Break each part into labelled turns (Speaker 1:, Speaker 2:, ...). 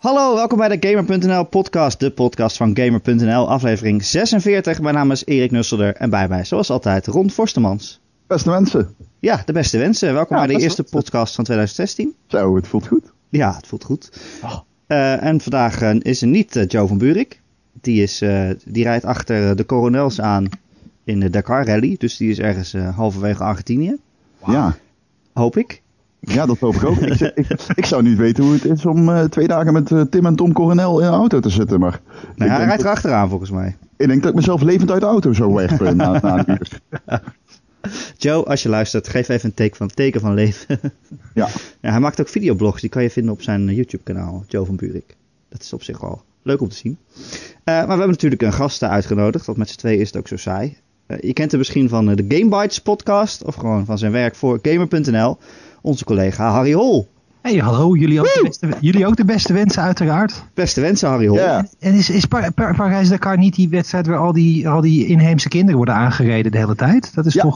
Speaker 1: Hallo, welkom bij de Gamer.nl podcast, de podcast van Gamer.nl, aflevering 46. Mijn naam is Erik Nusselder en bij mij, zoals altijd, Ron Forstemans.
Speaker 2: Beste wensen.
Speaker 1: Ja, de beste wensen. Welkom bij de eerste podcast van 2016.
Speaker 2: Zo, het voelt goed.
Speaker 1: Ja, het voelt goed. En vandaag is er niet Joe van Buurik. Die rijdt achter de Coronels aan in de Dakar Rally. Dus die is ergens halverwege Argentinië.
Speaker 2: Wow. Ja.
Speaker 1: Hoop ik.
Speaker 2: Ja, dat hoop ik ook. Ik zou niet weten hoe het is om 2 dagen met Tim en Tom Coronel in een auto te zitten. Maar
Speaker 1: hij rijdt er achteraan volgens mij.
Speaker 2: Ik denk dat ik mezelf levend uit de auto zou werpen na een uur.
Speaker 1: Joe, als je luistert, geef even een teken van leven. Ja, hij maakt ook videoblogs. Die kan je vinden op zijn YouTube kanaal, Joe van Buurik. Dat is op zich wel leuk om te zien. Maar we hebben natuurlijk een gast uitgenodigd. Want met z'n tweeën is het ook zo saai. Je kent hem misschien van de Gamebites podcast. Of gewoon van zijn werk voor Gamer.nl. Onze collega Harry Hol.
Speaker 3: Hey, hallo. Jullie ook de beste wensen uiteraard.
Speaker 1: Beste wensen, Harry Hol.
Speaker 3: Yeah. En is Parijs-Dakar niet die wedstrijd waar al die inheemse kinderen worden aangereden de hele tijd? Dat is toch...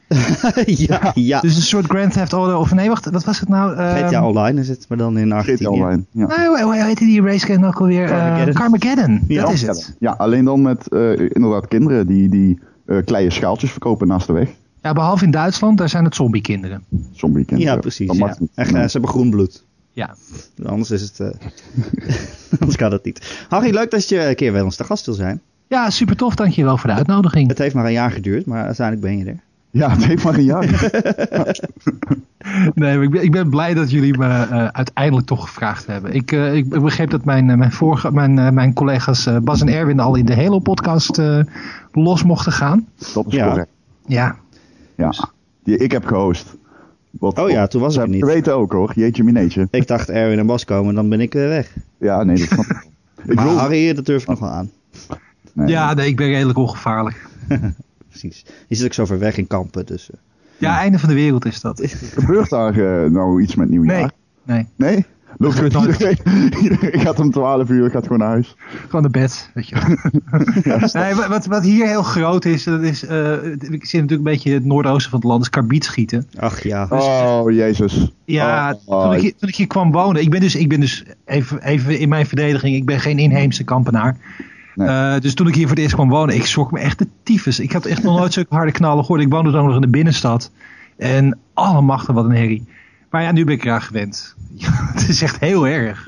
Speaker 1: ja.
Speaker 3: Dus een soort Grand Theft Auto, of nee, wacht, wat was het nou?
Speaker 1: GTA Online is het, maar dan in Argentinië.
Speaker 2: GTA Online, ja.
Speaker 3: Nou, hoe heette die racegame ook alweer? Carmageddon.
Speaker 1: Ja,
Speaker 3: dat is het.
Speaker 2: Ja, alleen dan met inderdaad kinderen die kleine schaaltjes verkopen naast de weg.
Speaker 3: Ja, behalve in Duitsland, daar zijn het zombie-kinderen.
Speaker 1: Ja, precies. Ja. En ze hebben groen bloed.
Speaker 3: Ja.
Speaker 1: Anders is het... anders kan het niet. Harry, leuk dat je een keer bij ons te gast wil zijn.
Speaker 3: Ja, super tof. Dankjewel voor de uitnodiging.
Speaker 1: Het heeft maar een jaar geduurd, maar uiteindelijk ben je er.
Speaker 2: Ja, het heeft maar een jaar.
Speaker 3: Nee, maar ik ben blij dat jullie me uiteindelijk toch gevraagd hebben. Ik begreep dat mijn collega's Bas en Erwin al in de Halo-podcast los mochten gaan.
Speaker 2: Dat is correct.
Speaker 3: Ja.
Speaker 2: Ik heb gehost.
Speaker 1: Toen was ik er niet.
Speaker 2: Je weet ook hoor, jeetje mineetje.
Speaker 1: Ik dacht Erwin en Bas komen, dan ben ik weg.
Speaker 2: Ja, nee, dat snap ik.
Speaker 1: Maar Harry, dat durf ik nog wel aan.
Speaker 3: Nee, ik ben redelijk ongevaarlijk.
Speaker 1: Precies. Je zit ook zo ver weg in Kampen, dus...
Speaker 3: Ja, einde van de wereld is dat.
Speaker 2: Gebeurt daar nou iets met nieuwjaar?
Speaker 3: Nee?
Speaker 2: Loopt iedereen gaat om 12 uur, gaat gewoon naar huis.
Speaker 3: Gewoon naar bed, weet je. Nee, wat hier heel groot is, dat is... ik zit natuurlijk een beetje in het noordoosten van het land, is karbietschieten.
Speaker 1: Ach ja.
Speaker 2: Oh, jezus.
Speaker 3: Ja, toen ik hier kwam wonen, ik ben dus even in mijn verdediging, ik ben geen inheemse kampenaar. Nee. Dus toen ik hier voor het eerst kwam wonen, ik schrok me echt de tyfus. Ik had echt nog nooit zulke harde knallen gehoord. Ik woonde dan nog in de binnenstad. En allemachtig wat een herrie. Maar ja, nu ben ik eraan gewend. Het is echt heel erg.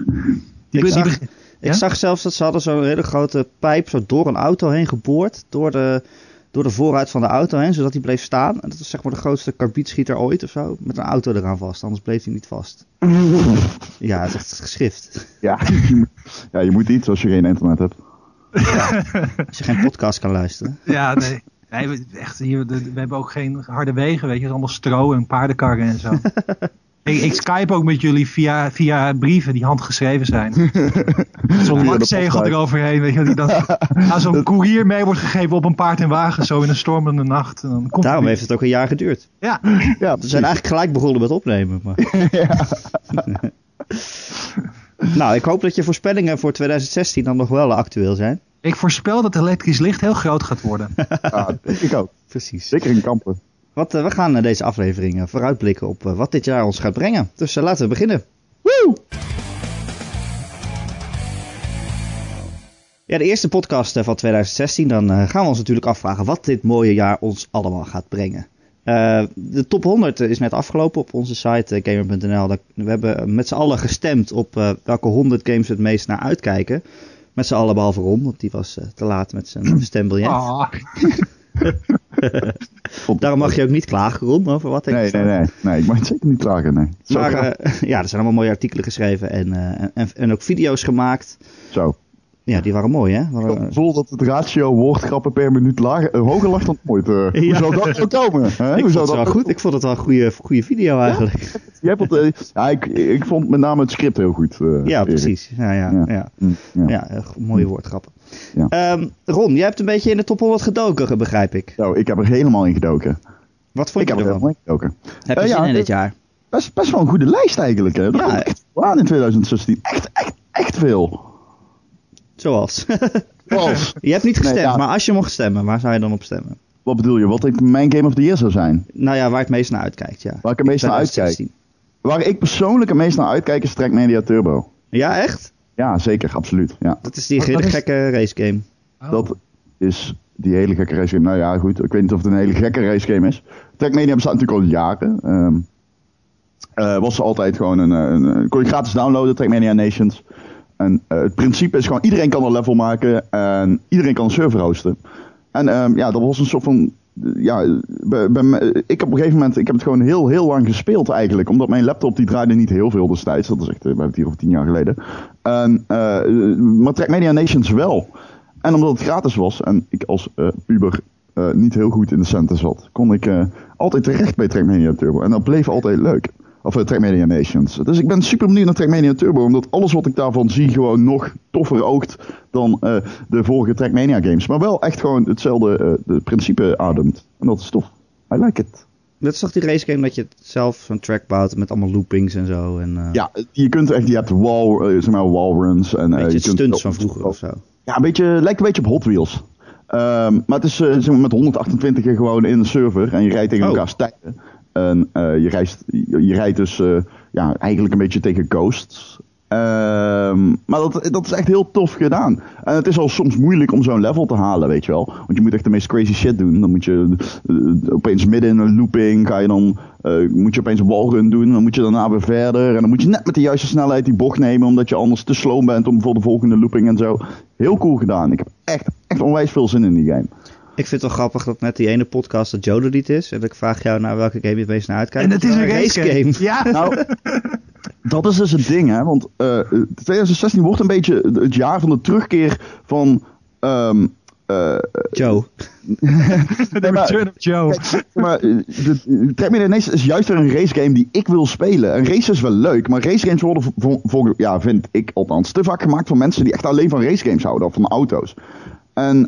Speaker 1: Ik zag zelfs dat ze hadden zo'n hele grote pijp zo door een auto heen geboord. Door de voorruit van de auto heen, zodat hij bleef staan. En dat was zeg maar de grootste karbietschieter ooit of zo. Met een auto eraan vast, anders bleef hij niet vast. Ja, het is echt geschrift.
Speaker 2: Ja, je moet iets als je geen internet hebt.
Speaker 1: Ja, als je geen podcast kan luisteren.
Speaker 3: Ja, nee. Echt, we hebben ook geen harde wegen, weet je. Het is allemaal stro en paardenkarren en zo. Ik Skype ook met jullie via brieven die handgeschreven zijn. Zo'n lakzegel eroverheen, weet je. Die dan aan zo'n koerier mee wordt gegeven op een paard en wagen, zo in een stormende nacht. Dan komt
Speaker 1: daarom heeft het ook een jaar geduurd.
Speaker 3: Ja.
Speaker 1: We zijn eigenlijk gelijk begonnen met opnemen. Maar...
Speaker 2: Ja.
Speaker 1: Nou, ik hoop dat je voorspellingen voor 2016 dan nog wel actueel zijn.
Speaker 3: Ik voorspel dat elektrisch licht heel groot gaat worden.
Speaker 2: Ja, ik ook.
Speaker 1: Precies.
Speaker 2: Zeker in Kampen.
Speaker 1: We gaan deze aflevering vooruitblikken op wat dit jaar ons gaat brengen. Dus laten we beginnen. Woe! Ja, de eerste podcast van 2016. Dan gaan we ons natuurlijk afvragen wat dit mooie jaar ons allemaal gaat brengen. De top 100 is net afgelopen op onze site Gamer.nl. We hebben met z'n allen gestemd op welke 100 games we het meest naar uitkijken. Met z'n allen behalve Ron, want die was te laat met zijn stembiljet. Daarom mag je ook niet klagen, Ron, over wat ik
Speaker 2: Nee, ik mag zeker niet klagen, nee.
Speaker 1: Maar er zijn allemaal mooie artikelen geschreven en ook video's gemaakt.
Speaker 2: Zo.
Speaker 1: Ja, die waren mooi, hè?
Speaker 2: Ik had het gevoel dat het ratio woordgrappen per minuut hoger lag dan ooit. Hoe zou dat zo komen?
Speaker 1: Ik vond het wel een goede video eigenlijk.
Speaker 2: Ja? Ik vond met name het script heel goed.
Speaker 1: Ja, precies. Ja, mooie woordgrappen. Ja. Ron, jij hebt een beetje in de top 100 gedoken, begrijp ik.
Speaker 2: Nou, ik heb er helemaal in gedoken.
Speaker 1: Wat vond je ervan? Heb je zin in dit jaar?
Speaker 2: Best wel een goede lijst eigenlijk. Hè? Dat komt echt aan in 2016. Echt veel.
Speaker 1: Zoals? Je hebt niet gestemd, maar als je mocht stemmen, waar zou je dan op stemmen?
Speaker 2: Wat bedoel je? Wat mijn Game of the Year zou zijn?
Speaker 1: Nou ja, waar het meest naar uitkijkt, ja.
Speaker 2: Waar ik het meest naar uitkijk? Waar ik persoonlijk het meest naar uitkijk is Trackmania Turbo.
Speaker 1: Ja, echt?
Speaker 2: Ja, zeker, absoluut. Ja.
Speaker 1: Dat is die hele gekke racegame.
Speaker 3: Oh.
Speaker 2: Dat is die hele gekke racegame. Nou ja, goed, ik weet niet of het een hele gekke racegame is. Trackmania bestaat natuurlijk al jaren. Was altijd gewoon kon je gratis downloaden, Trackmania Nations. En het principe is gewoon, iedereen kan een level maken en iedereen kan een server hosten. En dat was een soort van... ik heb op een gegeven moment, ik heb het gewoon heel lang gespeeld eigenlijk. Omdat mijn laptop die draaide niet heel veel destijds. Dat is echt, we hebben het hier over 10 jaar geleden. Maar Trackmania Nations wel. En omdat het gratis was en ik als puber niet heel goed in de centen zat, kon ik altijd terecht bij Trackmania Turbo. En dat bleef altijd leuk. Of Trackmania Nations. Dus ik ben super benieuwd naar Trackmania Turbo. Omdat alles wat ik daarvan zie gewoon nog toffer oogt dan de vorige Trackmania games. Maar wel echt gewoon hetzelfde principe ademt. En dat is tof. I like it.
Speaker 1: Dat is toch die racegame dat je zelf zo'n track bouwt met allemaal loopings en zo.
Speaker 2: Ja, je kunt echt, je hebt wallruns. En,
Speaker 1: beetje
Speaker 2: je kunt
Speaker 1: stunts van vroeger of zo.
Speaker 2: Ja, lijkt een beetje op Hot Wheels. Maar het is met 128 gewoon in een server en je rijdt tegen elkaars tijden. En je rijdt dus eigenlijk een beetje tegen ghosts. Maar dat is echt heel tof gedaan. En het is al soms moeilijk om zo'n level te halen, weet je wel. Want je moet echt de meest crazy shit doen. Dan moet je opeens midden in een looping, moet je opeens een wallrun doen. Dan moet je daarna weer verder. En dan moet je net met de juiste snelheid die bocht nemen, omdat je anders te slow bent om voor de volgende looping en zo. Heel cool gedaan. Ik heb echt onwijs veel zin in die game.
Speaker 1: Ik vind het wel grappig dat net die ene podcast dat Joe er niet is. En ik vraag jou naar welke game je het meest naar uitkijkt.
Speaker 3: En het is een racegame. Ja.
Speaker 2: Nou, dat is dus het ding, hè. Want 2016 wordt een beetje het jaar van de terugkeer van...
Speaker 1: Joe.
Speaker 3: The Return of Joe.
Speaker 2: Maar Trackmania Nations is juist weer een racegame die ik wil spelen. Een race is wel leuk, maar racegames worden vind ik althans te vaak gemaakt van mensen die echt alleen van racegames houden. Of van auto's. En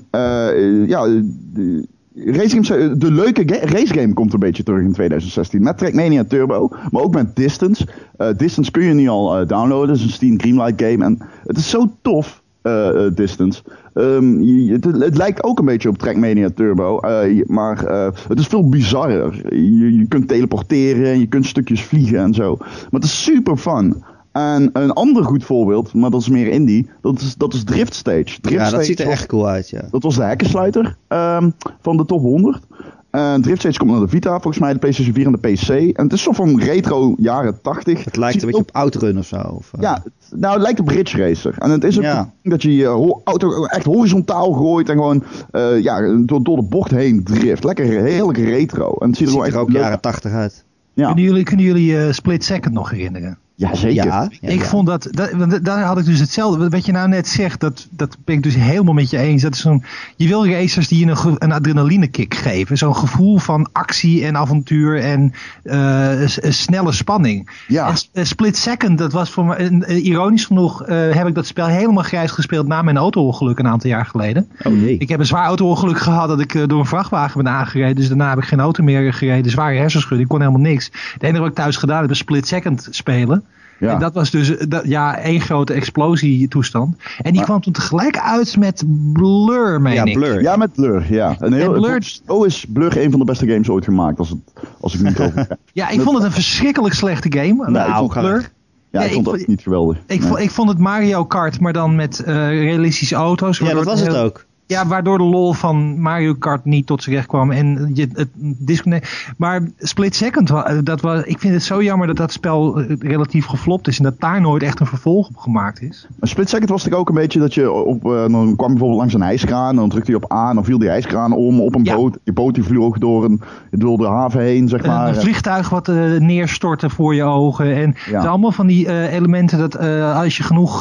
Speaker 2: racegames, de leuke racegame komt een beetje terug in 2016. Met Trackmania Turbo, maar ook met Distance. Distance kun je nu al downloaden. Het is een Steam Greenlight game. En het is zo tof, Distance. Het lijkt ook een beetje op Trackmania Turbo. Maar het is veel bizarrer. Je kunt teleporteren en je kunt stukjes vliegen en zo. Maar het is super fun. En een ander goed voorbeeld, maar dat is meer indie, dat is Drift Stage.
Speaker 1: Dat ziet er echt cool uit, ja.
Speaker 2: Dat was de hekkensluiter van de top 100. Drift Stage komt naar de Vita, volgens mij de PlayStation 4 en de PC. En het is zo van retro jaren 80.
Speaker 1: Het lijkt een beetje op Outrun of zo.
Speaker 2: Ja, nou het lijkt op Ridge Racer. En het is ook dat je je auto echt horizontaal gooit en gewoon door de bocht heen drift. Heerlijk retro. En het ziet er
Speaker 1: ook jaren 80 uit.
Speaker 2: Ja.
Speaker 3: Kunnen jullie Split Second nog herinneren?
Speaker 2: Ja, zeker.
Speaker 1: Ja.
Speaker 3: Ik vond dat, daar had ik dus hetzelfde. Wat je nou net zegt, dat ben ik dus helemaal met je eens. Dat is je wil racers die je een adrenaline kick geven. Zo'n gevoel van actie en avontuur en snelle spanning.
Speaker 2: Ja.
Speaker 3: En Split Second, dat was voor me, ironisch genoeg, heb ik dat spel helemaal grijs gespeeld na mijn auto-ongeluk een aantal jaar geleden.
Speaker 1: Oh jee.
Speaker 3: Ik heb een zwaar auto-ongeluk gehad dat ik door een vrachtwagen ben aangereden. Dus daarna heb ik geen auto meer gereden. Zware hersenschudding, ik kon helemaal niks. Het enige wat ik thuis gedaan heb is Split Second spelen. Ja. En dat was dus één grote explosietoestand. En die kwam toen tegelijk uit met Blur, meen ik.
Speaker 2: Blur. Ja, met Blur, ja. Is Blur een van de beste games ooit gemaakt, als ik niet over heb.
Speaker 3: Ja, ik vond het een verschrikkelijk slechte game.
Speaker 2: Nou, Blur. Ja, ik vond het niet geweldig.
Speaker 3: Ik vond het Mario Kart, maar dan met realistische auto's.
Speaker 1: Ja, dat was het ook.
Speaker 3: Ja, waardoor de lol van Mario Kart niet tot zijn recht kwam. En het disconnect. Maar Split Second, ik vind het zo jammer dat spel relatief geflopt is. En dat daar nooit echt een vervolg op gemaakt is.
Speaker 2: Maar Split Second was natuurlijk ook een beetje dat je dan kwam je bijvoorbeeld langs een ijskraan. En dan drukte je op A en dan viel die ijskraan om op een boot. Je boot die vloog door de haven heen, zeg maar.
Speaker 3: Een vliegtuig wat neerstortte voor je ogen. En het zijn allemaal van die elementen dat als je genoeg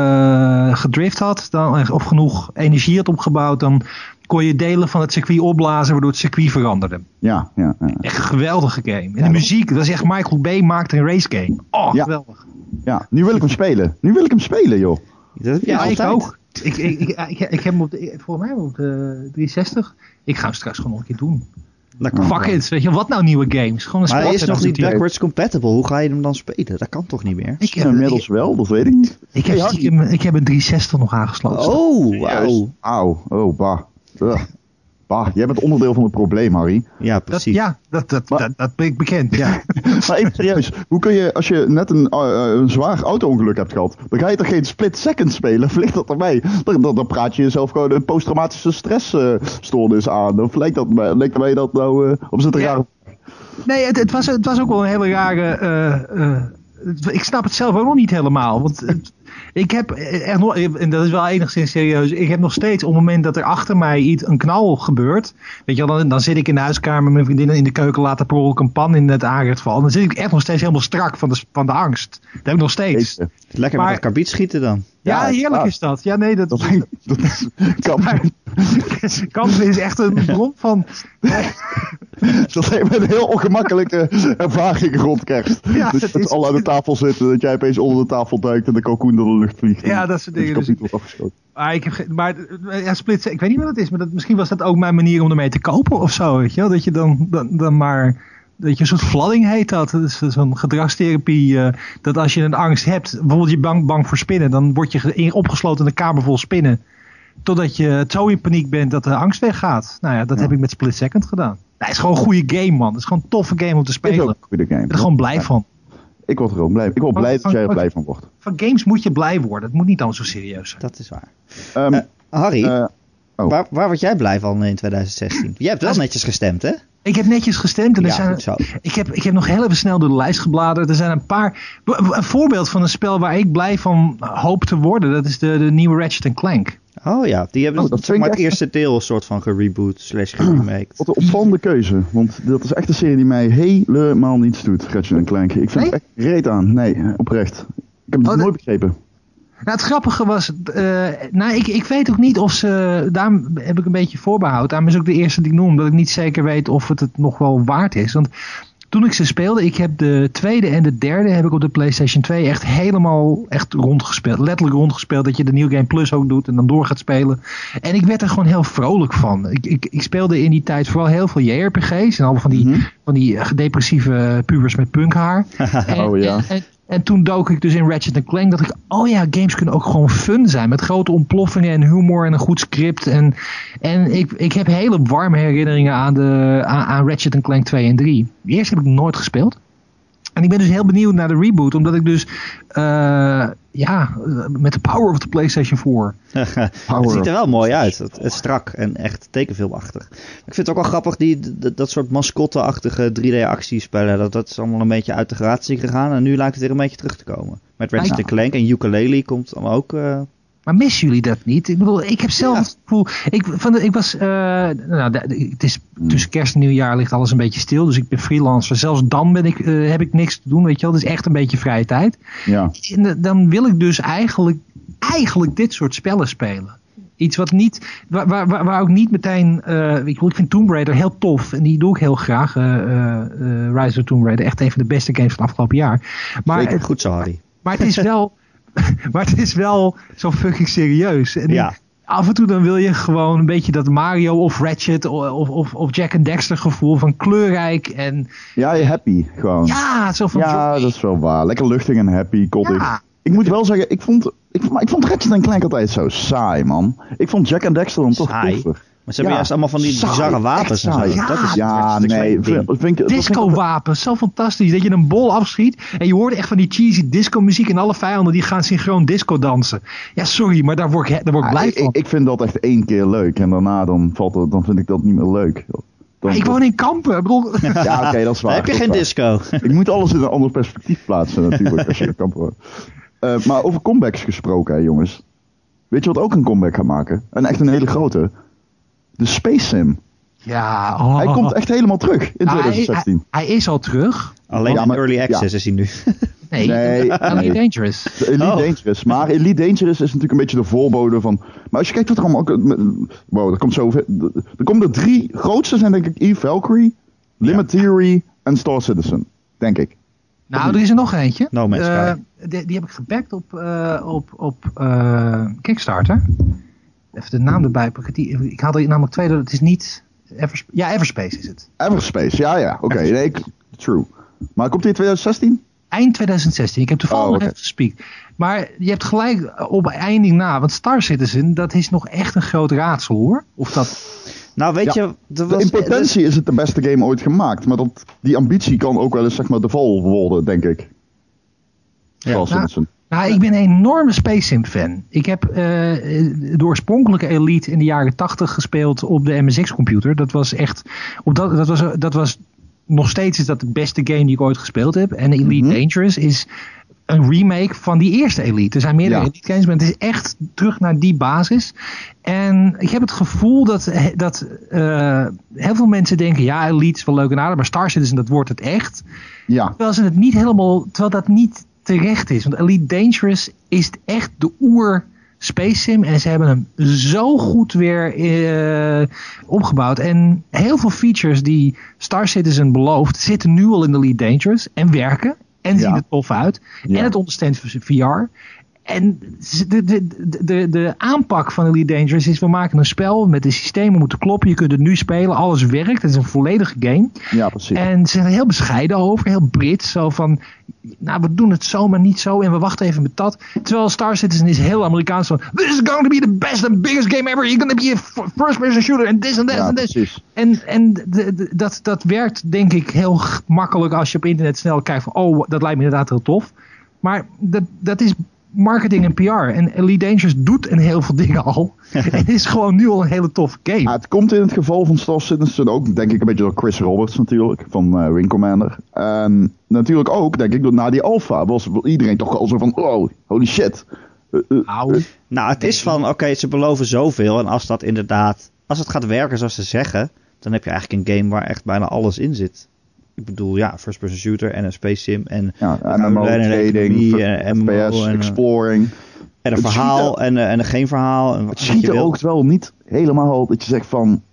Speaker 3: gedrift had. Of genoeg energie had opgebouwd. Dan kon je delen van het circuit opblazen, waardoor het circuit veranderde.
Speaker 2: Ja.
Speaker 3: Echt een geweldige game. En de muziek, dat is echt Michael Bay maakte een race game. Oh, geweldig.
Speaker 2: Ja, nu wil ik hem spelen. Joh.
Speaker 1: Dat heb je
Speaker 3: ik ook. Ik heb hem volgens mij op de 360. Ik ga hem straks gewoon nog een keer doen. Fuck it, weet je, wat nou nieuwe games? Gewoon
Speaker 1: maar hij is nog niet backwards compatible. Hoe ga je hem dan spelen? Dat kan toch niet meer?
Speaker 3: Ik heb
Speaker 2: inmiddels wel, dat weet ik niet.
Speaker 3: Ik heb een 360 nog aangesloten.
Speaker 1: Oh, wauw.
Speaker 2: Oh, bah. Bah, jij bent onderdeel van het probleem, Harry.
Speaker 1: Ja, precies.
Speaker 3: Dat ben ik bekend, ja.
Speaker 2: Maar even serieus, hoe kun je, als je net een zwaar auto-ongeluk hebt gehad, dan ga je toch geen split second spelen? Of ligt dat erbij? Dan praat je jezelf gewoon een posttraumatische stressstoornis aan. Of lijkt mij dat nou, of is het raar?
Speaker 3: Nee, het was ook wel een hele rare... ik snap het zelf ook nog niet helemaal. Want ik heb echt nog, en dat is wel enigszins serieus, ik heb nog steeds op het moment dat er achter mij een knal gebeurt, weet je wel, dan zit ik in de huiskamer met mijn vriendinnen in de keuken, laat per ongeluk een pan in het aanrecht vallen. Dan zit ik echt nog steeds helemaal strak van de angst. Dat heb ik nog steeds.
Speaker 1: Lekker met het karbiet schieten dan.
Speaker 3: Ja, heerlijk is dat. Ja, nee, dat kampen is echt een bron van...
Speaker 2: Dat heeft een heel ongemakkelijke ervaring rond kerst.
Speaker 3: Ja,
Speaker 2: dus dat alle aan de tafel zitten, dat jij opeens onder de tafel duikt en de kalkoen door de lucht vliegt.
Speaker 3: Ja, dat soort dingen.
Speaker 2: Dus wordt afgeschoten.
Speaker 3: Split, ik weet niet wat het is, maar misschien was dat ook mijn manier om ermee te kopen of zo, weet je wel? Dat je dan maar... Dat je een soort flooding heet dat. Dat is zo'n gedragstherapie. Dat als je een angst hebt, bijvoorbeeld je bang voor spinnen, dan word je opgesloten in een kamer vol spinnen. Totdat je zo in paniek bent dat de angst weggaat. Nou ja, dat heb ik met Split Second gedaan. Nou, het is gewoon een goede game, man. Het is gewoon een toffe game om te spelen.
Speaker 2: Het is ook een goede game.
Speaker 3: Ik ben er gewoon blij van.
Speaker 2: Ik word er gewoon blij. Ik word blij dat jij er blij van wordt.
Speaker 3: Van games moet je blij worden. Het moet niet allemaal zo serieus zijn.
Speaker 1: Dat is waar. Harry, waar word jij blij van in 2016? Jij hebt wel netjes gestemd, hè?
Speaker 3: Ik heb netjes gestemd. En ik heb nog heel even snel door de lijst gebladerd. Er zijn een paar... Een voorbeeld van een spel waar ik blij van hoop te worden. Dat is de nieuwe Ratchet & Clank.
Speaker 1: Oh ja, die hebben het eerste deel soort van gereboot/geremaked. Wat
Speaker 2: een opvallende keuze. Want dat is echt een serie die mij helemaal niets doet. Ratchet & Clank. Ik vind het echt reet aan. Nee, oprecht. Ik heb het nooit begrepen.
Speaker 3: Nou, het grappige was, ik weet ook niet of ze, daarom heb ik een beetje voorbehoud. Daarom is ook de eerste die ik noem, omdat ik niet zeker weet of het nog wel waard is. Want toen ik ze speelde, ik heb de tweede en de derde heb ik op de PlayStation 2 echt helemaal rondgespeeld. Letterlijk rondgespeeld, dat je de New Game Plus ook doet en dan door gaat spelen. En ik werd er gewoon heel vrolijk van. Ik speelde in die tijd vooral heel veel JRPG's en allemaal van die depressieve pubers met punkhaar. En toen dook ik dus in Ratchet & Clank, dat ik, games kunnen ook gewoon fun zijn. Met grote ontploffingen en humor en een goed script. En ik heb hele warme herinneringen aan Ratchet & Clank 2 en 3. Die eerste heb ik nooit gespeeld. En ik ben dus heel benieuwd naar de reboot, omdat ik dus, met de power of the PlayStation 4.
Speaker 1: Het ziet er wel mooi uit. Het is strak en echt tekenfilmachtig. Ik vind het ook wel grappig, dat soort mascotte-achtige 3D-actiespellen. Dat is allemaal een beetje uit de gratie gegaan. En nu lijkt het weer een beetje terug te komen. Met Ratchet & Clank en Yooka-Laylee komt dan ook...
Speaker 3: Maar missen jullie dat niet? Ik bedoel, ik heb zelf het gevoel... het is tussen kerst en nieuwjaar ligt alles een beetje stil. Dus ik ben freelancer. Zelfs dan heb ik niks te doen, weet je wel. Het is echt een beetje vrije tijd.
Speaker 2: Ja.
Speaker 3: En dan wil ik dus eigenlijk dit soort spellen spelen. Iets wat niet... Waar ook niet meteen... ik vind Tomb Raider heel tof. En die doe ik heel graag. Rise of Tomb Raider. Echt een van de beste games van het afgelopen jaar.
Speaker 1: Maar, goed zo, Harry.
Speaker 3: Maar het is wel... Maar het is wel zo fucking serieus. En af en toe dan wil je gewoon een beetje dat Mario of Ratchet of Jack and Dexter gevoel van kleurrijk en...
Speaker 2: Ja, je happy gewoon.
Speaker 3: Ja, zo van...
Speaker 2: Ja, dat is wel waar. Lekker luchtig en happy, koddig. Ja. Ik moet wel zeggen, ik vond Ratchet & Clank altijd zo saai, man. Ik vond Jack and Dexter dan toch toffer.
Speaker 1: Maar ze hebben juist allemaal van die bizarre wapens en zo.
Speaker 3: Disco-wapens, zo fantastisch. Dat je een bol afschiet en je hoort echt van die cheesy disco-muziek en alle vijanden die gaan synchroon disco dansen. Ja, sorry, maar daar word ik blij van.
Speaker 2: Ik vind dat echt 1 keer leuk en daarna dan vind ik dat niet meer leuk.
Speaker 3: Ik woon in Kampen. Ik bedoel...
Speaker 2: Ja, oké, dat is waar.
Speaker 1: Dan heb je geen disco.
Speaker 2: Ik moet alles in een ander perspectief plaatsen natuurlijk als je in Kampen woont. Maar over comebacks gesproken, hè, jongens. Weet je wat ook een comeback gaat maken? En echt een hele grote. De Space Sim.
Speaker 3: Ja.
Speaker 2: Hij komt echt helemaal terug in 2016.
Speaker 3: Hij is al terug.
Speaker 1: Alleen in Early Access is hij nu.
Speaker 3: Nee. Elite Dangerous.
Speaker 2: Dangerous. Maar Elite Dangerous is natuurlijk een beetje de voorbode van... Maar als je kijkt wat er allemaal... Wow, er komt zoveel... Er komen er 3 grootste zijn denk ik Eve Valkyrie, Limit Theory en Star Citizen. Denk ik.
Speaker 3: Nou, er is er nog eentje.
Speaker 1: No Man's Sky.
Speaker 3: Die heb ik gebackt op Kickstarter. Even de naam erbij pakken. Ik had er namelijk 2. Het is niet... Everspace is het.
Speaker 2: Everspace, ja. Oké, nee, true. Maar komt die in 2016?
Speaker 3: Eind 2016. Ik heb toevallig nog even gespiekt. Maar je hebt gelijk op einding na. Want Star Citizen, dat is nog echt een groot raadsel hoor. Of dat...
Speaker 1: Nou, weet je...
Speaker 2: In potentie is het de beste game ooit gemaakt. Maar die ambitie kan ook wel eens zeg maar de val worden, denk ik.
Speaker 3: Ja. Nou, ik ben een enorme Space Sim fan. Ik heb de oorspronkelijke Elite in de jaren 80 gespeeld op de MSX computer. Dat was echt... Dat was nog steeds is dat de beste game die ik ooit gespeeld heb. En Elite Dangerous is een remake van die eerste Elite. Er zijn meerdere Elite games, maar het is echt terug naar die basis. En ik heb het gevoel dat heel veel mensen denken, ja, Elite is wel leuk en aardig, maar Star Citizen, dat wordt het echt. Ja. Terwijl dat niet terecht is. Want Elite Dangerous is echt de oer Space Sim en ze hebben hem zo goed weer opgebouwd. En heel veel features die Star Citizen belooft zitten nu al in Elite Dangerous en werken. En zien er tof uit. Ja. En het ondersteunt VR. En de aanpak van Elite Dangerous is, we maken een spel met de systemen moeten kloppen. Je kunt het nu spelen, alles werkt. Het is een volledige game. Ja, precies. En ze zijn er heel bescheiden over, heel Brits. Zo van, nou, we doen het zo, maar niet zo. En we wachten even met dat. Terwijl Star Citizen is heel Amerikaans. Van, this is going to be the best and biggest game ever. You're going to be a first person shooter. And this and that and this. En dat werkt, denk ik, heel makkelijk als je op internet snel kijkt van, oh, dat lijkt me inderdaad heel tof. Maar dat is marketing en PR. En Elite Dangerous doet een heel veel dingen al. En het is gewoon nu al een hele toffe game.
Speaker 2: Ja, het komt in het geval van Star Citizen ook, denk ik, een beetje door Chris Roberts natuurlijk, van Wing Commander. En natuurlijk ook, denk ik, na die alpha was iedereen toch al zo van, oh, holy shit.
Speaker 1: Nou, het is van, oké, ze beloven zoveel. En als dat inderdaad, als het gaat werken zoals ze zeggen, dan heb je eigenlijk een game waar echt bijna alles in zit. Ik bedoel, ja, first person shooter en een space sim en
Speaker 2: MMO, trading, FPS, exploring.
Speaker 1: En een verhaal en geen verhaal. En
Speaker 2: het schiet er ook wel niet helemaal dat je zegt van...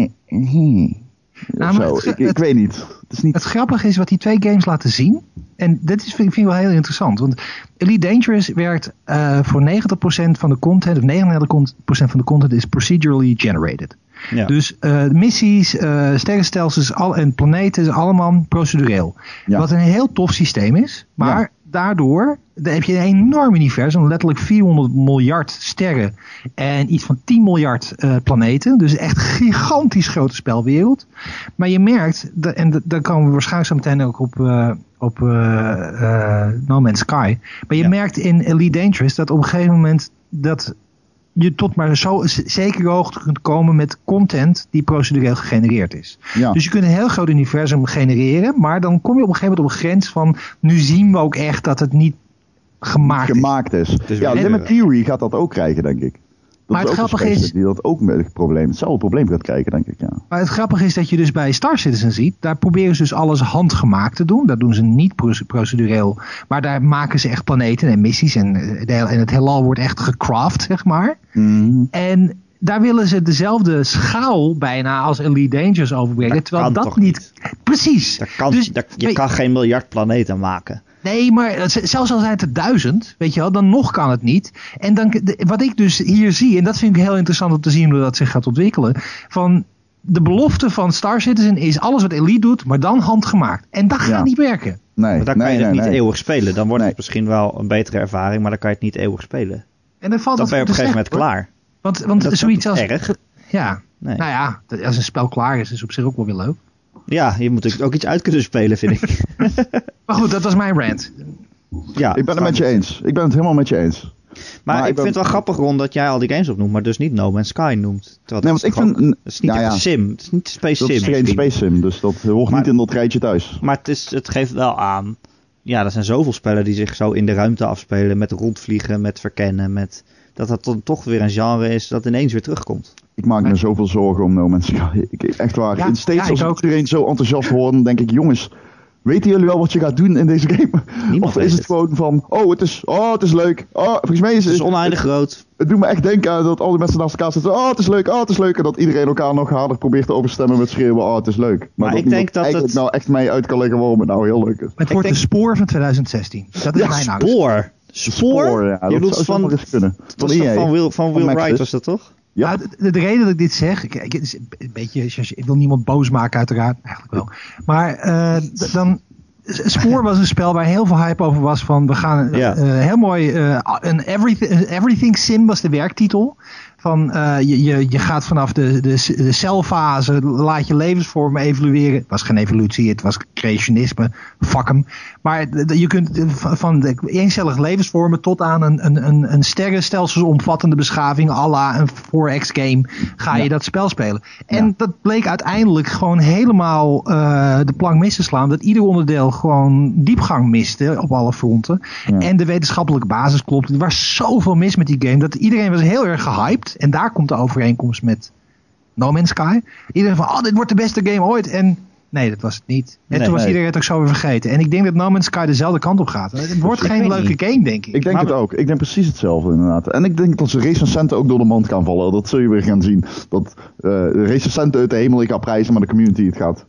Speaker 2: Ik weet niet.
Speaker 3: Het grappige is wat die twee games laten zien. En dit vind ik wel heel interessant. Want Elite Dangerous werkt voor 90% van de content, of 99% van de content is procedurally generated. Ja. Dus missies, sterrenstelsels en planeten is allemaal procedureel. Ja. Wat een heel tof systeem is. Maar daardoor heb je een enorm universum. Letterlijk 400 miljard sterren. En iets van 10 miljard planeten. Dus echt een gigantisch grote spelwereld. Maar je merkt, en daar komen we waarschijnlijk zo meteen ook op No Man's Sky. Maar je merkt in Elite Dangerous dat op een gegeven moment dat je tot maar zo zekere hoogte kunt komen met content die procedureel gegenereerd is. Ja. Dus je kunt een heel groot universum genereren, maar dan kom je op een gegeven moment op een grens van, nu zien we ook echt dat het niet gemaakt is.
Speaker 2: Ja, Limit Theory gaat dat ook krijgen, denk ik.
Speaker 3: Maar het grappige is,
Speaker 2: die dat ook met het probleem, hetzelfde probleem gaat krijgen, denk ik. Ja.
Speaker 3: Maar het grappige is dat je dus bij Star Citizen ziet, daar proberen ze dus alles handgemaakt te doen. Dat doen ze niet procedureel, maar daar maken ze echt planeten en missies en het heelal wordt echt gecraft, zeg maar. Mm. En daar willen ze dezelfde schaal bijna als Elite Dangerous overbrengen, terwijl dat niet. Precies.
Speaker 1: Je kan geen miljard planeten maken.
Speaker 3: Nee, maar zelfs al zijn het er 1000, weet je wel, dan nog kan het niet. En dan, wat ik dus hier zie, en dat vind ik heel interessant om te zien hoe dat zich gaat ontwikkelen, van de belofte van Star Citizen is alles wat Elite doet, maar dan handgemaakt. En dat gaat niet werken.
Speaker 1: Nee, maar dan kan je het niet eeuwig spelen. Dan wordt het misschien wel een betere ervaring, maar dan kan je het niet eeuwig spelen.
Speaker 3: En dan
Speaker 1: ben je op een gegeven moment klaar.
Speaker 3: Want zoiets als...
Speaker 1: erg.
Speaker 3: Ja, nee. Nou ja, als een spel klaar is op zich ook wel weer leuk.
Speaker 1: Ja, je moet ook iets uit kunnen spelen, vind ik.
Speaker 3: Maar goed, dat was mijn rant.
Speaker 2: Ja, ik ben het met je eens. Ik ben het helemaal met je eens.
Speaker 1: Maar ik vind het wel grappig, Ron, dat jij al die games opnoemt, maar dus niet No Man's Sky noemt.
Speaker 2: Nee, want ik vind...
Speaker 1: Het is niet een sim. Het is niet Space Sim.
Speaker 2: Het is geen Space Sim, dus dat hoort niet in dat rijtje thuis.
Speaker 1: Maar het geeft wel aan... Ja, er zijn zoveel spellen die zich zo in de ruimte afspelen, met rondvliegen, met verkennen, met... Dat dan toch weer een genre is dat ineens weer terugkomt.
Speaker 2: Ik maak me zoveel zorgen om No Man's Sky. Echt waar. Ja, steeds als iedereen zo enthousiast hoort, dan denk ik, jongens, weten jullie wel wat je gaat doen in deze game? Niemand of is het gewoon van, het is leuk. Volgens mij
Speaker 1: het is oneindig groot.
Speaker 2: Het doet me echt denken aan dat al die mensen naast elkaar zitten. Het is leuk. En dat iedereen elkaar nog harder probeert te overstemmen met schreeuwen. Het is leuk.
Speaker 1: Maar ik denk dat
Speaker 2: het nou echt mee uit kan leggen waarom het nou heel leuk is.
Speaker 3: Het wordt een spoor van 2016. Dat is mijn
Speaker 1: spoor. Spoor?
Speaker 2: Ja, je bedoelt
Speaker 1: van Will Wright was dat toch?
Speaker 3: Ja. Nou, de reden dat ik dit zeg, het is een beetje, ik wil niemand boos maken uiteraard, eigenlijk wel. Maar dan Spoor was een spel waar heel veel hype over was. Van we gaan heel mooi. Een Everything Sim was de werktitel. Van je gaat vanaf de celfase, laat je levensvormen evolueren. Het was geen evolutie, het was creationisme. Fuck hem. Maar je kunt van de eencellige levensvormen tot aan een sterrenstelselsomvattende beschaving, à la een 4X game, ga je dat spel spelen. En dat bleek uiteindelijk gewoon helemaal de plank mis te slaan. Dat ieder onderdeel gewoon diepgang miste op alle fronten. Ja. En de wetenschappelijke basis klopt. Er was zoveel mis met die game dat iedereen was heel erg gehyped. En daar komt de overeenkomst met No Man's Sky. Iedereen van, dit wordt de beste game ooit. En nee, dat was het niet. En toen was iedereen het ook zo weer vergeten. En ik denk dat No Man's Sky dezelfde kant op gaat. Het wordt geen leuke game, denk ik.
Speaker 2: Ik denk het ook. Ik denk precies hetzelfde, inderdaad. En ik denk dat ze recensenten ook door de mand gaan vallen. Dat zul je weer gaan zien. Dat recensenten uit de hemel ik ga prijzen, maar de community het gaat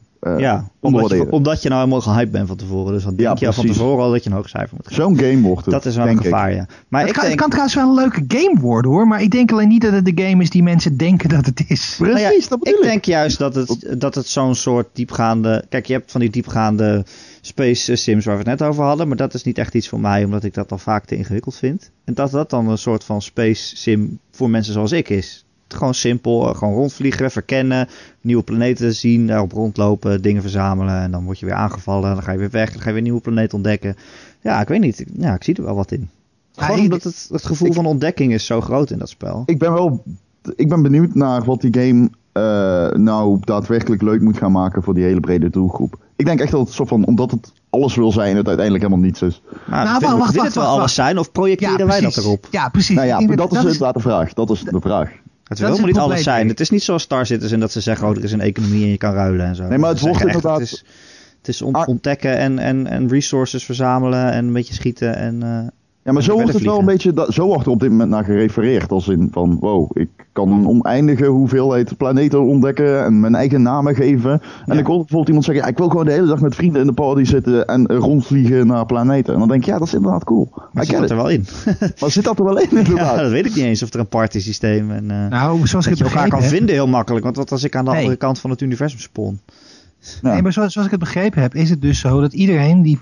Speaker 1: omdat je nou helemaal gehyped bent van tevoren. Dus dan denk je al van tevoren al dat je een hoog cijfer moet geven.
Speaker 2: Zo'n game wordt het.
Speaker 1: Dat is wel een gevaar, ja. Maar
Speaker 3: het kan trouwens wel een leuke game worden, hoor. Maar ik denk alleen niet dat het de game is die mensen denken dat het is.
Speaker 2: Precies, dat bedoel
Speaker 1: ik. Ik denk juist dat het zo'n soort diepgaande... Kijk, je hebt van die diepgaande space sims waar we het net over hadden. Maar dat is niet echt iets voor mij, omdat ik dat al vaak te ingewikkeld vind. En dat dan een soort van space sim voor mensen zoals ik is. Gewoon simpel, gewoon rondvliegen, verkennen, nieuwe planeten zien, daarop rondlopen, dingen verzamelen en dan word je weer aangevallen, dan ga je weer weg, dan ga je weer een nieuwe planeet ontdekken. Ja, ik weet niet. Ja, ik zie er wel wat in. Gewoon omdat het gevoel van ontdekking is zo groot in dat spel.
Speaker 2: Ik ben benieuwd naar wat die game nou daadwerkelijk leuk moet gaan maken voor die hele brede doelgroep. Ik denk echt dat het soort van, omdat het alles wil zijn, het uiteindelijk helemaal niets is.
Speaker 1: Wacht, wil het wel alles zijn of projecteren wij dat erop?
Speaker 3: Ja, precies.
Speaker 2: Nou ja, dat is inderdaad de vraag. Dat is de vraag.
Speaker 1: Het wil helemaal niet alles zijn. Het is niet zoals Star Citizen dat ze zeggen, er is een economie en je kan ruilen en zo.
Speaker 2: Nee, maar het wordt inderdaad...
Speaker 1: Het is ontdekken en resources verzamelen en een beetje schieten en...
Speaker 2: Ja, maar zo wordt het wel een beetje... Zo wordt er op dit moment naar gerefereerd. Als in van, wow, ik kan een oneindige hoeveelheid planeten ontdekken en mijn eigen namen geven. En ik hoor bijvoorbeeld iemand zeggen, ik wil gewoon de hele dag met vrienden in de party zitten en rondvliegen naar planeten. En dan denk ik, dat is inderdaad cool.
Speaker 1: Maar zit dat er wel in?
Speaker 2: Maar zit dat er wel in, inderdaad?
Speaker 1: Ja, dat weet ik niet eens of er een party systeem en
Speaker 3: zoals ik
Speaker 1: je elkaar kan vinden heel makkelijk. Want wat als ik aan de andere kant van het universum spawn?
Speaker 3: Ja. Nee, maar zoals ik het begrepen heb, is het dus zo dat iedereen die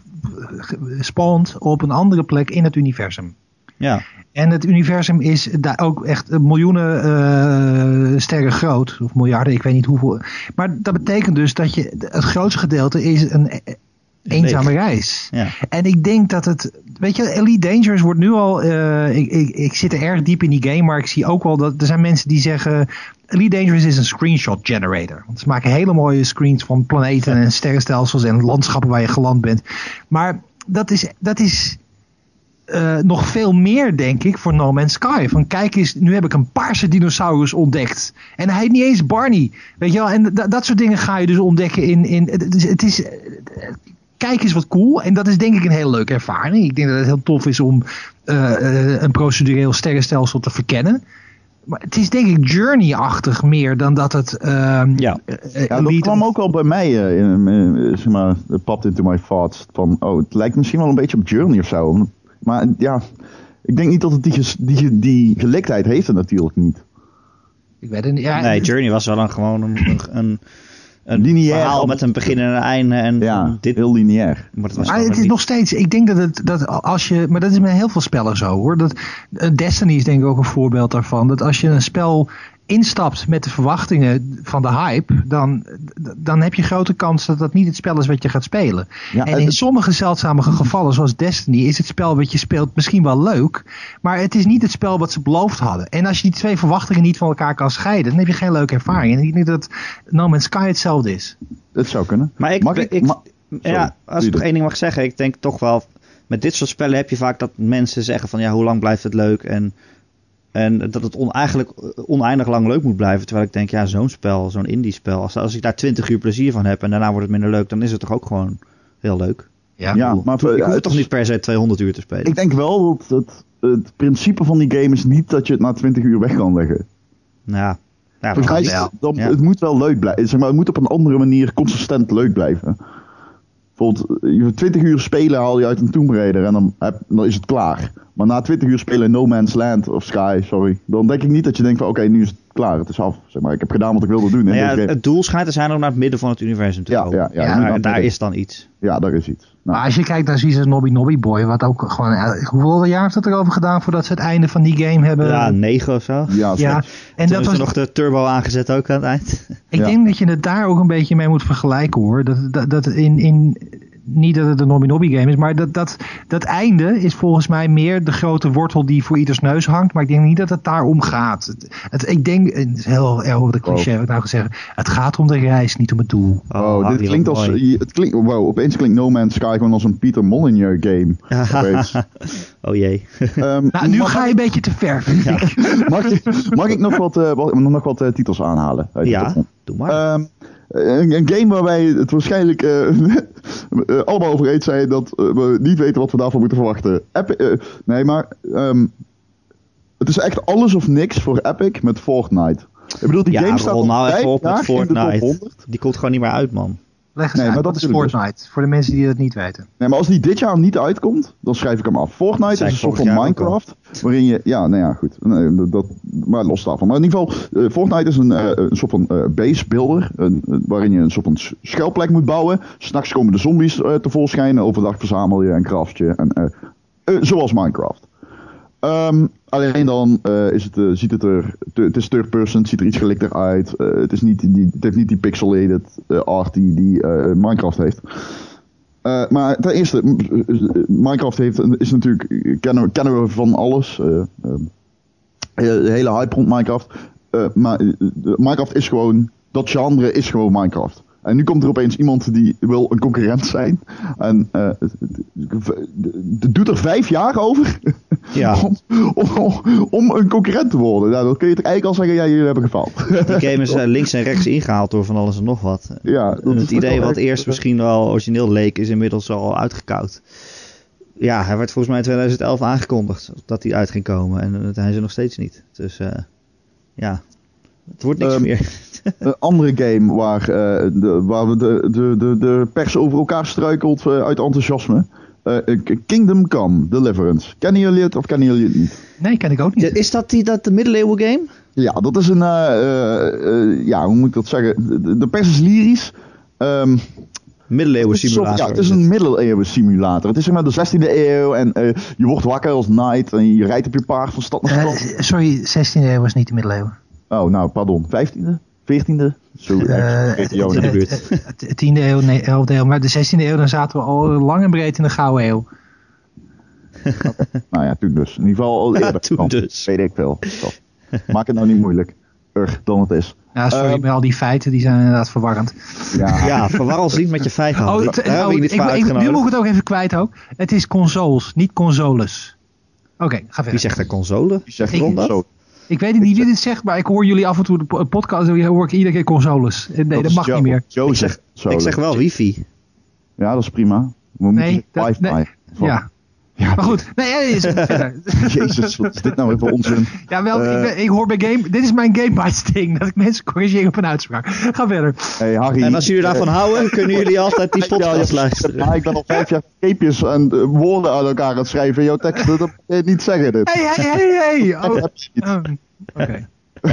Speaker 3: spawnt op een andere plek in het universum.
Speaker 1: Ja.
Speaker 3: En het universum is daar ook echt miljoenen sterren groot. Of miljarden, ik weet niet hoeveel. Maar dat betekent dus dat het grootste gedeelte is een eenzame reis. Ja. En ik denk dat het... Weet je, Elite Dangerous wordt nu al... Ik zit er erg diep in die game, maar ik zie ook wel dat er zijn mensen die zeggen... Elite Dangerous is een screenshot generator. Want ze maken hele mooie screens van planeten en sterrenstelsels en landschappen waar je geland bent. Maar dat is nog veel meer, denk ik, voor No Man's Sky. Van kijk eens, nu heb ik een paarse dinosaurus ontdekt. En hij heet niet eens Barney. Weet je wel, en dat soort dingen ga je dus ontdekken in het is... Kijk eens wat cool. En dat is denk ik een hele leuke ervaring. Ik denk dat het heel tof is om een procedureel sterrenstelsel te verkennen. Maar het is denk ik Journey-achtig meer dan dat het...
Speaker 2: dat kwam ook al bij mij, zeg maar, het popped into my thoughts. Van, het lijkt misschien wel een beetje op Journey of zo. Maar ja, ik denk niet dat het die geliktheid heeft het natuurlijk niet.
Speaker 3: Ik weet het niet. Ja,
Speaker 1: nee, Journey was wel gewoon een
Speaker 2: lineair
Speaker 1: verhaal met een begin en een einde. En
Speaker 2: dit heel lineair.
Speaker 3: Maar het is nog steeds... Ik denk dat als je... Maar dat is met heel veel spellen zo, hoor. Destiny is denk ik ook een voorbeeld daarvan. Dat als je een spel instapt met de verwachtingen van de hype, dan heb je grote kans dat dat niet het spel is wat je gaat spelen. Ja, en in sommige zeldzame gevallen, zoals Destiny, is het spel wat je speelt misschien wel leuk, maar het is niet het spel wat ze beloofd hadden. En als je die twee verwachtingen niet van elkaar kan scheiden, dan heb je geen leuke ervaring. En ik denk dat No Man's Sky hetzelfde is.
Speaker 2: Het zou kunnen.
Speaker 1: Maar als ik nog één ding mag zeggen, ik denk toch wel, met dit soort spellen heb je vaak dat mensen zeggen van, hoe lang blijft het leuk en dat het oneindig lang leuk moet blijven. Terwijl ik denk, zo'n spel, zo'n indie spel, als ik daar 20 uur plezier van heb en daarna wordt het minder leuk, dan is het toch ook gewoon heel leuk.
Speaker 2: Ja, maar
Speaker 1: ik hoef toch niet per se 200 uur te spelen.
Speaker 2: Ik denk wel dat het principe van die game is niet dat je het na 20 uur weg kan leggen. Het moet wel leuk blijven. Zeg maar, het moet op een andere manier consistent leuk blijven. Bijvoorbeeld, 20 uur spelen haal je uit een Tomb Raider en dan is het klaar. Maar na 20 uur spelen No Man's Land of Sky, dan denk ik niet dat je denkt van oké, nu is het klaar, het is af. Zeg maar. Ik heb gedaan wat ik wilde doen.
Speaker 1: Nou ja, het doel schijnt te zijn om naar het midden van het universum te komen. En daar is dan iets.
Speaker 2: Ja, daar is iets. Nou.
Speaker 3: Maar als je kijkt naar zoiets als Nobby Nobby Boy, wat ook gewoon... Hoeveel jaar heeft het erover gedaan voordat ze het einde van die game hebben?
Speaker 1: Ja, 9 of zo.
Speaker 3: Ja. En
Speaker 1: dat was nog de turbo aangezet ook aan het eind.
Speaker 3: Ik denk dat je het daar ook een beetje mee moet vergelijken, hoor. Dat in niet dat het een Nobby Nobby game is, maar dat einde is volgens mij meer de grote wortel die voor ieders neus hangt. Maar ik denk niet dat het daarom gaat. Ik denk, het is heel erg de cliché wat ik nou ga zeggen. Het gaat om de reis, niet om het doel.
Speaker 2: Dit klinkt als... opeens klinkt No Man's Sky gewoon als een Pieter Molyneux game.
Speaker 1: Oh jee.
Speaker 3: Nu ga je een beetje te ver, vind ik.
Speaker 2: Mag ik nog wat titels aanhalen?
Speaker 1: Doe maar.
Speaker 2: Een game waar wij het waarschijnlijk allemaal over eens zijn dat we niet weten wat we daarvan moeten verwachten. Het is echt alles of niks voor Epic met Fortnite. Ik bedoel, die game staat al 5 jaar in de top 100.
Speaker 1: Die komt gewoon niet meer uit, man.
Speaker 3: Leg eens uit, dat is Fortnite. Dus. Voor de mensen die het niet weten.
Speaker 2: Nee, maar als die dit jaar niet uitkomt, dan schrijf ik hem af. Fortnite is een soort van Minecraft. Waarin je... Ja, nou ja, goed. Maar los daarvan. Maar in ieder geval, Fortnite is een soort van base builder. Waarin je een soort van schuilplek moet bouwen. 'S Nachts komen de zombies tevoorschijn. Overdag verzamel je en craft je. Zoals Minecraft. Alleen dan ziet het er... Het is third person, het ziet er iets gelikter uit. Het heeft niet die pixelated art die Minecraft heeft. Maar ten eerste, Minecraft is natuurlijk... Kennen we van alles. De hele hype rond Minecraft. Maar Minecraft is gewoon... Dat genre is gewoon Minecraft. En nu komt er opeens iemand die wil een concurrent zijn. En doet er 5 jaar over om een concurrent te worden. Nou, dan kun je toch eigenlijk al zeggen, jullie hebben gefaald.
Speaker 1: Die game is links en rechts ingehaald door van alles en nog wat.
Speaker 2: Ja,
Speaker 1: het idee wat eerst misschien wel origineel leek, is inmiddels al uitgekoud. Ja, hij werd volgens mij in 2011 aangekondigd dat hij uit ging komen. En hij is er nog steeds niet. Dus het wordt niks meer.
Speaker 2: Een andere game waar de pers over elkaar struikelt uit enthousiasme. Kingdom Come, Deliverance. Kennen jullie het of kennen jullie het niet?
Speaker 3: Nee, ken ik ook niet.
Speaker 1: Is dat de middeleeuwen game?
Speaker 2: Ja, dat is een... hoe moet ik dat zeggen? De pers is lyrisch.
Speaker 1: Middeleeuwen simulator.
Speaker 2: Het is een middeleeuwen simulator. Het is zeg maar de 16e eeuw en je wordt wakker als knight en je rijdt op je paard van stad naar stad.
Speaker 3: Sorry, 16e eeuw was niet de middeleeuwen.
Speaker 2: Oh, nou, pardon. 15e? 14e? Zo,
Speaker 1: in de buurt.
Speaker 3: 10e eeuw, 11e eeuw. Maar de 16e eeuw, dan zaten we al lang en breed in de Gouden Eeuw.
Speaker 2: Nou ja, toen dus. In ieder geval al eerder.
Speaker 1: Toen dus.
Speaker 2: Weet ik veel. Maak het nou niet moeilijk. Dan het is.
Speaker 3: Ja, sorry, met al die feiten, die zijn inderdaad verwarrend.
Speaker 1: Ja, verwar ons niet met je feiten.
Speaker 3: Nu moet ik het ook even kwijt ook. Het is consoles, niet consoles. Oké, ga verder.
Speaker 1: Wie zegt er console?
Speaker 2: Wie zegt console?
Speaker 3: Ik weet niet wie dit zegt, maar ik hoor jullie af en toe de podcast, hoor ik iedere keer consoles. Nee, dat mag niet meer.
Speaker 1: Ik zeg wel wifi.
Speaker 2: Ja, dat is prima. We moeten wifi.
Speaker 3: Ja. Maar goed, verder.
Speaker 2: Jezus, wat is dit nou weer voor onzin?
Speaker 3: Ja, wel, ik hoor bij Game... Dit is mijn Game Bites ding, dat ik mensen corrigeer op een uitspraak. Ga verder.
Speaker 2: Hey, Harry,
Speaker 1: en als jullie daarvan houden, kunnen jullie altijd die podcast luisteren.
Speaker 2: Ja, ik ben al 5 jaar scheepjes en woorden aan elkaar aan het schrijven. Jouw tekst, dat kun je niet zeggen dit.
Speaker 3: Hey. Oké.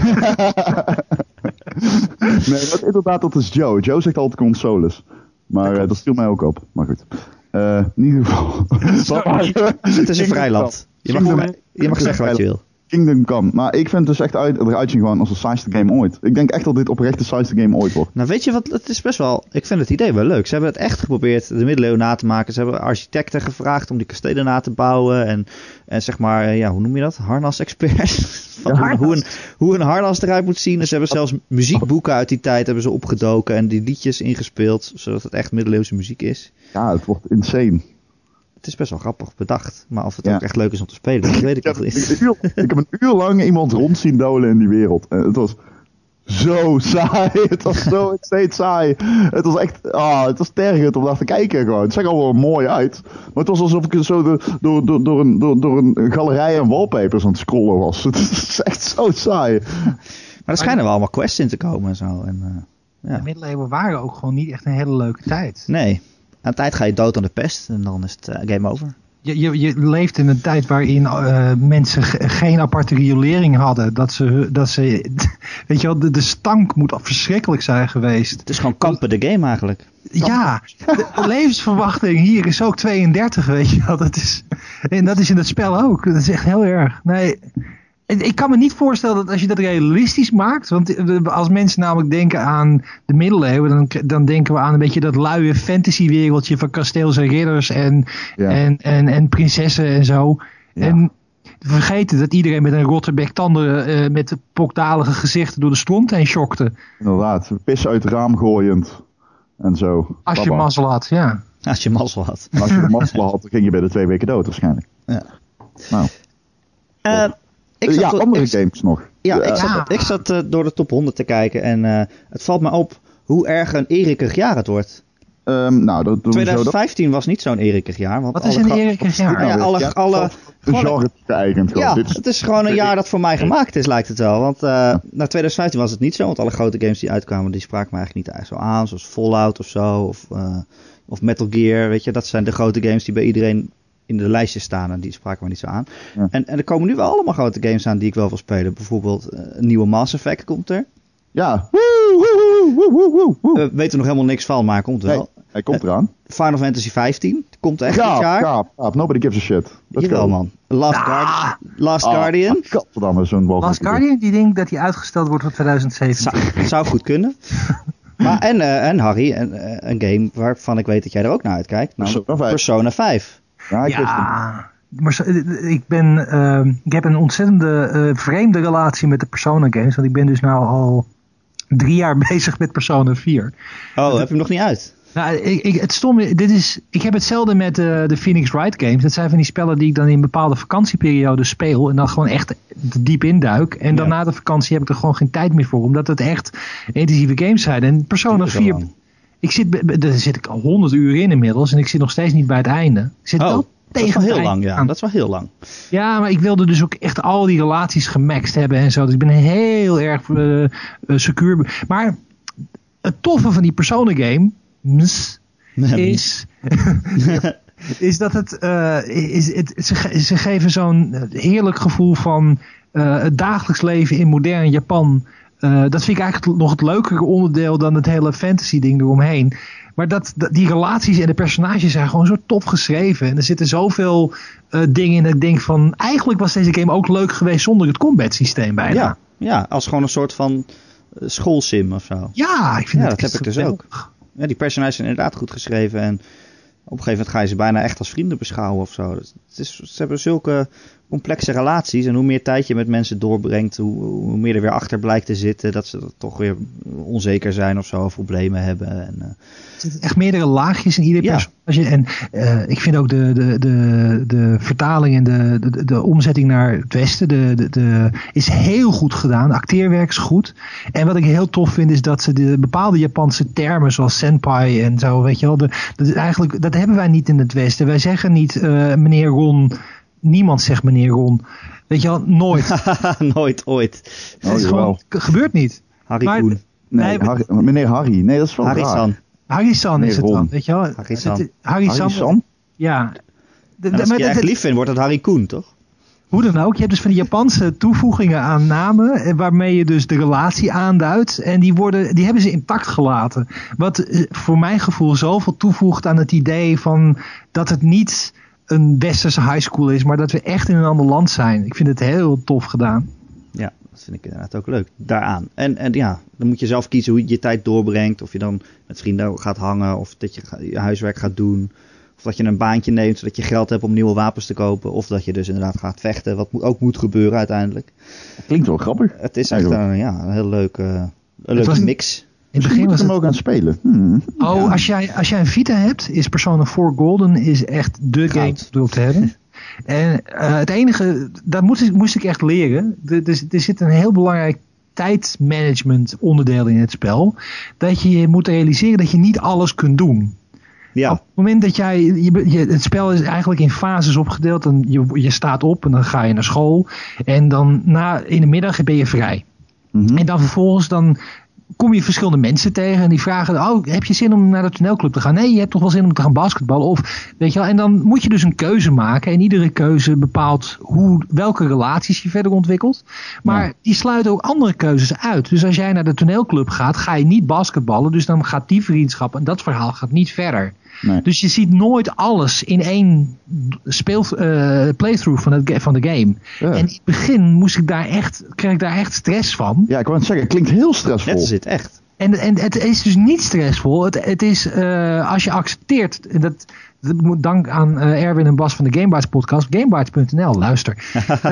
Speaker 2: Nee, maar inderdaad, dat is Joe. Joe zegt altijd consoles. Maar dat viel mij ook op. Maar goed. In ieder geval.
Speaker 1: Het is een vrijland. Je mag zeggen wat je wil.
Speaker 2: Kingdom Come. Maar ik vind het dus echt eruit zien gewoon als de saaiste game ooit. Ik denk echt dat dit oprecht de saaiste game ooit wordt.
Speaker 1: Nou, weet je wat? Het is best wel... Ik vind het idee wel leuk. Ze hebben het echt geprobeerd de middeleeuwen na te maken. Ze hebben architecten gevraagd om die kastelen na te bouwen. En zeg maar, hoe noem je dat? Harnas-experts. Hoe een harnas eruit moet zien. En ze hebben zelfs muziekboeken uit die tijd hebben ze opgedoken. En die liedjes ingespeeld. Zodat het echt middeleeuwse muziek is.
Speaker 2: Ja, het wordt insane.
Speaker 1: Het is best wel grappig bedacht. Maar of het ook echt leuk is om te spelen, dat weet ik nog niet.
Speaker 2: Ik heb een uur lang iemand rond zien dolen in die wereld. En het was zo saai. Het was zo steeds saai. Het was echt... het was tergend om naar te kijken gewoon. Het zag er wel mooi uit. Maar het was alsof ik zo door een galerij aan wallpapers aan het scrollen was. Het is echt zo saai.
Speaker 1: Maar er schijnen wel allemaal quests in te komen en zo.
Speaker 3: De middeleeuwen waren ook gewoon niet echt een hele leuke tijd.
Speaker 1: Nee. Aan het eind ga je dood aan de pest en dan is het game over.
Speaker 3: Je leeft in een tijd waarin mensen geen aparte riolering hadden. Dat ze weet je wel, de stank moet verschrikkelijk zijn geweest.
Speaker 1: Het is gewoon kampen de game eigenlijk.
Speaker 3: Ja, de levensverwachting hier is ook 32, weet je wel. En dat is in het spel ook. Dat is echt heel erg. Nee, ik kan me niet voorstellen dat als je dat realistisch maakt. Want als mensen namelijk denken aan de middeleeuwen, dan denken we aan een beetje dat luie fantasywereldje van kasteels en ridders en prinsessen en zo. Ja. En vergeten dat iedereen met een rotte bek tanden met pokdalige gezichten door de stront heen schokte.
Speaker 2: Inderdaad, pis uit het raam gooiend en zo.
Speaker 3: Als je mazzel had, ja.
Speaker 1: Als je mazzel had.
Speaker 2: Als je mazzel had, dan ging je binnen 2 weken dood waarschijnlijk.
Speaker 1: Ja.
Speaker 2: Nou. Andere games nog.
Speaker 1: Ja, ik zat door de top 100 te kijken en het valt me op hoe erg een erikig jaar het wordt. 2015 was niet zo'n erikig jaar. Want
Speaker 3: wat is een erikig jaar?
Speaker 1: Het is gewoon een jaar dat voor mij gemaakt is, lijkt het wel. Want 2015 was het niet zo, want alle grote games die uitkwamen, die spraken me eigenlijk niet zo aan. Zoals Fallout of zo, of Metal Gear, weet je. Dat zijn de grote games die bij iedereen in de lijstjes staan en die spraken me niet zo aan. Ja. En er komen nu wel allemaal grote games aan die ik wel wil spelen. Bijvoorbeeld een nieuwe Mass Effect komt er.
Speaker 2: Ja.
Speaker 1: We weten er nog helemaal niks van, maar komt er wel.
Speaker 2: Hij komt eraan.
Speaker 1: Final Fantasy 15 komt echt dit jaar.
Speaker 2: Ja, nobody gives a shit.
Speaker 1: Jawel, man. Last Guardian.
Speaker 3: Last Guardian, die denkt dat hij uitgesteld wordt tot 2017.
Speaker 1: Zou goed kunnen. Maar en Harry, een game waarvan ik weet dat jij er ook naar uitkijkt. Persona 5.
Speaker 3: Maar ik heb een ontzettende vreemde relatie met de Persona games. Want ik ben dus nou al 3 jaar bezig met Persona 4.
Speaker 1: Oh, heb je hem nog niet uit?
Speaker 3: Nou, het stomme, ik heb hetzelfde met de Phoenix Wright games. Dat zijn van die spellen die ik dan in bepaalde vakantieperioden speel. En dan gewoon echt diep induik. En dan na de vakantie heb ik er gewoon geen tijd meer voor. Omdat het echt intensieve games zijn. En Persona 4... Daar zit ik al 100 uur in inmiddels. En ik zit nog steeds niet bij het einde. Ik zit wel tegen
Speaker 1: dat is wel heel lang, ja. Dat is wel heel lang.
Speaker 3: Ja, maar ik wilde dus ook echt al die relaties gemaxt hebben en zo. Dus ik ben heel erg secuur. Maar het toffe van die Persona game is dat ze geven zo'n heerlijk gevoel van het dagelijks leven in modern Japan. Dat vind ik eigenlijk nog het leukere onderdeel dan het hele fantasy ding eromheen. Maar die relaties en de personages zijn gewoon zo tof geschreven. En er zitten zoveel dingen in dat ik denk van... Eigenlijk was deze game ook leuk geweest zonder het combat systeem bijna.
Speaker 1: Ja, als gewoon een soort van schoolsim of zo.
Speaker 3: Ja, ik vind
Speaker 1: dat heb ik dus ook. Ja, die personages zijn inderdaad goed geschreven. En op een gegeven moment ga je ze bijna echt als vrienden beschouwen of zo. Ze hebben zulke complexe relaties. En hoe meer tijd je met mensen doorbrengt, hoe meer er weer achter blijkt te zitten. Dat ze toch weer onzeker zijn of zo, of problemen hebben. En,
Speaker 3: er zitten echt meerdere laagjes in ieder personage. En ik vind ook de vertaling en de omzetting naar het westen is heel goed gedaan. De acteerwerk is goed. En wat ik heel tof vind is dat ze de bepaalde Japanse termen zoals senpai en zo, weet je wel. Dat hebben wij niet in het westen. Wij zeggen niet meneer Ron. Niemand zegt meneer Ron. Weet je wel, nooit.
Speaker 1: Nooit, ooit.
Speaker 3: Het is gewoon, gebeurt niet.
Speaker 1: Harry Koen.
Speaker 2: Nee, meneer Harry. Nee, dat is wel
Speaker 1: Harry-san.
Speaker 3: Harry-san is het dan, weet je wel.
Speaker 1: Harry-san. Ja. Als je echt lief vindt, wordt het Harry Koen, toch?
Speaker 3: Hoe dan ook. Je hebt dus van die Japanse toevoegingen aan namen, waarmee je dus de relatie aanduidt. En die hebben ze intact gelaten. Wat voor mijn gevoel zoveel toevoegt aan het idee van dat het niet een westerse high school is, maar dat we echt in een ander land zijn. Ik vind het heel tof gedaan.
Speaker 1: Ja, dat vind ik inderdaad ook leuk. Daaraan. En ja, dan moet je zelf kiezen hoe je je tijd doorbrengt. Of je dan met vrienden gaat hangen, of dat je je huiswerk gaat doen. Of dat je een baantje neemt, zodat je geld hebt om nieuwe wapens te kopen. Of dat je dus inderdaad gaat vechten, wat ook moet gebeuren uiteindelijk.
Speaker 2: Klinkt wel grappig.
Speaker 1: Het is echt een heel leuke mix.
Speaker 3: In het begin was
Speaker 2: het hem ook aan het spelen.
Speaker 3: Als jij een Vita hebt, is Persona 4 Golden is echt de game om te hebben. En het enige, dat moest ik echt leren. Er zit een heel belangrijk tijdmanagement onderdeel in het spel. Dat je moet realiseren dat je niet alles kunt doen. Ja. Op het moment dat het spel is eigenlijk in fases opgedeeld. En je staat op en dan ga je naar school. En dan in de middag ben je vrij. Mm-hmm. En dan vervolgens kom je verschillende mensen tegen en die vragen, heb je zin om naar de toneelclub te gaan? Nee, je hebt toch wel zin om te gaan basketballen? Of, weet je wel, en dan moet je dus een keuze maken en iedere keuze bepaalt welke relaties je verder ontwikkelt. Maar die sluiten ook andere keuzes uit. Dus als jij naar de toneelclub gaat, ga je niet basketballen, dus dan gaat die vriendschap en dat verhaal gaat niet verder. Nee. Dus je ziet nooit alles in één playthrough van de game. Ja. En in het begin kreeg ik daar echt stress van.
Speaker 2: Ja, ik wou het zeggen, het klinkt heel stressvol.
Speaker 1: Dat is het echt.
Speaker 3: En het is dus niet stressvol. Het is, als je accepteert, en dat moet dank aan Erwin en Bas van de Gamebytes podcast, gamebytes.nl, luister.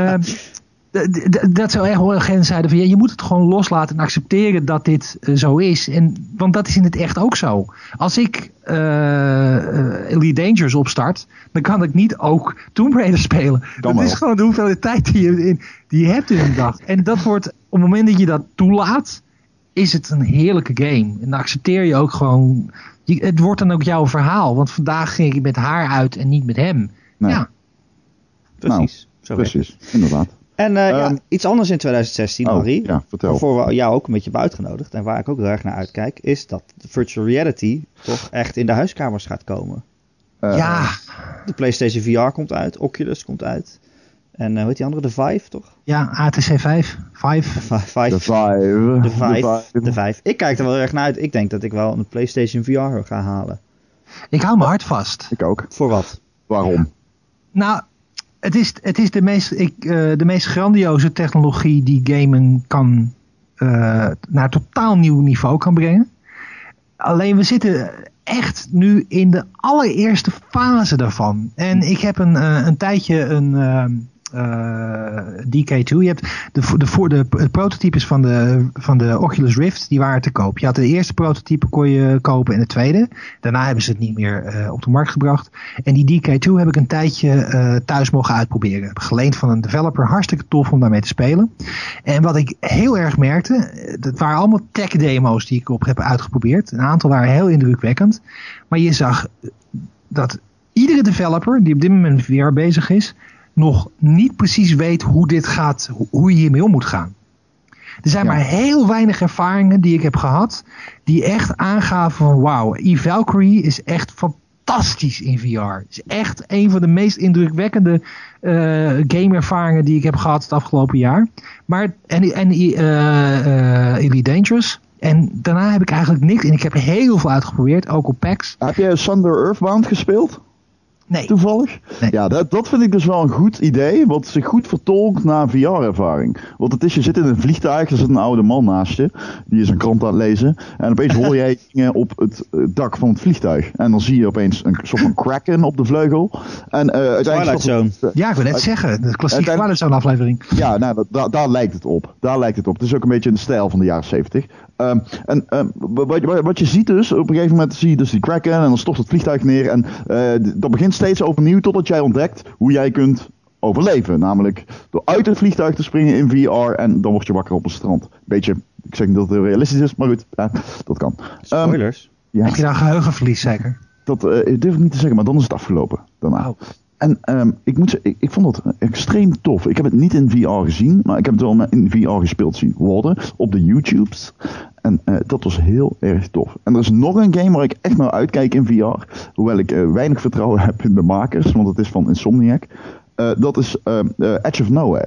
Speaker 3: Dat zou echt wel geen zeiden van je moet het gewoon loslaten en accepteren dat dit zo is. Want dat is in het echt ook zo. Als ik Elite Dangerous opstart, dan kan ik niet ook Tomb Raider spelen. Dat is gewoon de hoeveelheid tijd die je hebt in een dag. En dat wordt, op het moment dat je dat toelaat, is het een heerlijke game. En dan accepteer je ook gewoon, het wordt dan ook jouw verhaal. Want vandaag ging ik met haar uit en niet met hem.
Speaker 2: Nee.
Speaker 3: Ja.
Speaker 1: Precies.
Speaker 2: Precies, inderdaad.
Speaker 1: En iets anders in 2016, Henri,
Speaker 2: waarvoor
Speaker 1: we jou ook een beetje hebben uitgenodigd en waar ik ook heel erg naar uitkijk, is dat de virtual reality toch echt in de huiskamers gaat komen. De PlayStation VR komt uit, Oculus komt uit. En hoe heet die andere? De Vive, toch?
Speaker 3: Ja, HTC 5.
Speaker 2: De
Speaker 1: Vive. Ik kijk er wel erg naar uit. Ik denk dat ik wel een PlayStation VR ga halen.
Speaker 3: Ik hou me hard vast.
Speaker 2: Ik ook.
Speaker 1: Voor wat?
Speaker 2: Waarom?
Speaker 3: Nou, het is de meest grandioze technologie die gamen kan naar een totaal nieuw niveau kan brengen. Alleen we zitten echt nu in de allereerste fase daarvan. En ik heb een tijdje DK2. Je hebt de prototypes van de Oculus Rift, die waren te koop. Je had de eerste prototype kon je kopen en de tweede. Daarna hebben ze het niet meer op de markt gebracht. En die DK2 heb ik een tijdje thuis mogen uitproberen. Heb geleend van een developer. Hartstikke tof om daarmee te spelen. En wat ik heel erg merkte, dat waren allemaal tech demo's die ik op heb uitgeprobeerd. Een aantal waren heel indrukwekkend. Maar je zag dat iedere developer die op dit moment met VR bezig is, nog niet precies weet hoe je hiermee om moet gaan. Er zijn maar heel weinig ervaringen die ik heb gehad, die echt aangaven van wauw, Valkyrie is echt fantastisch in VR. Het is echt een van de meest indrukwekkende gameervaringen die ik heb gehad het afgelopen jaar. Maar Elite Dangerous. En daarna heb ik eigenlijk niks. En ik heb heel veel uitgeprobeerd, ook op PAX.
Speaker 2: Heb jij Thunder Earthbound gespeeld?
Speaker 3: Nee.
Speaker 2: Toevallig?
Speaker 3: Nee.
Speaker 2: Ja, dat vind ik dus wel een goed idee, wat zich goed vertolkt naar VR-ervaring. Want het is, je zit in een vliegtuig, er zit een oude man naast je, die is een krant aan het lezen, en opeens hoor jij dingen op het dak van het vliegtuig. En dan zie je opeens een soort van kraken op de vleugel. En
Speaker 1: Twilight Zone.
Speaker 3: Ja, ik wil net zeggen, de klassieke Twilight Zone aflevering.
Speaker 2: Ja, nou, daar lijkt het op. Het is ook een beetje in de stijl van de jaren 70. Wat je ziet dus, op een gegeven moment zie je dus die kraken en dan stort het vliegtuig neer en dat begint steeds overnieuw totdat jij ontdekt hoe jij kunt overleven. Namelijk door uit het vliegtuig te springen in VR en dan word je wakker op een strand. Beetje, ik zeg niet dat het heel realistisch is, maar goed, dat kan.
Speaker 1: Spoilers.
Speaker 3: Heb je dan geheugenverlies zeker?
Speaker 2: Dat durf ik niet te zeggen, maar dan is het afgelopen daarna.
Speaker 3: Oh.
Speaker 2: En ik moet zeggen, ik vond dat extreem tof. Ik heb het niet in VR gezien, maar ik heb het wel in VR gespeeld zien worden op de YouTubes. En dat was heel erg tof. En er is nog een game waar ik echt naar uitkijk in VR. Hoewel ik weinig vertrouwen heb in de makers, want het is van Insomniac. Dat is Edge of Nowhere.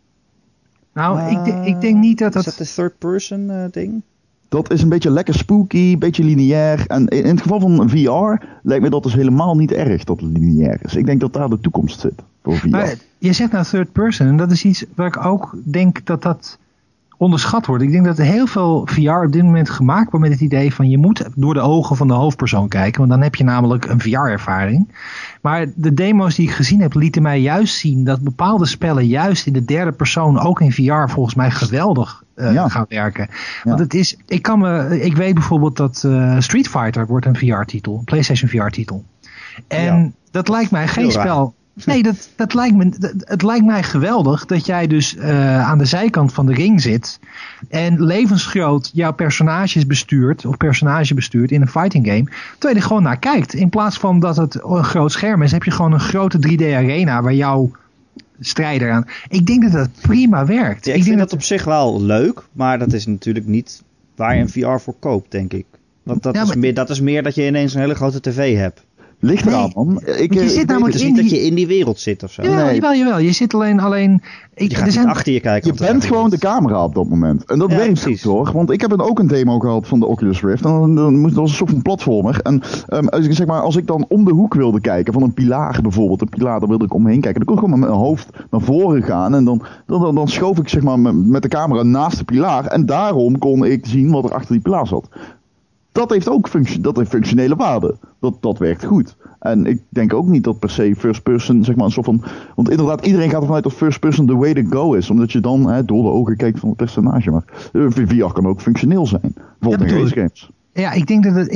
Speaker 3: Nou, ik denk niet dat dat...
Speaker 1: Is dat de third person ding?
Speaker 2: Dat is een beetje lekker spooky, een beetje lineair. En in het geval van VR lijkt me dat dus helemaal niet erg dat het lineair is. Ik denk dat daar de toekomst zit voor VR.
Speaker 3: Maar je zegt nou third person en dat is iets waar ik ook denk dat onderschat wordt. Ik denk dat er heel veel VR op dit moment gemaakt wordt met het idee van je moet door de ogen van de hoofdpersoon kijken. Want dan heb je namelijk een VR-ervaring. Maar de demo's die ik gezien heb lieten mij juist zien dat bepaalde spellen juist in de derde persoon ook in VR volgens mij geweldig gaan werken. Ja. Want het is, ik weet bijvoorbeeld dat Street Fighter wordt een VR-titel, een PlayStation VR-titel. En dat lijkt mij geen spel. Nee, het lijkt mij geweldig dat jij dus aan de zijkant van de ring zit en levensgroot jouw personage bestuurt in een fighting game, terwijl je er gewoon naar kijkt. In plaats van dat het een groot scherm is, heb je gewoon een grote 3D arena waar jouw strijder aan. Ik denk dat dat prima werkt.
Speaker 1: Ja, ik vind dat op zich wel leuk, maar dat is natuurlijk niet waar je een VR voor koopt, denk ik. Want dat is meer dat je ineens een hele grote tv hebt. Dat je ineens een hele grote tv hebt.
Speaker 2: Ligt eraan, man.
Speaker 1: Je zit namelijk niet dat je in die wereld zit of zo.
Speaker 3: Jawel. Je zit alleen...
Speaker 1: Je gaat niet achter je kijken.
Speaker 2: Je bent gewoon de camera op dat moment. En dat werkt precies hoor. Want ik heb ook een demo gehad van de Oculus Rift. En dat was een soort van platformer. En als ik dan om de hoek wilde kijken, van een pilaar bijvoorbeeld. Een pilaar, daar wilde ik omheen kijken. Dan kon ik gewoon met mijn hoofd naar voren gaan. En dan schoof ik zeg maar met de camera naast de pilaar. En daarom kon ik zien wat er achter die pilaar zat. Dat heeft ook functionele waarde. Dat werkt goed. En ik denk ook niet dat per se first person, zeg maar, een soort van... Want inderdaad, iedereen gaat ervan uit dat first person the way to go is. Omdat je dan door de ogen kijkt van het personage. Maar VR kan ook functioneel zijn. Bijvoorbeeld in race games.
Speaker 3: Ja, ik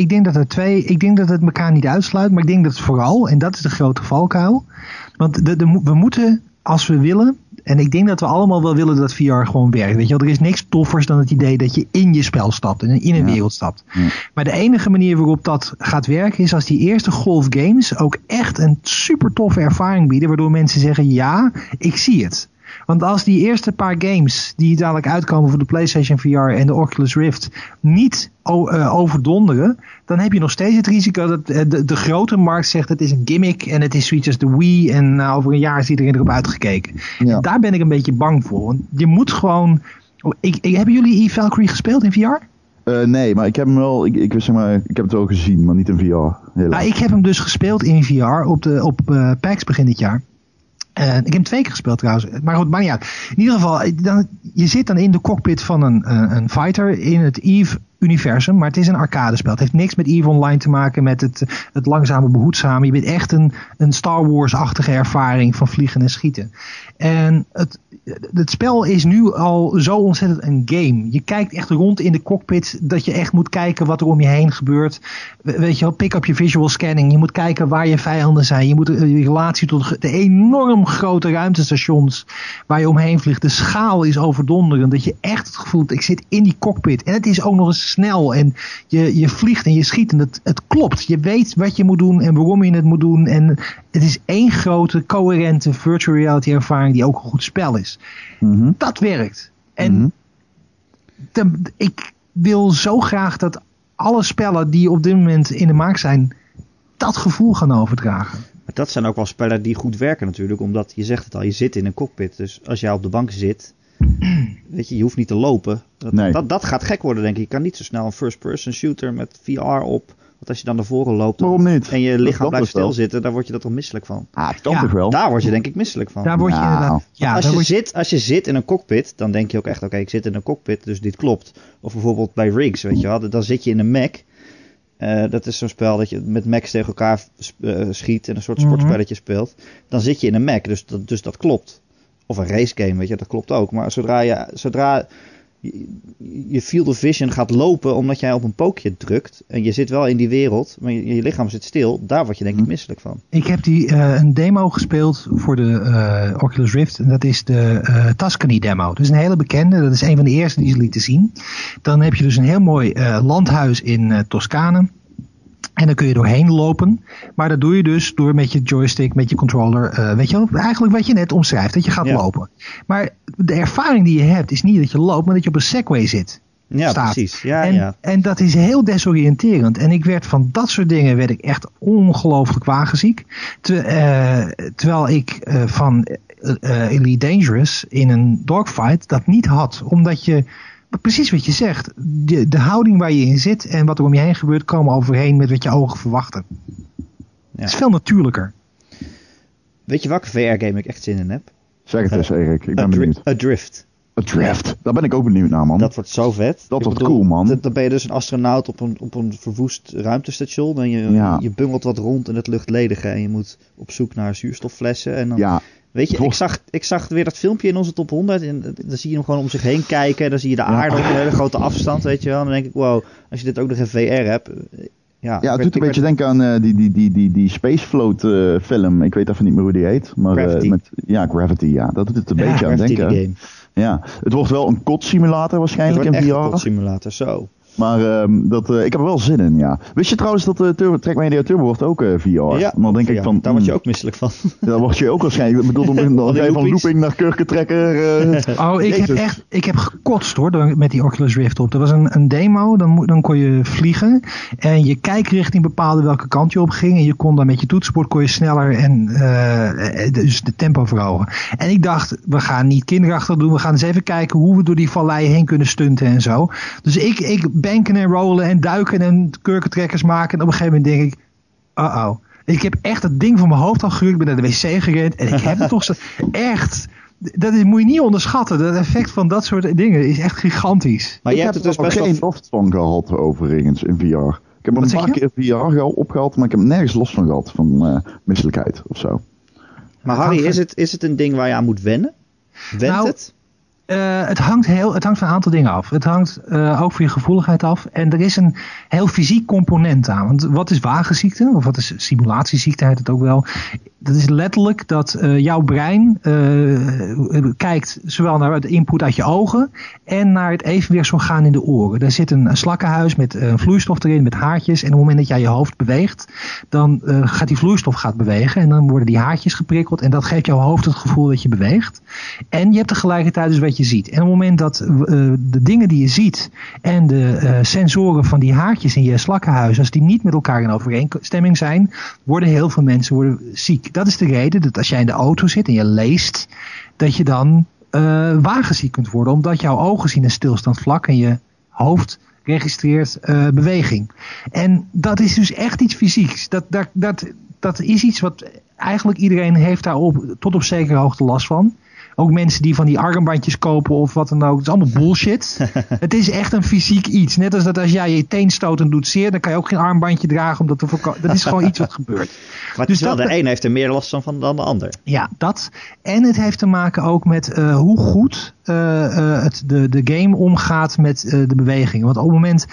Speaker 3: denk dat het elkaar niet uitsluit. Maar ik denk dat het vooral, en dat is de grote valkuil. Want we moeten, als we willen... En ik denk dat we allemaal wel willen dat VR gewoon werkt. Weet je wel, er is niks toffers dan het idee dat je in je spel stapt en in een wereld stapt. Ja. Maar de enige manier waarop dat gaat werken is als die eerste golf games ook echt een super toffe ervaring bieden. Waardoor mensen zeggen, ja, ik zie het. Want als die eerste paar games die dadelijk uitkomen voor de PlayStation VR en de Oculus Rift niet overdonderen, dan heb je nog steeds het risico dat de grote markt zegt het is een gimmick en het is zoiets als de Wii en over een jaar is iedereen erop uitgekeken. Ja. En daar ben ik een beetje bang voor. Want je moet gewoon... Hebben jullie Valkyrie gespeeld in VR?
Speaker 2: Nee, maar ik heb hem wel. Ik heb het wel gezien, maar niet in VR.
Speaker 3: Ik heb hem dus gespeeld in VR op PAX begin dit jaar. Ik heb hem 2 keer gespeeld trouwens. Maar goed, maakt niet uit. In ieder geval, je zit dan in de cockpit van een fighter in het EVE-universum. Maar het is een arcadespel. Het heeft niks met EVE Online te maken, met het langzame behoedzame. Je bent echt een Star Wars-achtige ervaring van vliegen en schieten. En het spel is nu al zo ontzettend een game. Je kijkt echt rond in de cockpit dat je echt moet kijken wat er om je heen gebeurt. Weet je wel, pick up je visual scanning. Je moet kijken waar je vijanden zijn. Je moet in relatie tot de enorm grote ruimtestations waar je omheen vliegt. De schaal is overdonderend. Dat je echt het gevoel hebt, ik zit in die cockpit. En het is ook nog eens snel. En je vliegt en je schiet. En het klopt. Je weet wat je moet doen en waarom je het moet doen. En het is één grote, coherente virtual reality ervaring die ook een goed spel is. Mm-hmm. Dat werkt. En ik wil zo graag dat alle spellen die op dit moment in de markt zijn, dat gevoel gaan overdragen.
Speaker 1: Maar dat zijn ook wel spellen die goed werken natuurlijk, omdat je zegt het al, je zit in een cockpit. Dus als jij op de bank zit, weet je hoeft niet te lopen. Dat gaat gek worden, denk ik. Je kan niet zo snel een first-person shooter met VR op. Want als je dan naar voren loopt en je lichaam blijft stilzitten, dan word je er toch misselijk van.
Speaker 2: Toch wel.
Speaker 1: Daar word je denk ik misselijk van.
Speaker 3: Daar word je inderdaad. Ja,
Speaker 1: als je zit in een cockpit, dan denk je ook echt, oké, ik zit in een cockpit, dus dit klopt. Of bijvoorbeeld bij Riggs, weet je wel, dan zit je in een Mac. Dat is zo'n spel dat je met Macs tegen elkaar schiet en een soort sportspelletje speelt. Dan zit je in een Mac, dus dat klopt. Of een race game, weet je, dat klopt ook. Maar zodra je field of vision gaat lopen omdat jij op een pookje drukt en je zit wel in die wereld, maar je lichaam zit stil, daar word je denk ik misselijk van.
Speaker 3: Ik heb een demo gespeeld voor de Oculus Rift en dat is de Tuscany demo. Dat is een hele bekende, dat is een van de eerste die ze lieten zien. Dan heb je dus een heel mooi landhuis in Toscane. En dan kun je doorheen lopen. Maar dat doe je dus door met je joystick, met je controller. Weet je wel, eigenlijk wat je net omschrijft. Dat je gaat lopen. Maar de ervaring die je hebt is niet dat je loopt, maar dat je op een Segway zit.
Speaker 1: Ja,
Speaker 3: staat.
Speaker 1: Precies.
Speaker 3: En dat is heel desoriënterend. En ik werd van dat soort dingen echt ongelooflijk wagenziek. Terwijl ik van Elite Dangerous in een dogfight dat niet had. Omdat je... Precies wat je zegt. De houding waar je in zit en wat er om je heen gebeurt komen overheen met wat je ogen verwachten. Ja. Het is veel natuurlijker.
Speaker 1: Weet je welke VR-game ik echt zin in heb?
Speaker 2: Zeg het eens, Erik. Ik ben benieuwd.
Speaker 1: Adrift.
Speaker 2: Adrift. Daar ben ik ook benieuwd naar, man.
Speaker 1: Dat wordt zo vet.
Speaker 2: Dat wordt cool, man.
Speaker 1: Dan ben je dus een astronaut op een verwoest ruimtestation. En je bungelt wat rond in het luchtledige. En je moet op zoek naar zuurstofflessen. En dan... Weet je, ik zag weer dat filmpje in onze top 100 en dan zie je hem gewoon om zich heen kijken. En dan zie je de aarde op een hele grote afstand, weet je wel. En dan denk ik, wow, als je dit ook nog in VR hebt.
Speaker 2: Het doet een beetje denken aan die Spacefloat film. Ik weet even niet meer hoe die heet. Maar,
Speaker 1: Gravity.
Speaker 2: Gravity, ja. Dat doet het een beetje aan denken.
Speaker 1: Game.
Speaker 2: Ja, het wordt wel een kot simulator waarschijnlijk in VR.
Speaker 1: Het wordt echt een kot simulator, zo.
Speaker 2: Maar ik heb er wel zin in, ja. Wist je trouwens dat Trackmania Turbo wordt ook VR?
Speaker 1: Ja,
Speaker 2: dan denk ik van,
Speaker 1: daar word je ook misselijk van.
Speaker 2: Daar word je ook waarschijnlijk. Ik bedoel, dan ga je van looping naar kurkentrekker.
Speaker 3: Ik heb gekotst hoor, met die Oculus Rift op. Er was een demo, dan kon je vliegen. En je kijkrichting bepaalde welke kant je op ging. En je kon dan met je toetsenbord kon je sneller en dus de tempo verhogen. En ik dacht, we gaan niet kinderachtig doen. We gaan eens even kijken hoe we door die vallei heen kunnen stunten en zo. Dus ik banken en rollen en duiken en kurkentrekkers maken. En op een gegeven moment denk ik, ik heb echt het ding van mijn hoofd al gerukt. Ik ben naar de wc gerend. En ik heb het toch zo echt... Dat moet je niet onderschatten. Dat effect van dat soort dingen is echt gigantisch.
Speaker 2: Maar je hebt het dus best geen last van gehad overigens in VR. Ik heb een paar keer VR opgehaald, maar ik heb nergens last van gehad. Van misselijkheid of zo.
Speaker 1: Maar Harry, is het een ding waar je aan moet wennen? Het?
Speaker 3: Het hangt van een aantal dingen af. Het hangt ook van je gevoeligheid af. En er is een heel fysiek component aan. Want wat is wagenziekte? Of wat is simulatieziekte heet het ook wel? Dat is letterlijk dat jouw brein kijkt zowel naar de input uit je ogen en naar het evenwichtsorgaan in de oren. Daar zit een slakkenhuis met vloeistof erin, met haartjes. En op het moment dat jij je hoofd beweegt, dan gaat die vloeistof bewegen. En dan worden die haartjes geprikkeld. En dat geeft jouw hoofd het gevoel dat je beweegt. En je hebt tegelijkertijd dus wat je ziet. En op het moment dat de dingen die je ziet en de sensoren van die haartjes in je slakkenhuis, als die niet met elkaar in overeenstemming zijn, worden heel veel mensen ziek. Dat is de reden dat als jij in de auto zit en je leest, dat je dan wagenziek kunt worden. Omdat jouw ogen zien een stilstandsvlak en je hoofd registreert beweging. En dat is dus echt iets fysieks. Dat is iets wat eigenlijk iedereen heeft daar tot op zekere hoogte last van. Ook mensen die van die armbandjes kopen of wat dan ook. Het is allemaal bullshit. Het is echt een fysiek iets. Net als dat als jij je teen stoot en doet zeer, dan kan je ook geen armbandje dragen om dat te voorkomen. Dat is gewoon iets wat gebeurt.
Speaker 1: Maar dus de een heeft er meer last van dan de ander. Ja,
Speaker 3: dat. En het heeft te maken ook met hoe goed de game omgaat met de bewegingen. Want op het moment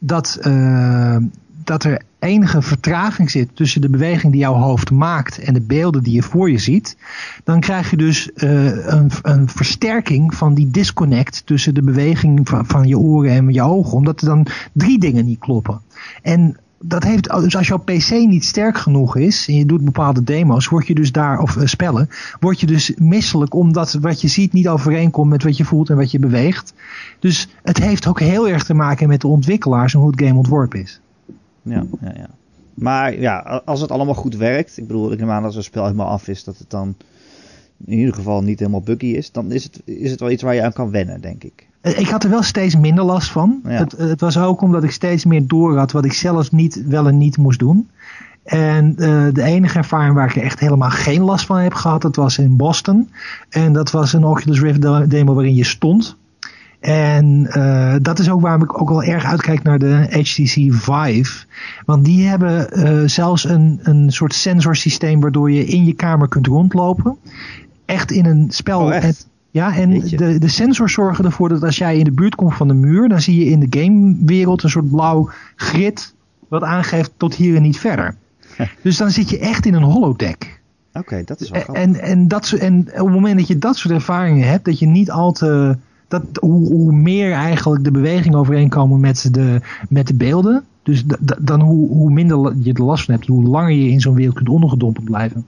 Speaker 3: dat er enige vertraging zit tussen de beweging die jouw hoofd maakt en de beelden die je voor je ziet, dan krijg je dus een versterking van die disconnect tussen de beweging van je oren en je ogen, omdat er dan 3 dingen niet kloppen. En dat heeft, dus als jouw PC niet sterk genoeg is en je doet bepaalde demo's, word je dus of spellen, word je dus misselijk omdat wat je ziet niet overeenkomt met wat je voelt en wat je beweegt. Dus het heeft ook heel erg te maken met de ontwikkelaars en hoe het game ontworpen is.
Speaker 1: Ja. Maar ja, als het allemaal goed werkt, ik bedoel, ik neem aan als een spel helemaal af is, dat het dan in ieder geval niet helemaal buggy is, dan is het wel iets waar je aan kan wennen, denk ik.
Speaker 3: Ik had er wel steeds minder last van. Ja. Het was ook omdat ik steeds meer door had wat ik zelf wel en niet moest doen. En de enige ervaring waar ik echt helemaal geen last van heb gehad, dat was in Boston. En dat was een Oculus Rift demo waarin je stond. En dat is ook waarom ik ook wel erg uitkijk naar de HTC Vive. Want die hebben zelfs een soort sensorsysteem waardoor je in je kamer kunt rondlopen. Echt in een spel.
Speaker 1: Oh, echt?
Speaker 3: En de sensors zorgen ervoor dat als jij in de buurt komt van de muur, dan zie je in de gamewereld een soort blauw grid wat aangeeft tot hier en niet verder. Dus dan zit je echt in een holodeck.
Speaker 1: Oké, dat is wel grappig.
Speaker 3: En op het moment dat je dat soort ervaringen hebt, dat je niet al te... hoe meer eigenlijk de beweging overeenkomen met de beelden. Dus dan hoe minder je er last van hebt, hoe langer je in zo'n wereld kunt ondergedompeld blijven.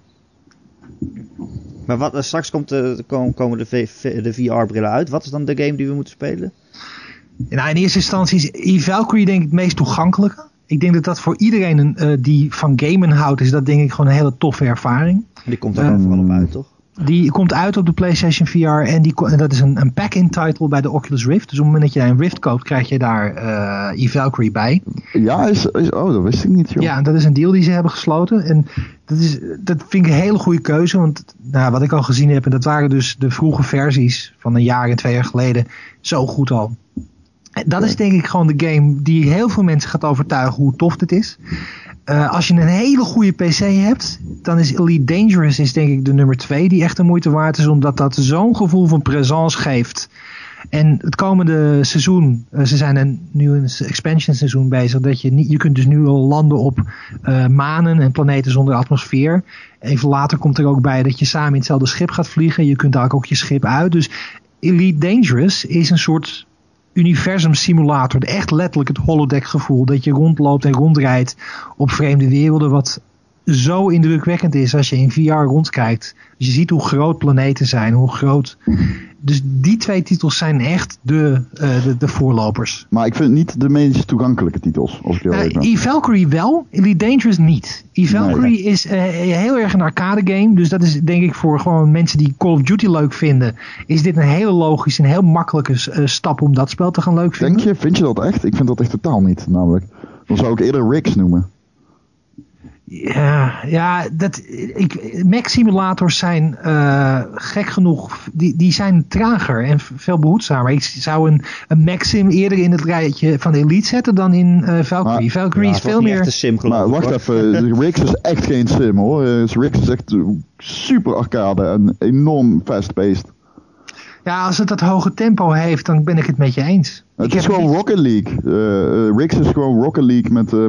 Speaker 1: Maar straks komen de VR-brillen uit. Wat is dan de game die we moeten spelen?
Speaker 3: Nou, in eerste instantie is E-Valkyrie denk ik het meest toegankelijke. Ik denk dat voor iedereen die van gamen houdt, is dat denk ik gewoon een hele toffe ervaring.
Speaker 1: Die komt er overal op uit, toch?
Speaker 3: Die komt uit op de PlayStation VR en dat is een pack-in title bij de Oculus Rift. Dus op het moment dat je een Rift koopt, krijg je daar E-Valkyrie bij.
Speaker 2: Ja, dat wist ik niet, joh.
Speaker 3: Ja, dat is een deal die ze hebben gesloten. En dat vind ik een hele goede keuze. Want wat ik al gezien heb, en dat waren dus de vroege versies van een jaar en 2 jaar geleden, zo goed al. Dat is denk ik gewoon de game die heel veel mensen gaat overtuigen hoe tof dit is. Als je een hele goede PC hebt, dan is Elite Dangerous denk ik de nummer 2 die echt de moeite waard is, omdat dat zo'n gevoel van présence geeft. En het komende seizoen, ze zijn nu een expansion seizoen bezig, dat je kunt dus nu al landen op manen en planeten zonder atmosfeer. Even later komt er ook bij dat je samen in hetzelfde schip gaat vliegen. Je kunt daar ook je schip uit. Dus Elite Dangerous is een soort universum simulator. Echt letterlijk het holodeck gevoel. Dat je rondloopt en rondrijdt op vreemde werelden. Wat zo indrukwekkend is als je in VR rondkijkt. Dus je ziet hoe groot planeten zijn. Hoe groot... Dus die 2 titels zijn echt de voorlopers.
Speaker 2: Maar ik vind het niet de meest toegankelijke titels.
Speaker 3: E-Valkyrie wel, Elite Dangerous niet. E-Valkyrie is heel erg een arcade game. Dus dat is denk ik voor gewoon mensen die Call of Duty leuk vinden. Is dit een hele logische en heel makkelijke stap om dat spel te gaan leuk vinden.
Speaker 2: Vind je dat echt? Ik vind dat echt totaal niet namelijk. Dan zou ik eerder Riggs noemen.
Speaker 3: Ja, Mech simulators zijn gek genoeg, die zijn trager en veel behoedzamer. Ik zou een Mech sim eerder in het rijtje van Elite zetten dan in Valkyrie. Valkyrie is veel meer...
Speaker 1: sim,
Speaker 2: maar wacht even, Riggs is echt geen sim hoor. Riggs is echt super arcade en enorm fast-paced.
Speaker 3: Ja, als het dat hoge tempo heeft, dan ben ik het met je eens.
Speaker 2: Het is gewoon Rocket League. Riggs is gewoon Rocket League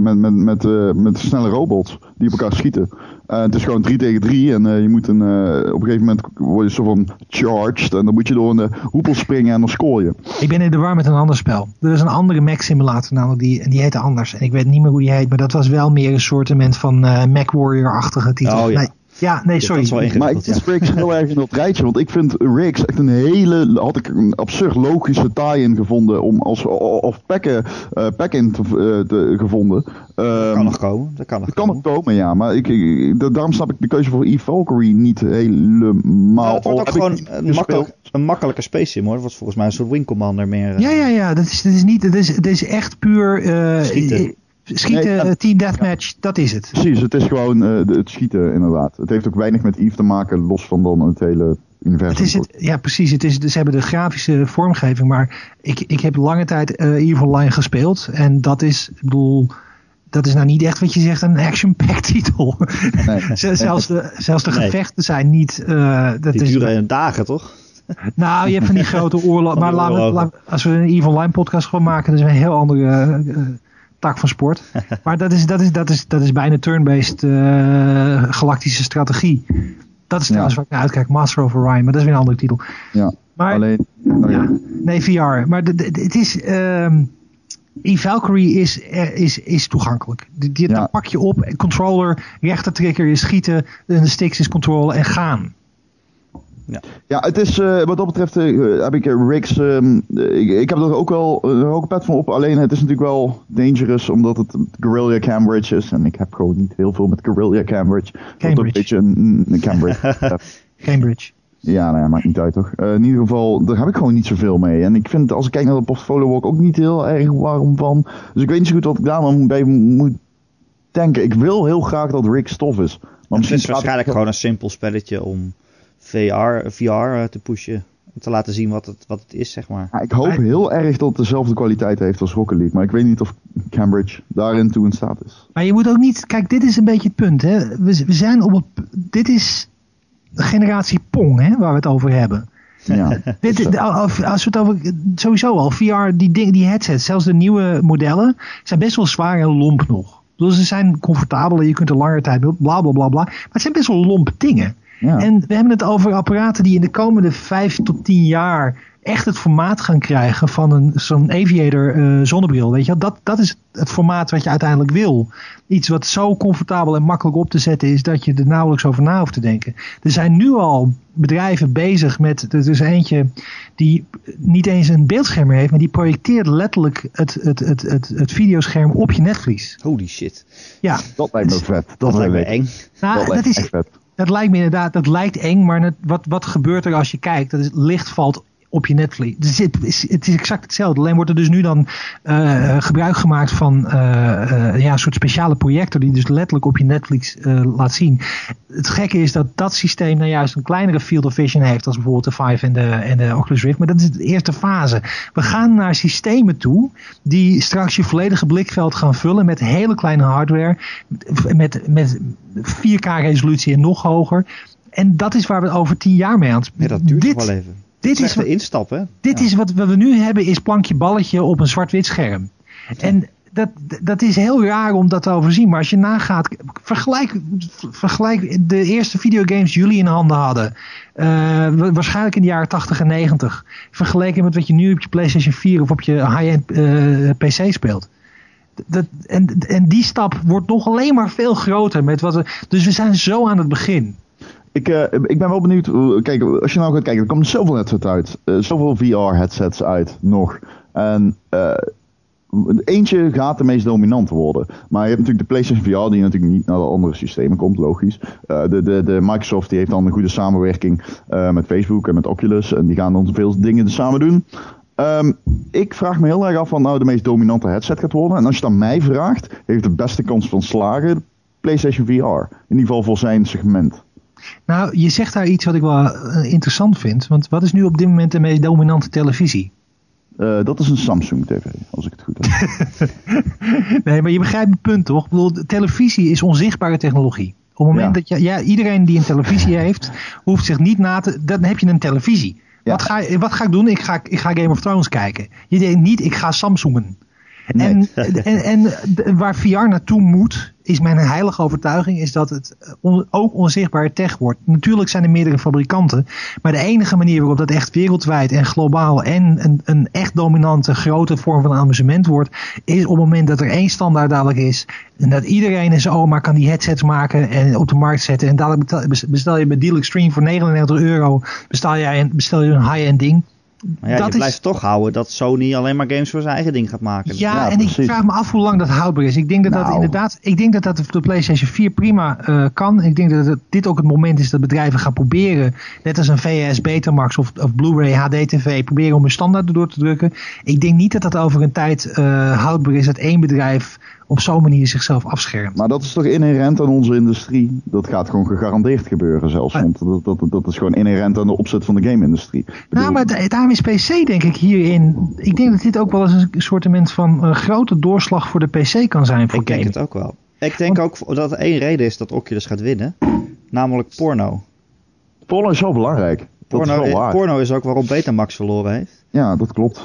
Speaker 2: met snelle robots die op elkaar schieten. Het is gewoon 3 tegen 3 en je moet op een gegeven moment word je zo van charged en dan moet je door een hoepel springen en dan score je.
Speaker 3: Ik ben in de war met een ander spel. Er is een andere Mech simulator namelijk die heette anders. En ik weet niet meer hoe die heet, maar dat was wel meer een soortement van Mech Warrior-achtige titel.
Speaker 1: Oh, ja.
Speaker 3: Nee, sorry.
Speaker 2: Maar ik zit Riggs heel erg in dat rijtje, want ik vind Riggs echt had ik een absurd logische tie-in gevonden om of pack-in gevonden.
Speaker 1: Dat kan nog komen. Dat kan nog
Speaker 2: komen, ja. Maar daarom snap ik de keuze voor E-Valkyrie niet helemaal.
Speaker 1: Het wordt ook gewoon een makkelijke space sim hoor. Het was volgens mij een soort Wing Commander meer.
Speaker 3: Ja. Het is echt puur... Schieten, team deathmatch, dat is het.
Speaker 2: Precies, het is gewoon het schieten inderdaad. Het heeft ook weinig met Eve te maken, los van dan het hele universum.
Speaker 3: Ja, precies. Ze hebben de grafische vormgeving, maar ik heb lange tijd EVE Online gespeeld. En dat is nou niet echt wat je zegt een action-pack titel. Nee. zelfs de gevechten zijn niet...
Speaker 1: Die duren dagen, toch?
Speaker 3: Nou, je hebt van die grote oorlogen. Maar als we een EVE Online podcast gaan maken, dat is een heel andere... tak van sport. Maar dat is bijna turn-based galactische strategie. Dat is trouwens waar ik naar uitkijk. Master of Orion, maar dat is weer een andere titel.
Speaker 2: Ja,
Speaker 3: maar,
Speaker 2: alleen...
Speaker 3: Nee, VR. Maar het is... E-Valkyrie is toegankelijk. Dan pak je op, controller, rechter trigger is schieten, de sticks is controle en gaan.
Speaker 2: Ja, het is, wat dat betreft heb ik Riggs, ik heb er ook wel een hoge pet van op, alleen het is natuurlijk wel dangerous omdat het Guerrilla Cambridge is en ik heb gewoon niet heel veel met Guerrilla Cambridge.
Speaker 3: Cambridge.
Speaker 2: Een beetje een Cambridge.
Speaker 3: Cambridge.
Speaker 2: Ja, nou ja, maakt niet uit toch. In ieder geval, daar heb ik gewoon niet zoveel mee. En ik vind, als ik kijk naar de portfolio, word ik ook niet heel erg warm van. Dus ik weet niet zo goed wat ik daar dan bij moet denken. Ik wil heel graag dat Riggs tof is. Maar
Speaker 1: het is waarschijnlijk gewoon een simpel spelletje om VR te pushen. Om te laten zien wat het is, zeg maar.
Speaker 2: Ja, ik hoop heel erg dat het dezelfde kwaliteit heeft als Rocket League. Maar ik weet niet of Cambridge daarin toe in staat is.
Speaker 3: Maar je moet ook niet... Kijk, dit is een beetje het punt. Hè? We zijn op het... Dit is de generatie Pong, hè, waar we het over hebben.
Speaker 2: Ja,
Speaker 3: als we het over... Sowieso al, VR, die headsets, zelfs de nieuwe modellen, zijn best wel zwaar en lomp nog. Dus ze zijn comfortabel en je kunt er langer tijd mee, bla bla bla bla. Maar het zijn best wel lompe dingen. Ja. En we hebben het over apparaten die in de komende 5 tot 10 jaar echt het formaat gaan krijgen van zo'n Aviator zonnebril. Weet je, dat is het formaat wat je uiteindelijk wil. Iets wat zo comfortabel en makkelijk op te zetten is dat je er nauwelijks over na hoeft te denken. Er zijn nu al bedrijven bezig met, er is eentje die niet eens een beeldscherm heeft, maar die projecteert letterlijk het videoscherm op je netvlies.
Speaker 1: Holy shit.
Speaker 3: Ja.
Speaker 2: Dat lijkt me vet.
Speaker 1: Dat lijkt me eng.
Speaker 3: Nou, dat is echt vet. Dat lijkt me inderdaad, dat lijkt eng, maar wat gebeurt er als je kijkt? Dat is, licht valt op je netvlies. Dus het is exact hetzelfde. Alleen wordt er dus nu dan gebruik gemaakt van een soort speciale projector die dus letterlijk op je netvlies laat zien. Het gekke is dat systeem nou juist een kleinere field of vision heeft als bijvoorbeeld de Vive en de Oculus Rift. Maar dat is de eerste fase. We gaan naar systemen toe die straks je volledige blikveld gaan vullen met hele kleine hardware. Met 4K resolutie en nog hoger. En dat is waar we over 10 jaar mee aan het
Speaker 1: spelen. Ja, dat duurt nog wel even. Dit is wat we nu hebben is plankje balletje op een zwart-wit scherm. Okay. En
Speaker 3: dat is heel raar om dat te overzien. Maar als je nagaat, vergelijk de eerste videogames die jullie in handen hadden. Waarschijnlijk in de jaren 80 en 90. Vergeleken met wat je nu op je PlayStation 4 of op je high-end PC speelt. En die stap wordt nog alleen maar veel groter. Dus we zijn zo aan het begin.
Speaker 2: Ik ben wel benieuwd. Kijk, als je nou gaat kijken, er komen zoveel headsets uit. Zoveel VR-headsets uit nog. En eentje gaat de meest dominant worden. Maar je hebt natuurlijk de PlayStation VR die natuurlijk niet naar de andere systemen komt, logisch. De Microsoft die heeft dan een goede samenwerking met Facebook en met Oculus. En die gaan dan veel dingen samen doen. Ik vraag me heel erg af wat nou de meest dominante headset gaat worden. En als je dan mij vraagt, heeft de beste kans van slagen de PlayStation VR. In ieder geval voor zijn segment.
Speaker 3: Nou, je zegt daar iets wat ik wel interessant vind. Want wat is nu op dit moment de meest dominante televisie?
Speaker 2: Dat is een Samsung TV, als ik het goed heb.
Speaker 3: Nee, maar je begrijpt het punt toch? Ik bedoel, televisie is onzichtbare technologie. Op het moment dat iedereen die een televisie heeft, hoeft zich niet dan heb je een televisie. Ja. Wat ga ik doen? Ik ga Game of Thrones kijken. Je denkt niet, ik ga Samsungen. Nee. En waar VR naartoe moet, is mijn heilige overtuiging, is dat het ook onzichtbaar tech wordt. Natuurlijk zijn er meerdere fabrikanten, maar de enige manier waarop dat echt wereldwijd en globaal en een echt dominante grote vorm van amusement wordt, is op het moment dat er één standaard dadelijk is en dat iedereen en zijn oma kan die headsets maken en op de markt zetten en dadelijk bestel je bij Deal Extreme voor €99, bestel je een high-end ding.
Speaker 1: Maar ja, je blijft toch houden dat Sony alleen maar games voor zijn eigen ding gaat maken.
Speaker 3: Ja, en precies. Ik vraag me af hoe lang dat houdbaar is. Ik denk dat de PlayStation 4 prima kan. Ik denk dat dit ook het moment is dat bedrijven gaan proberen, net als een VHS Betamax of Blu-ray HD TV, proberen om een standaard door te drukken. Ik denk niet dat dat over een tijd houdbaar is dat één bedrijf op zo'n manier zichzelf afschermt. Maar
Speaker 2: dat is toch inherent aan onze industrie? Dat gaat gewoon gegarandeerd gebeuren zelfs. Want dat is gewoon inherent aan de opzet van de game-industrie.
Speaker 3: Nou, maar het AMS-PC denk ik hierin. Ik denk dat dit ook wel eens een soortement van grote doorslag voor de PC kan zijn voor game.
Speaker 1: Ik denk het ook wel. Ik denk ook dat er één reden is dat Oculus gaat winnen. Namelijk porno.
Speaker 2: Porno is zo belangrijk.
Speaker 1: Porno is ook waarom Betamax verloren heeft.
Speaker 2: Ja, dat klopt.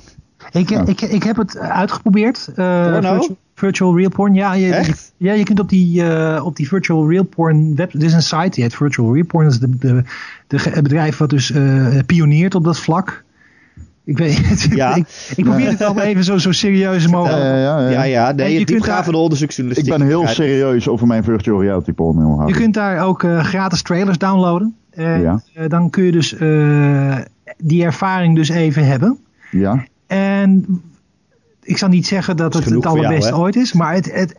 Speaker 3: Ik heb het uitgeprobeerd.
Speaker 1: Porno?
Speaker 3: Virtual Real Porn,
Speaker 1: echt?
Speaker 3: Je kunt op die Virtual Real Porn web. Er is een site die heet Virtual Real Porn. Dat is het bedrijf wat dus pioniert op dat vlak. Ik weet het. Ja. Ik probeer het allemaal even zo serieus mogelijk.
Speaker 1: Nee, diepgaande onderzoeksjournalistiek.
Speaker 2: Ik ben heel serieus over mijn virtual reality porn.
Speaker 3: Je kunt daar ook gratis trailers downloaden. Dan kun je dus die ervaring dus even hebben. Ja. En ik zal niet zeggen dat het het allerbeste ooit is, maar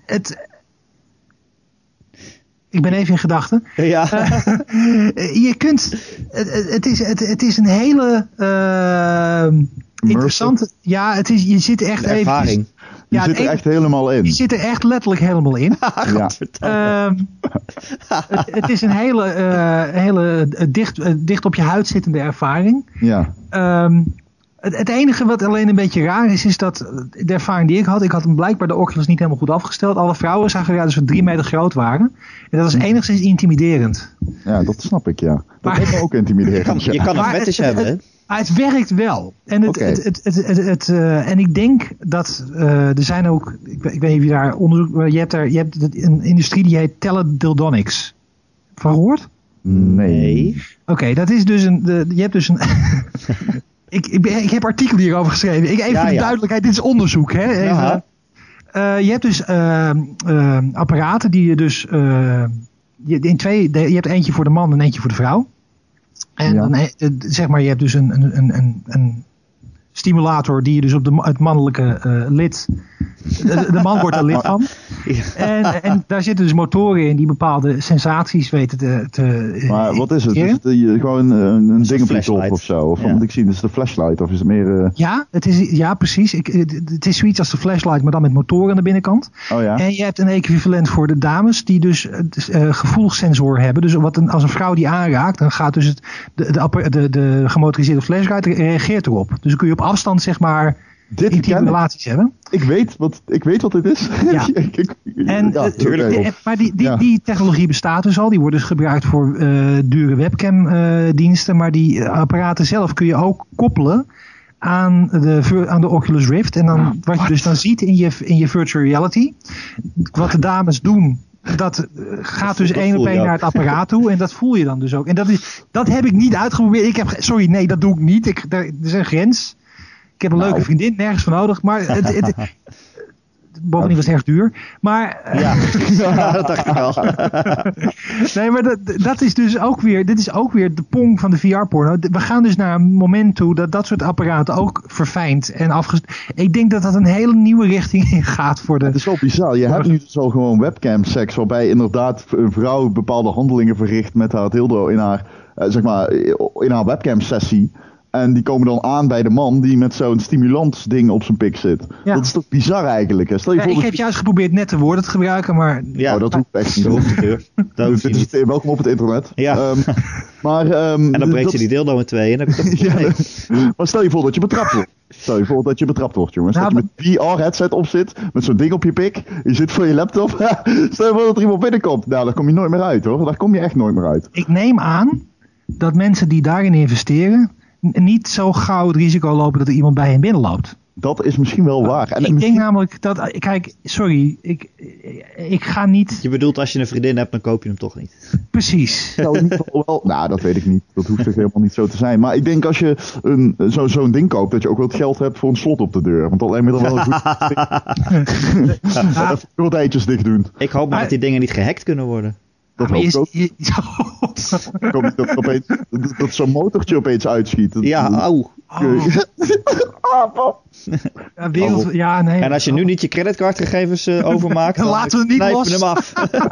Speaker 3: ik ben even in gedachten. Ja. Je kunt, het is een hele interessante. Ja, je zit echt
Speaker 2: even. Ervaring. Je zit er echt helemaal in.
Speaker 3: Je zit er echt letterlijk helemaal in. Het is een hele dicht op je huid zittende ervaring. Ja. Het enige wat alleen een beetje raar is dat de ervaring die ik had hem blijkbaar de Oculus niet helemaal goed afgesteld. Alle vrouwen zagen eruit alsof ze 3 meter groot waren. En dat is enigszins intimiderend.
Speaker 2: Ja, dat snap ik, ja. Dat is ook intimiderend.
Speaker 1: Je kan een fetish hebben, hè?
Speaker 3: Het werkt wel. En, en ik denk dat er zijn ook, ik weet niet of je daar onderzoek, je hebt een industrie die heet teledildonics. Van gehoord?
Speaker 2: Nee.
Speaker 3: Oké, dat is dus je hebt dus een Ik heb artikelen hierover geschreven. Even voor de duidelijkheid, dit is onderzoek. Hè? Even, je hebt dus apparaten die je dus je hebt eentje voor de man en eentje voor de vrouw. En dan, zeg maar, je hebt dus een stimulator die je dus op het mannelijke lid. De man wordt er lid van. Ja. En daar zitten dus motoren in die bepaalde sensaties weten te
Speaker 2: maar wat is het? Is het gewoon een ding op je top of zo? Of moet ik zien, is het de flashlight? Of is het meer...
Speaker 3: Ja, precies. Het is zoiets als de flashlight, maar dan met motoren aan de binnenkant. Oh, ja. En je hebt een equivalent voor de dames die dus gevoelssensoren hebben. Dus als een vrouw die aanraakt, dan gaat dus de gemotoriseerde flashlight reageert erop. Dus dan kun je op afstand, zeg maar, intieme relaties hebben.
Speaker 2: Ik weet wat dit is.
Speaker 3: Ja. Maar die technologie bestaat dus al. Die wordt dus gebruikt voor dure webcam diensten. Maar die apparaten zelf kun je ook koppelen aan de Oculus Rift. En dan, wat je dus dan ziet in je virtual reality, wat de dames doen, dat gaat dus 1 op 1 naar het apparaat toe. En dat voel je dan dus ook. En dat heb ik niet uitgeprobeerd. Sorry, dat doe ik niet. Er is een grens. Ik heb een leuke vriendin, nergens voor nodig. Maar bovendien was het erg duur. Maar
Speaker 1: ja, dat dacht ik al.
Speaker 3: Nee, maar dat is dus ook weer, dit is ook weer de pong van de VR-porno. We gaan dus naar een moment toe dat soort apparaten ook verfijnd en ik denk dat dat een hele nieuwe richting in gaat voor de...
Speaker 2: Het is wel bizar. Je hebt nu dus al gewoon webcam seks, waarbij inderdaad een vrouw bepaalde handelingen verricht met haar dildo in haar, in haar webcam sessie. En die komen dan aan bij de man die met zo'n stimulantsding op zijn pik zit. Ja. Dat is toch bizar eigenlijk. Hè? Stel je voor
Speaker 3: ik heb juist geprobeerd nette woorden te gebruiken, maar...
Speaker 2: Ja, dat hoeft echt niet. Dat hoeft niet. Welkom op het internet.
Speaker 1: Ja. En dan breekt je die dildo in 2 en dan heb je
Speaker 2: toch Maar stel je voor dat je betrapt wordt. Stel je voor dat je betrapt wordt, jongens. Dat je met VR-headset op zit, met zo'n ding op je pik. Je zit voor je laptop. Stel je voor dat er iemand binnenkomt. Nou, daar kom je nooit meer uit, hoor. Daar kom je echt nooit meer uit.
Speaker 3: Ik neem aan dat mensen die daarin investeren niet zo gauw het risico lopen dat er iemand bij hen binnenloopt.
Speaker 2: Dat is misschien wel waar. En
Speaker 3: ik denk namelijk dat... Kijk, sorry. Ik ga niet...
Speaker 1: Je bedoelt als je een vriendin hebt, dan koop je hem toch niet?
Speaker 3: Precies.
Speaker 2: Nou, dat weet ik niet. Dat hoeft toch helemaal niet zo te zijn. Maar ik denk als je zo'n ding koopt, dat je ook wel het geld hebt voor een slot op de deur. Want dat lijkt me dan wel goed. Even gordijntjes dicht doen.
Speaker 1: Ik hoop maar dat die dingen niet gehackt kunnen worden.
Speaker 2: Dat hoop ik ook. Dat zo'n motortje opeens uitschiet.
Speaker 1: Ja, auw.
Speaker 3: Nee.
Speaker 1: En als je nu niet je creditcardgegevens overmaakt, dan
Speaker 3: laten we niet los.
Speaker 1: Hem af.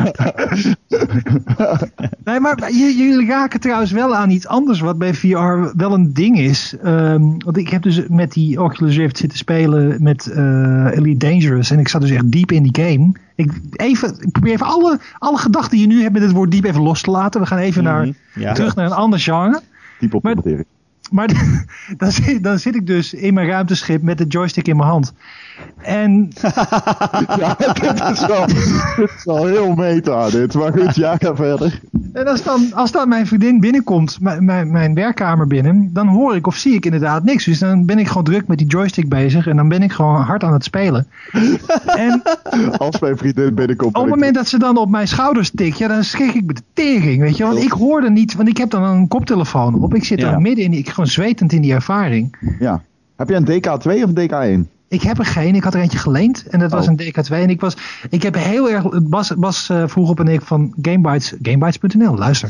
Speaker 3: Nee, maar jullie raken trouwens wel aan iets anders wat bij VR wel een ding is. Want ik heb dus met die Oculus Rift zitten spelen met Elite Dangerous. En ik zat dus echt diep in die game. Ik probeer even alle gedachten die je nu hebt met het woord diep even los te laten. We gaan even terug naar een ander genre.
Speaker 2: Diep op de
Speaker 3: Maar dan zit ik dus in mijn ruimteschip met de joystick in mijn hand. En...
Speaker 2: ja, dit is wel heel meta dit. Maar goed, ga verder.
Speaker 3: En als dan mijn vriendin binnenkomt, mijn werkkamer binnen, dan hoor ik of zie ik inderdaad niks. Dus dan ben ik gewoon druk met die joystick bezig en dan ben ik gewoon hard aan het spelen. En
Speaker 2: als mijn vriendin binnenkomt...
Speaker 3: Op het moment dat ze dan op mijn schouders tikt, dan schrik ik met de tering, weet je. Want ik hoorde niet, want ik heb dan een koptelefoon op. Ik zit daar midden in, gewoon zwetend in die ervaring.
Speaker 2: Ja. Heb jij een DK2 of een DK1?
Speaker 3: Ik heb er geen. Ik had er eentje geleend. En dat was een DK2. En ik heb heel erg... Bas vroeg op en ik van Gamebytes.nl. Luister.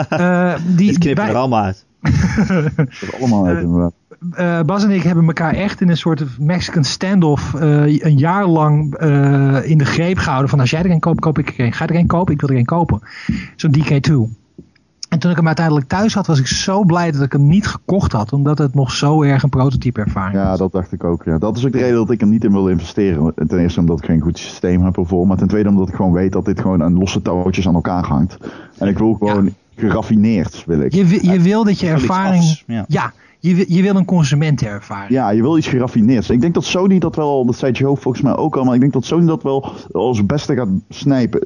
Speaker 1: Die knippen er allemaal uit.
Speaker 2: Dat is allemaal uit inderdaad.
Speaker 3: Bas en ik hebben elkaar echt in een soort Mexican standoff een jaar lang in de greep gehouden. Van als jij er een koopt, koop ik er een. Ga je er een kopen? Ik wil er een kopen. Zo'n DK2. En toen ik hem uiteindelijk thuis had, was ik zo blij dat ik hem niet gekocht had. Omdat het nog zo erg een prototype ervaring was.
Speaker 2: Ja, dat dacht ik ook. Ja. Dat is ook de reden dat ik er niet in wil investeren. Ten eerste omdat ik geen goed systeem heb ervoor. Maar ten tweede omdat ik gewoon weet dat dit gewoon aan losse touwtjes aan elkaar hangt. En ik wil gewoon geraffineerd, wil ik.
Speaker 3: Je wil dat je ervaring... Ja. Je wil een consumentenervaring.
Speaker 2: Ja, je wil iets geraffineerds. Ik denk dat Sony dat wel, dat zei Joe volgens mij ook al, maar ik denk dat Sony dat wel als beste gaat snijpen.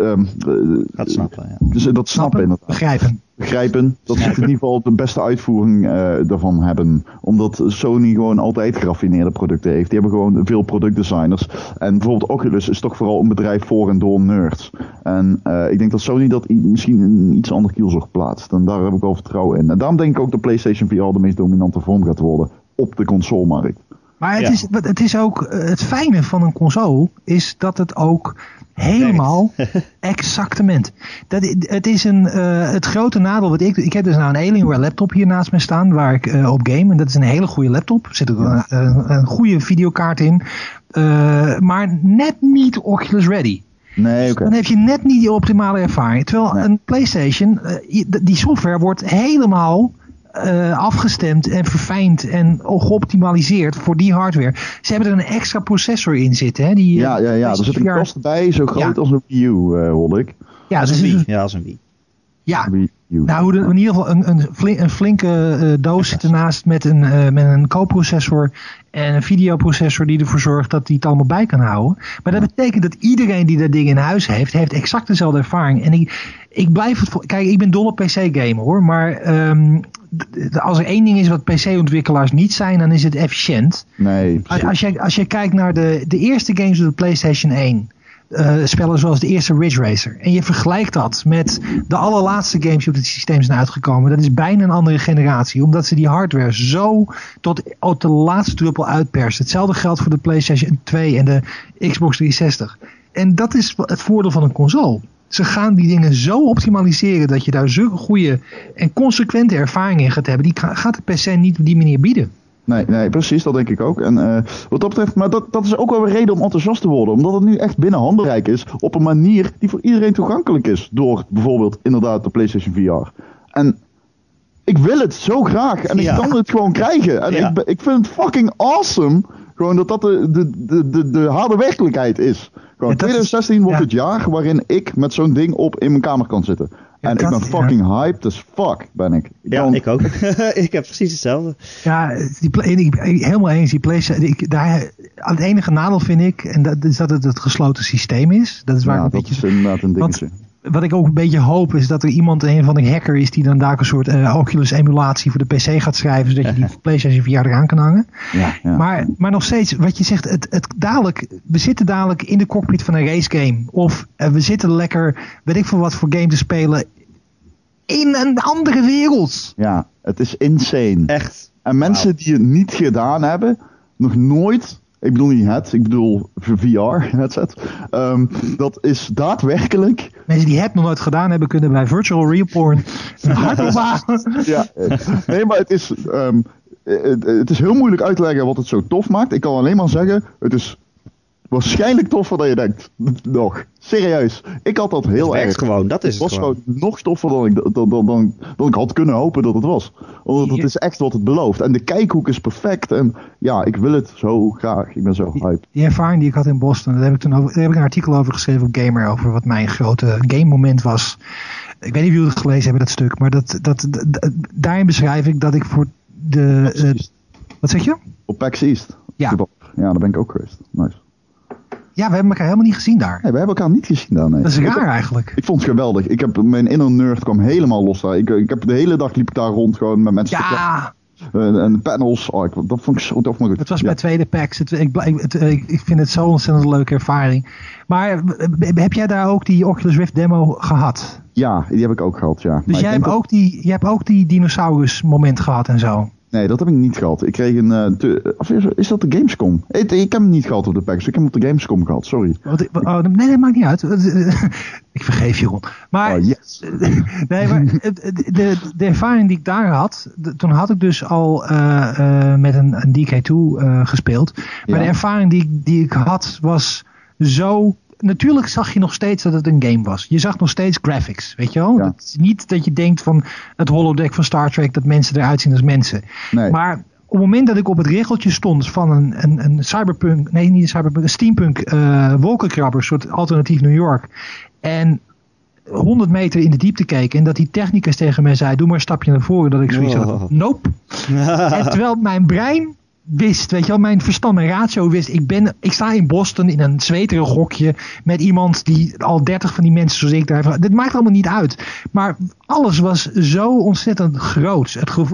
Speaker 1: Gaat snappen, ja.
Speaker 2: Dus dat snappen inderdaad. Begrijpen. Dat ze in ieder geval de beste uitvoering daarvan hebben. Omdat Sony gewoon altijd geraffineerde producten heeft. Die hebben gewoon veel productdesigners. En bijvoorbeeld Oculus is toch vooral een bedrijf voor en door nerds. En ik denk dat Sony dat misschien in een iets ander kielzog plaatst. En daar heb ik wel vertrouwen in. En daarom denk ik ook dat PlayStation VR de meest dominante vorm gaat worden op de consolemarkt.
Speaker 3: Maar het is ook het fijne van een console is dat het ook helemaal exactement. Het is het grote nadeel wat ik heb dus nou een Alienware laptop hier naast me staan waar ik op game en dat is een hele goede laptop. Er zit ook een goede videokaart in, maar net niet Oculus ready.
Speaker 2: Nee, okay.
Speaker 3: Dan heb je net niet die optimale ervaring. Terwijl een PlayStation, die software wordt helemaal afgestemd en verfijnd en geoptimaliseerd voor die hardware. Ze hebben er een extra processor in zitten. Hè? Er
Speaker 2: zit een kast bij, zo groot als een Wii U, hoor ik.
Speaker 1: Als een Wii. Ja, als een Wii.
Speaker 3: Ja, in ieder geval een flinke doos zit ernaast met een co-processor en een videoprocessor die ervoor zorgt dat hij het allemaal bij kan houden. Maar dat betekent dat iedereen die dat ding in huis heeft exact dezelfde ervaring. En ik blijf het... Kijk, ik ben dol op PC-gamer hoor, maar als er één ding is wat PC-ontwikkelaars niet zijn, dan is het efficiënt.
Speaker 2: Nee,
Speaker 3: als je kijkt naar de eerste games op de PlayStation 1... spellen zoals de eerste Ridge Racer. En je vergelijkt dat met de allerlaatste games die op het systeem zijn uitgekomen. Dat is bijna een andere generatie. Omdat ze die hardware zo tot de laatste druppel uitpersen. Hetzelfde geldt voor de PlayStation 2 en de Xbox 360. En dat is het voordeel van een console. Ze gaan die dingen zo optimaliseren dat je daar zulke goede en consequente ervaring in gaat hebben. Die gaat de PC niet op die manier bieden.
Speaker 2: Nee, precies, dat denk ik ook. En wat dat betreft, maar dat is ook wel een reden om enthousiast te worden. Omdat het nu echt binnen handbereik is op een manier die voor iedereen toegankelijk is. Door bijvoorbeeld inderdaad de PlayStation VR. En ik wil het zo graag. En ik kan het gewoon krijgen. En ik vind het fucking awesome. Gewoon dat de harde werkelijkheid is. Gewoon 2016 wordt het jaar waarin ik met zo'n ding in mijn kamer kan zitten. En ik ben fucking hyped as fuck, ben ik.
Speaker 1: Ik ook. Ik heb precies hetzelfde.
Speaker 3: Ja, helemaal eens. Die PlayStation, het enige nadeel vind ik, en dat is dat het gesloten systeem is. Dat is waar ik
Speaker 2: is inderdaad een dingetje.
Speaker 3: Wat ik ook een beetje hoop is dat er een van de hacker is die dan daar een soort Oculus emulatie voor de PC gaat schrijven, zodat je die PlayStation VR eraan kan hangen.
Speaker 2: Ja.
Speaker 3: Maar nog steeds, wat je zegt, we zitten dadelijk in de cockpit van een racegame. Of we zitten lekker, weet ik veel wat voor game te spelen, in een andere wereld.
Speaker 2: Ja, het is insane.
Speaker 1: Echt.
Speaker 2: En mensen die het niet gedaan hebben, nog nooit... Ik bedoel niet ik bedoel VR-headset. Dat is daadwerkelijk...
Speaker 3: Mensen die het nog nooit gedaan hebben, kunnen bij Virtual Real Porn een hart ophalen.
Speaker 2: Ja, nee, maar het is heel moeilijk uit te leggen wat het zo tof maakt. Ik kan alleen maar zeggen, het is waarschijnlijk toffer dan je denkt. Nog. Serieus. Ik had dat heel erg.
Speaker 1: Gewoon, dat is
Speaker 2: het was gewoon nog toffer dan ik had kunnen hopen dat het was. Want het is echt wat het belooft. En de kijkhoek is perfect. En ja, ik wil het zo graag. Ik ben zo hyped.
Speaker 3: Die ervaring die ik had in Boston, daar heb ik een artikel over geschreven op Gamer, over wat mijn grote game moment was. Ik weet niet of jullie het gelezen hebben, dat stuk. Maar daarin beschrijf ik dat ik voor wat zeg je?
Speaker 2: Op PAX East.
Speaker 3: Ja.
Speaker 2: Ja, daar ben ik ook geweest. Nice.
Speaker 3: Ja, we hebben elkaar helemaal niet gezien daar.
Speaker 2: Nee, we hebben elkaar niet gezien daar. Nee.
Speaker 3: Dat is raar eigenlijk.
Speaker 2: Ik vond het geweldig. Mijn inner nerd kwam helemaal los daar. Ik heb de hele dag liep ik daar rond gewoon met mensen.
Speaker 3: Ja.
Speaker 2: En panels. Dat vond ik zo tof. Maar goed.
Speaker 3: Het was mijn tweede PAX. Ik vind het zo ontzettend een leuke ervaring. Maar heb jij daar ook die Oculus Rift demo gehad?
Speaker 2: Ja, die heb ik ook gehad, ja.
Speaker 3: Dus jij hebt ook die dinosaurus moment gehad en zo?
Speaker 2: Nee, dat heb ik niet gehad. Ik kreeg is dat de Gamescom? Ik heb hem niet gehad op de PAX. Ik heb hem op de Gamescom gehad, sorry.
Speaker 3: Nee, dat maakt niet uit. Ik vergeef je, Ron. Maar,
Speaker 2: yes.
Speaker 3: Nee, maar de ervaring die ik daar had, toen had ik dus al met een DK2 gespeeld. Maar de ervaring die ik had was zo... Natuurlijk zag je nog steeds dat het een game was. Je zag nog steeds graphics, weet je wel? Ja. Het is niet dat je denkt van het holodeck van Star Trek dat mensen eruit zien als mensen.
Speaker 2: Nee.
Speaker 3: Maar op het moment dat ik op het richeltje stond van een cyberpunk, nee niet een cyberpunk, een steampunk wolkenkrabber, soort alternatief New York. En 100 meter in de diepte keek en dat die technicus tegen mij zei, doe maar een stapje naar voren, dat ik zoiets had, nope. En terwijl mijn brein wist, weet je wel, mijn verstand, mijn ratio wist, ik sta in Boston in een zweterig hokje met iemand die al 30 van die mensen zoals ik daar heeft. Dit maakt allemaal niet uit. Maar alles was zo ontzettend groots.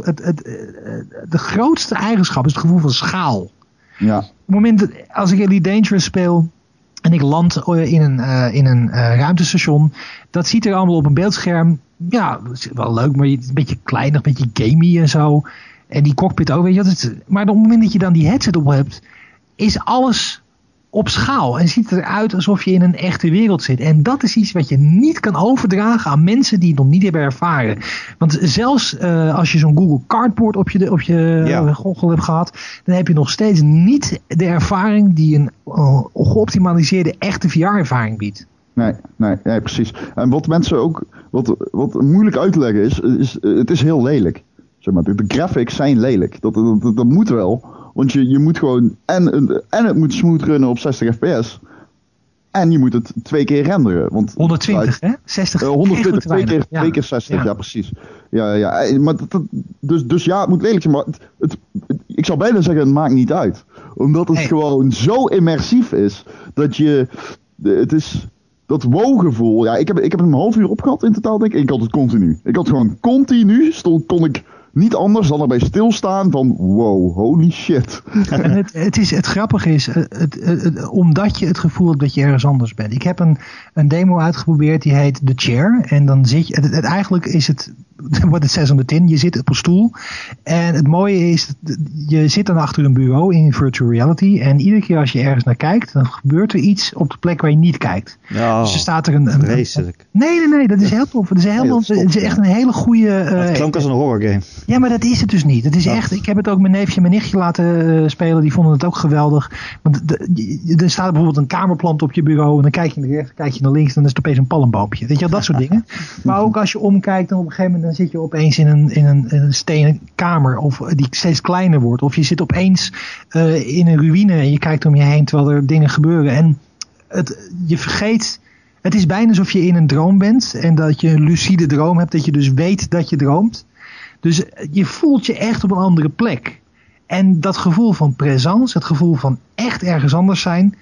Speaker 3: De grootste eigenschap is het gevoel van schaal.
Speaker 2: Ja.
Speaker 3: Op het moment dat, als ik Elite Dangerous speel en ik land in een ruimtestation, dat ziet er allemaal op een beeldscherm, ja, wel leuk, maar een beetje kleiner, een beetje gamey en zo. En die cockpit ook, weet je. Maar op het moment dat je dan die headset op hebt, is alles op schaal. En ziet het eruit alsof je in een echte wereld zit. En dat is iets wat je niet kan overdragen aan mensen die het nog niet hebben ervaren. Want zelfs als je zo'n Google Cardboard op je goggel hebt gehad, dan heb je nog steeds niet de ervaring die een geoptimaliseerde echte VR-ervaring biedt.
Speaker 2: Nee, precies. En wat mensen ook, wat moeilijk uit te leggen is het is heel lelijk. Zeg maar, de graphics zijn lelijk. Dat moet wel. Want je moet gewoon... En het moet smooth runnen op 60 fps. En je moet het 2 keer renderen. Want
Speaker 3: 120, hè? 60.
Speaker 2: 120, 2 keer 60, ja precies. Ja. Maar dus ja, het moet lelijk zijn. Maar ik zou bijna zeggen, het maakt niet uit. Omdat het gewoon zo immersief is. Dat je... Het is... Dat wow-gevoel. Ja, ik heb het een half uur opgehad in totaal, denk ik. Ik had het continu. Ik had gewoon continu... kon ik niet anders dan erbij stilstaan van... Wow, holy shit.
Speaker 3: En het grappige is... omdat je het gevoel hebt dat je ergens anders bent. Ik heb een demo uitgeprobeerd. Die heet The Chair. En dan zit je... Eigenlijk is het... What it says on the tin. Je zit op een stoel. En het mooie is... Je zit dan achter een bureau in virtual reality. En iedere keer als je ergens naar kijkt... Dan gebeurt er iets op de plek waar je niet kijkt.
Speaker 1: Oh,
Speaker 3: dus er staat er
Speaker 1: vreselijk.
Speaker 3: Nee. Dat is heel tof. Het is echt een hele goede...
Speaker 1: Het klonk als een horrorgame.
Speaker 3: Ja, maar dat is het dus niet. Het is echt... Ik heb het ook mijn neefje en mijn nichtje laten spelen. Die vonden het ook geweldig. Want er staat bijvoorbeeld een kamerplant op je bureau. En dan kijk je naar rechts, kijk je naar links. En dan is het opeens een palmboompje. Weet je wel, dat soort dingen. Maar ook als je omkijkt... Dan op een gegeven moment dan zit je opeens in een stenen kamer. Of die steeds kleiner wordt. Of je zit opeens in een ruïne. En je kijkt om je heen terwijl er dingen gebeuren. En je vergeet... Het is bijna alsof je in een droom bent. En dat je een lucide droom hebt. Dat je dus weet dat je droomt. Dus je voelt je echt op een andere plek. En dat gevoel van présence, het gevoel van echt ergens anders zijn,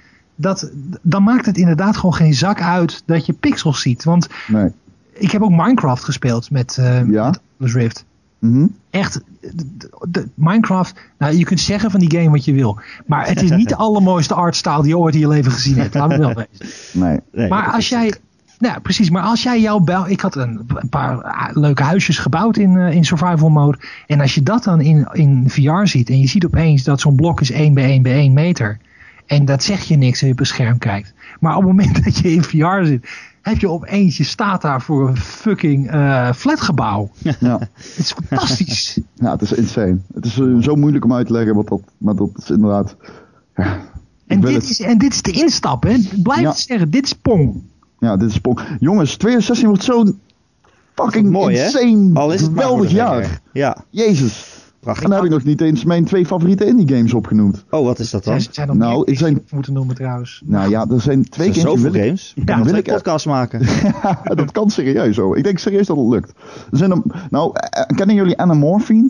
Speaker 3: dan maakt het inderdaad gewoon geen zak uit dat je pixels ziet. Want ik heb ook Minecraft gespeeld met Oculus Rift. Mm-hmm. Echt, Minecraft, nou je kunt zeggen van die game wat je wil. Maar het is niet de allermooiste artstyle die je ooit in je leven gezien hebt. Laat me wel wezen. Nee, maar als jij... Ja, precies. Maar als jij ik had een paar leuke huisjes gebouwd in survival mode. En als je dat dan in VR ziet. En je ziet opeens dat zo'n blok is 1 bij 1 bij 1 meter. En dat zeg je niks als je op een scherm kijkt. Maar op het moment dat je in VR zit. Heb je opeens, je staat daar voor een fucking flatgebouw. Ja. Het is fantastisch.
Speaker 2: Ja, het is insane. Het is zo moeilijk om uit te leggen. Maar dat is inderdaad... Ja,
Speaker 3: en dit is de instap. Hè? Blijf zeggen, dit is Pong.
Speaker 2: Ja, dit is Pong. Jongens, 2016 wordt zo'n fucking mooi, insane,
Speaker 1: al is het
Speaker 2: geweldig jaar.
Speaker 1: Ja.
Speaker 2: Jezus. Prachtig. En dan heb ik nog niet eens mijn 2 favoriete indie games opgenoemd.
Speaker 1: Oh, wat is dat dan?
Speaker 3: Zijn nog meer moeten noemen trouwens.
Speaker 2: Nou ja, er zijn 2 games.
Speaker 1: Zoveel games? Ja, dan wil ik podcasts maken.
Speaker 2: Dat kan serieus zo. Ik denk serieus dat het lukt. Er zijn kennen jullie Anamorphine?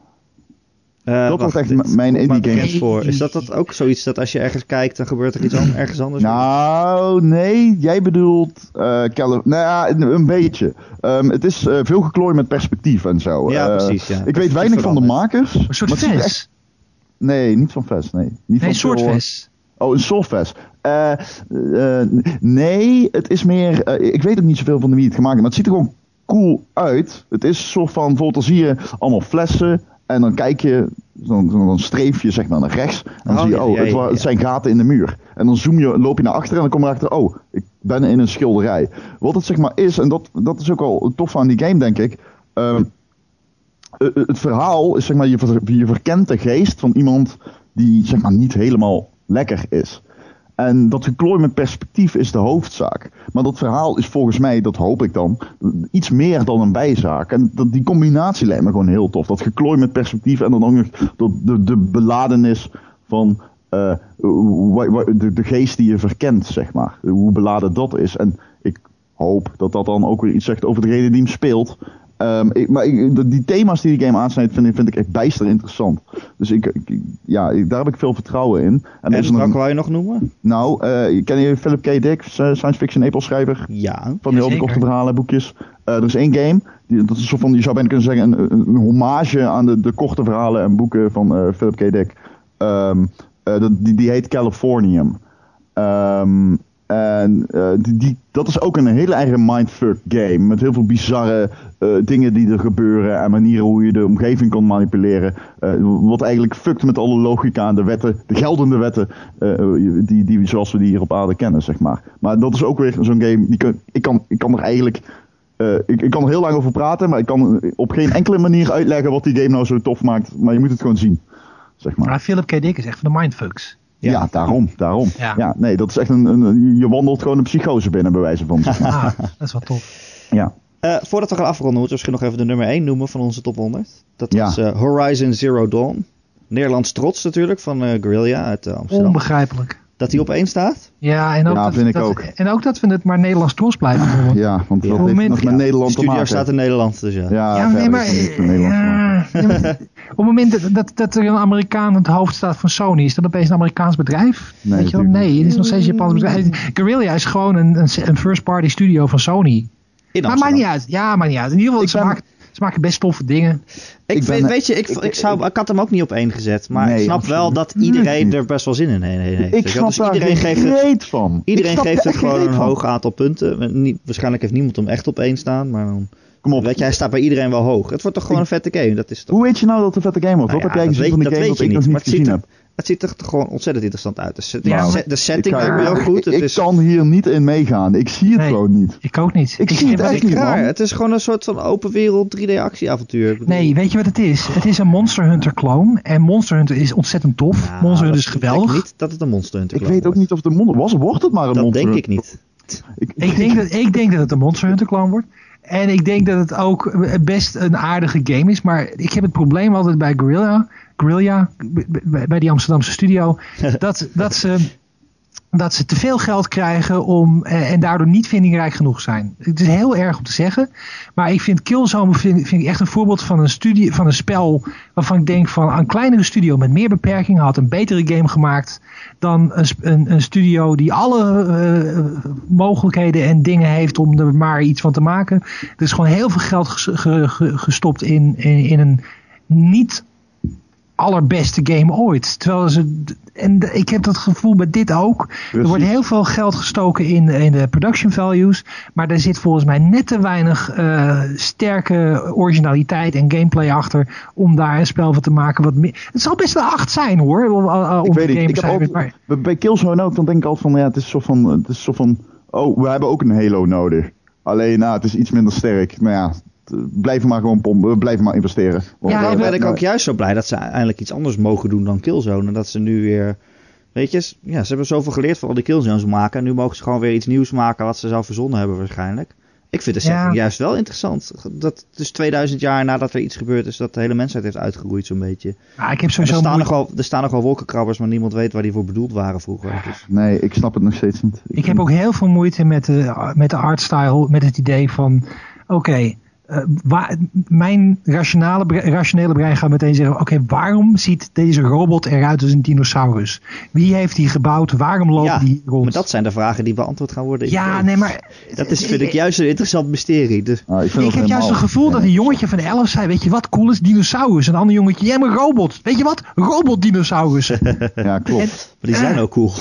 Speaker 2: Dat was echt mijn indie games
Speaker 1: voor. Is dat ook zoiets dat als je ergens kijkt, dan gebeurt er iets ergens anders?
Speaker 2: Nou, nee. Jij bedoelt een beetje. Het is veel geklooi met perspectief en zo.
Speaker 1: Ja, precies. Ja.
Speaker 2: Ik weet weinig van de makers.
Speaker 3: Een soort Fes?
Speaker 2: Nee, niet van Fes. Nee,
Speaker 3: een soort Fes.
Speaker 2: Oh, een soort Fes. Nee, het is meer... ik weet ook niet zoveel van wie het gemaakt heeft, maar het ziet er gewoon cool uit. Het is een soort van... Bijvoorbeeld, dan zie je allemaal flessen... En dan kijk je, dan streef je zeg maar naar rechts. En dan zie je, het zijn gaten in de muur. En dan loop je naar achteren en dan kom je erachter, ik ben in een schilderij. Wat het zeg maar is, en dat is ook al tof aan die game denk ik. Het verhaal is zeg maar, je verkent de geest van iemand die zeg maar niet helemaal lekker is. En dat geklooi met perspectief is de hoofdzaak. Maar dat verhaal is volgens mij, dat hoop ik dan, iets meer dan een bijzaak. En die combinatie lijkt me gewoon heel tof. Dat geklooi met perspectief en dan ook nog de beladenis van de geest die je verkent, zeg maar. Hoe beladen dat is. En ik hoop dat dat dan ook weer iets zegt over degene die hem speelt. Die thema's die game aansnijdt vind ik echt bijster interessant. Dus daar heb ik veel vertrouwen in.
Speaker 1: En welke wou je nog noemen?
Speaker 2: Nou, ken je Philip K. Dick, science fiction epelschrijver?
Speaker 1: Ja.
Speaker 2: Van die overkochte verhalen, boekjes. Er is 1 game, dat is een soort van, je zou bijna kunnen zeggen, een hommage aan de korte verhalen en boeken van Philip K. Dick. Die heet Californium. En dat is ook een hele eigen mindfuck game. Met heel veel bizarre dingen die er gebeuren. En manieren hoe je de omgeving kan manipuleren. Wat eigenlijk fuckt met alle logica en de wetten. De geldende wetten. Zoals we die hier op aarde kennen, zeg maar. Maar dat is ook weer zo'n game. Ik kan er eigenlijk... Ik kan er heel lang over praten. Maar ik kan op geen enkele manier uitleggen wat die game nou zo tof maakt. Maar je moet het gewoon zien. Zeg maar.
Speaker 3: Maar Philip K. Dick is echt van de mindfucks.
Speaker 2: Ja, daarom. Ja, nee, dat is echt je wandelt gewoon een psychose binnen, bij wijze van. Zeg maar.
Speaker 3: Dat is wel tof.
Speaker 2: Ja.
Speaker 1: Voordat we gaan afronden, moeten we misschien nog even de nummer 1 noemen van onze top 100. Dat was Horizon Zero Dawn. Nederlands trots natuurlijk, van Guerrilla uit Amsterdam.
Speaker 3: Onbegrijpelijk.
Speaker 1: Dat hij op 1 staat?
Speaker 3: Ja, en ook,
Speaker 2: vind ik ook.
Speaker 3: En ook dat we het maar Nederlands trots blijven noemen.
Speaker 2: Ja, want dat heeft nog met Nederland te maken.
Speaker 1: De studio staat in Nederland, dus ja.
Speaker 2: Ja, nee, maar...
Speaker 3: Op het moment dat er een Amerikaan aan het hoofd staat van Sony, is dat opeens een Amerikaans bedrijf?
Speaker 2: Nee,
Speaker 3: weet je wel? Nee, het is nog steeds een Japans bedrijf. Guerrilla is gewoon een first-party studio van Sony. Maar maakt niet uit. Ja, maakt niet uit. In ieder geval, ze maken best toffe dingen.
Speaker 1: Ik had hem ook niet op 1 gezet. Maar ik snap wel dat iedereen er best wel zin in heeft.
Speaker 2: Ik snap daar geen van.
Speaker 1: Iedereen geeft het gewoon een hoog aantal punten. Waarschijnlijk heeft niemand hem echt op 1 staan. Maar dan, kom op. Weet je, hij staat bij iedereen wel hoog. Het wordt toch gewoon een vette game. Dat is toch...
Speaker 2: Hoe weet je nou dat het een vette game wordt? Wat heb jij gezien van de game dat ik nog niet gezien heb?
Speaker 1: Het ziet er gewoon ontzettend interessant uit. De setting lijkt me heel goed.
Speaker 2: Ik kan hier niet in meegaan. Ik zie het gewoon niet.
Speaker 3: Ik ook niet.
Speaker 2: Ik zie het echt niet, man.
Speaker 1: Het is gewoon een soort van open wereld 3D actieavontuur.
Speaker 3: Nee, weet je wat het is? Het is een Monster Hunter clone. En Monster Hunter is ontzettend tof. Nou, Monster Hunter is geweldig.
Speaker 1: Ik denk niet dat het een Monster Hunter clone
Speaker 2: is. Ik weet ook niet of het een Monster was. Wordt het maar een Monster Hunter?
Speaker 1: Dat denk ik
Speaker 3: niet. Ik denk dat het een Monster Hunter clone wordt. En ik denk dat het ook best een aardige game is. Maar ik heb het probleem altijd bij Guerrilla, bij die Amsterdamse studio, dat ze te veel geld krijgen en daardoor niet vindingrijk genoeg zijn. Het is heel erg om te zeggen, maar ik vind Killzone vind ik echt een voorbeeld van een spel waarvan ik denk van een kleinere studio met meer beperkingen had een betere game gemaakt dan een studio die alle mogelijkheden en dingen heeft om er maar iets van te maken. Er is gewoon heel veel geld gestopt in een niet allerbeste game ooit. En ik heb dat gevoel bij dit ook. Er wordt heel veel geld gestoken in de production values, maar er zit volgens mij net te weinig sterke originaliteit en gameplay achter om daar een spel van te maken wat meer. Het zal best een 8 zijn hoor.
Speaker 2: Ik weet niet. Ik heb ook, bij Killzone ook, dan denk ik altijd van het is zo van oh, we hebben ook een Halo nodig. Alleen het is iets minder sterk. Maar ja, blijven maar gewoon pompen, we blijven maar investeren.
Speaker 1: Dan ben ik ook juist zo blij dat ze eindelijk iets anders mogen doen dan Killzone. En dat ze nu weer, weet je, ze hebben zoveel geleerd van al die Killzones maken. En nu mogen ze gewoon weer iets nieuws maken wat ze zelf verzonnen hebben waarschijnlijk. Ik vind de setting juist wel interessant. Dat dus 2000 jaar nadat er iets gebeurd is, dat de hele mensheid heeft uitgeroeid zo'n beetje.
Speaker 3: Ja, ik heb sowieso
Speaker 1: er staan nog wel wolkenkrabbers, maar niemand weet waar die voor bedoeld waren vroeger. Dus.
Speaker 2: Nee, ik snap het nog steeds niet.
Speaker 3: Ik heb ook heel veel moeite met de artstyle, met het idee van oké, mijn rationele brein gaat meteen zeggen, oké, waarom ziet deze robot eruit als een dinosaurus? Wie heeft die gebouwd? Waarom loopt die rond?
Speaker 1: Maar dat zijn de vragen die beantwoord gaan worden.
Speaker 3: Ja, nee, maar
Speaker 1: dat vind ik juist een interessant mysterie. Dus.
Speaker 3: Ik heb juist het gevoel dat een jongetje van 11 zei, weet je wat cool is? Dinosaurus. Een ander jongetje, jij maar robot. Weet je wat? Robot-dinosaurus.
Speaker 2: Ja, klopt.
Speaker 1: Maar die zijn ook cool.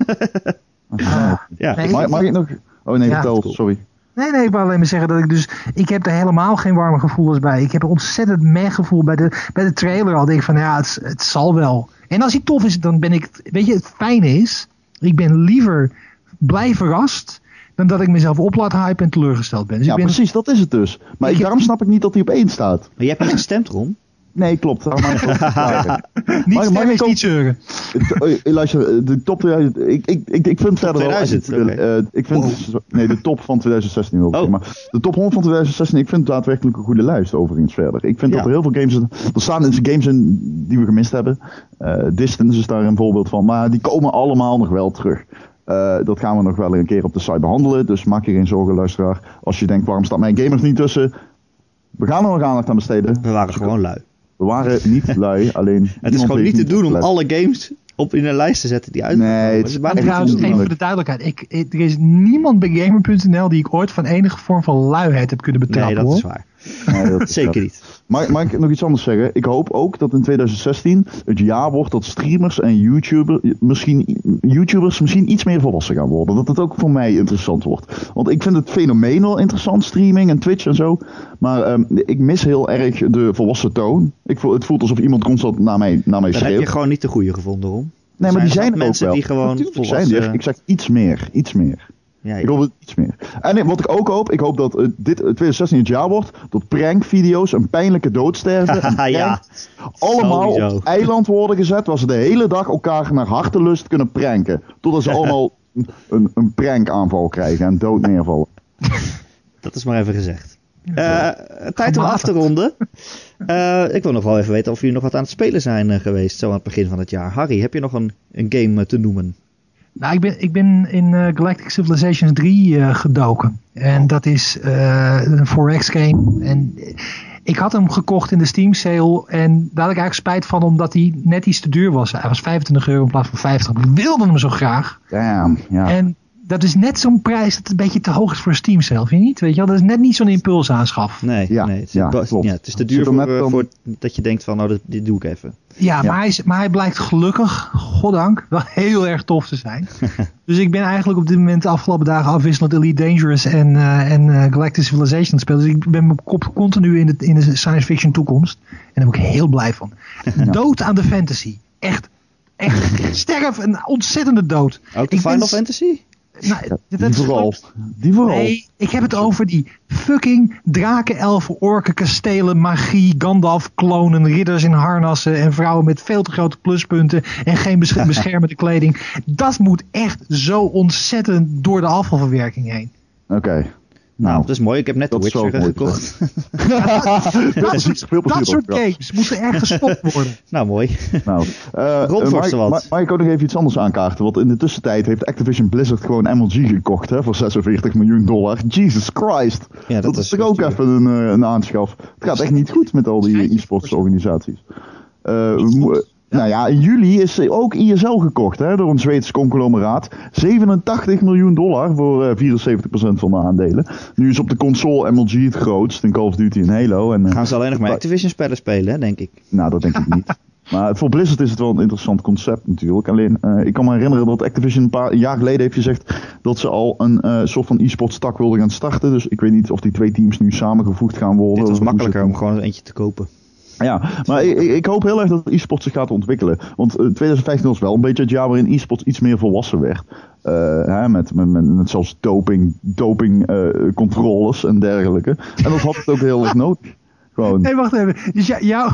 Speaker 2: Mag ik nog? Oh nee, vertel, sorry.
Speaker 3: Nee, ik wil alleen maar zeggen dat ik heb er helemaal geen warme gevoelens bij. Ik heb een ontzettend meh-gevoel bij de trailer al. Denk ik van, het zal wel. En als hij tof is, dan ben ik, weet je, het fijne is, ik ben liever blij verrast dan dat ik mezelf op laat hypen en teleurgesteld ben. Dus
Speaker 2: precies, dat is het dus. Maar daarom snap ik niet dat hij op 1 staat.
Speaker 1: Maar je hebt niet gestemd, Ron?
Speaker 2: Nee, klopt.
Speaker 3: Niet stemmen is niet zeuren.
Speaker 2: Luister, de top 2000... Ik vind verder
Speaker 1: 2000,
Speaker 2: Nee, de top van 2016 wil ik zeggen. Maar de top 100 van 2016, ik vind daadwerkelijk een goede lijst overigens verder. Ik vind dat er heel veel games... Er staan games in die we gemist hebben. Distance is daar een voorbeeld van. Maar die komen allemaal nog wel terug. Dat gaan we nog wel een keer op de site behandelen. Dus maak je geen zorgen, luisteraar. Als je denkt, waarom staat mijn gamers niet tussen? We gaan er nog aandacht aan besteden.
Speaker 1: We waren gewoon lui.
Speaker 2: We waren niet lui, alleen...
Speaker 1: Het is gewoon niet te doen om alle games in een lijst te zetten die uitkomen.
Speaker 2: Nee,
Speaker 3: het is trouwens even voor de duidelijkheid. Er is niemand bij Gamer.nl die ik ooit van enige vorm van luiheid heb kunnen betrappen.
Speaker 1: Nee, dat is waar.
Speaker 2: Nee, dat is
Speaker 1: zeker niet.
Speaker 2: Mag ik nog iets anders zeggen? Ik hoop ook dat in 2016 het jaar wordt dat streamers en YouTubers misschien iets meer volwassen gaan worden. Dat het ook voor mij interessant wordt. Want ik vind het fenomeen wel interessant, streaming en Twitch en zo. Maar ik mis heel erg de volwassen toon. Het voelt alsof iemand constant naar mij schreeuwt.
Speaker 1: Dan heb je gewoon niet de goede gevonden, Ron.
Speaker 2: Nee, maar die zijn er
Speaker 1: mensen
Speaker 2: ook wel.
Speaker 1: Die gewoon volwassen...
Speaker 2: zijn er. Ik zeg iets meer. Ja. Ik hoop het iets meer. En wat ik ook hoop, ik hoop dat dit 2016 het jaar wordt, dat prankvideo's, een pijnlijke dood sterven, allemaal op het eiland worden gezet, waar ze de hele dag elkaar naar hartelust kunnen pranken. Totdat ze allemaal een prankaanval krijgen en dood neervallen.
Speaker 1: Dat is maar even gezegd. Tijd om af te ronden. Ik wil nog wel even weten of jullie nog wat aan het spelen zijn geweest, zo aan het begin van het jaar. Harry, heb je nog een game te noemen?
Speaker 3: Nou, ik ben in Galactic Civilizations 3 gedoken. En dat is een 4X game. En ik had hem gekocht in de Steam sale. En daar had ik eigenlijk spijt van, omdat hij net iets te duur was. Hij was €25 in plaats van 50. Ik wilde hem zo graag.
Speaker 2: Damn, ja.
Speaker 3: En dat is net zo'n prijs dat een beetje te hoog is voor een Steam sale, vind je niet? Weet je wel? Dat is net niet zo'n impulsaanschaf.
Speaker 1: Nee, het is te duur voor dat je denkt van, dit doe ik even.
Speaker 3: Ja, maar hij blijkt gelukkig, goddank, wel heel erg tof te zijn. Dus ik ben eigenlijk op dit moment de afgelopen dagen afwisselend Elite Dangerous en Galactic Civilization aan het spelen. Dus ik ben mijn kop continu in de science fiction toekomst. En daar ben ik heel blij van. Dood aan de fantasy. Echt sterf, een ontzettende dood.
Speaker 1: Ook de Final Fantasy?
Speaker 3: Nou,
Speaker 2: die vooral.
Speaker 3: Nee, ik heb het over die fucking draken, elfen, orken, kastelen, magie, Gandalf, klonen, ridders in harnassen en vrouwen met veel te grote pluspunten en geen beschermende kleding. Dat moet echt zo ontzettend door de afvalverwerking heen.
Speaker 2: Oké.
Speaker 1: Nou, dat is mooi. Ik heb net de Witcher gekocht.
Speaker 3: Dat soort games moeten erg gestopt worden.
Speaker 1: Nou, mooi.
Speaker 2: Mag ik ook nog even iets anders aankaarten? Want in de tussentijd heeft Activision Blizzard gewoon MLG gekocht voor $46 miljoen. Jesus Christ. Ja, dat is toch ook even een aanschaf. Het gaat echt niet goed met al die e-sports organisaties. Nou ja, in juli is ook ISL gekocht door een Zweeds conglomeraat. $87 miljoen voor 74% van de aandelen. Nu is op de console MLG het grootst in Call of Duty en Halo. En,
Speaker 1: gaan ze alleen nog maar Activision spellen spelen, denk ik.
Speaker 2: Nou, dat denk ik niet. Maar voor Blizzard is het wel een interessant concept natuurlijk. Alleen, ik kan me herinneren dat Activision een jaar geleden heeft gezegd dat ze al een soort van e-sports tak wilden gaan starten. Dus ik weet niet of die twee teams nu samengevoegd gaan worden.
Speaker 1: Het was makkelijker om gewoon eentje te kopen.
Speaker 2: Ja, maar ik hoop heel erg dat e-sport zich gaat ontwikkelen. Want 2015 was wel een beetje het jaar waarin e-sport iets meer volwassen werd. Met zelfs doping controles en dergelijke. En dat had het ook heel erg nodig. Gewoon.
Speaker 3: Nee, wacht even. Dus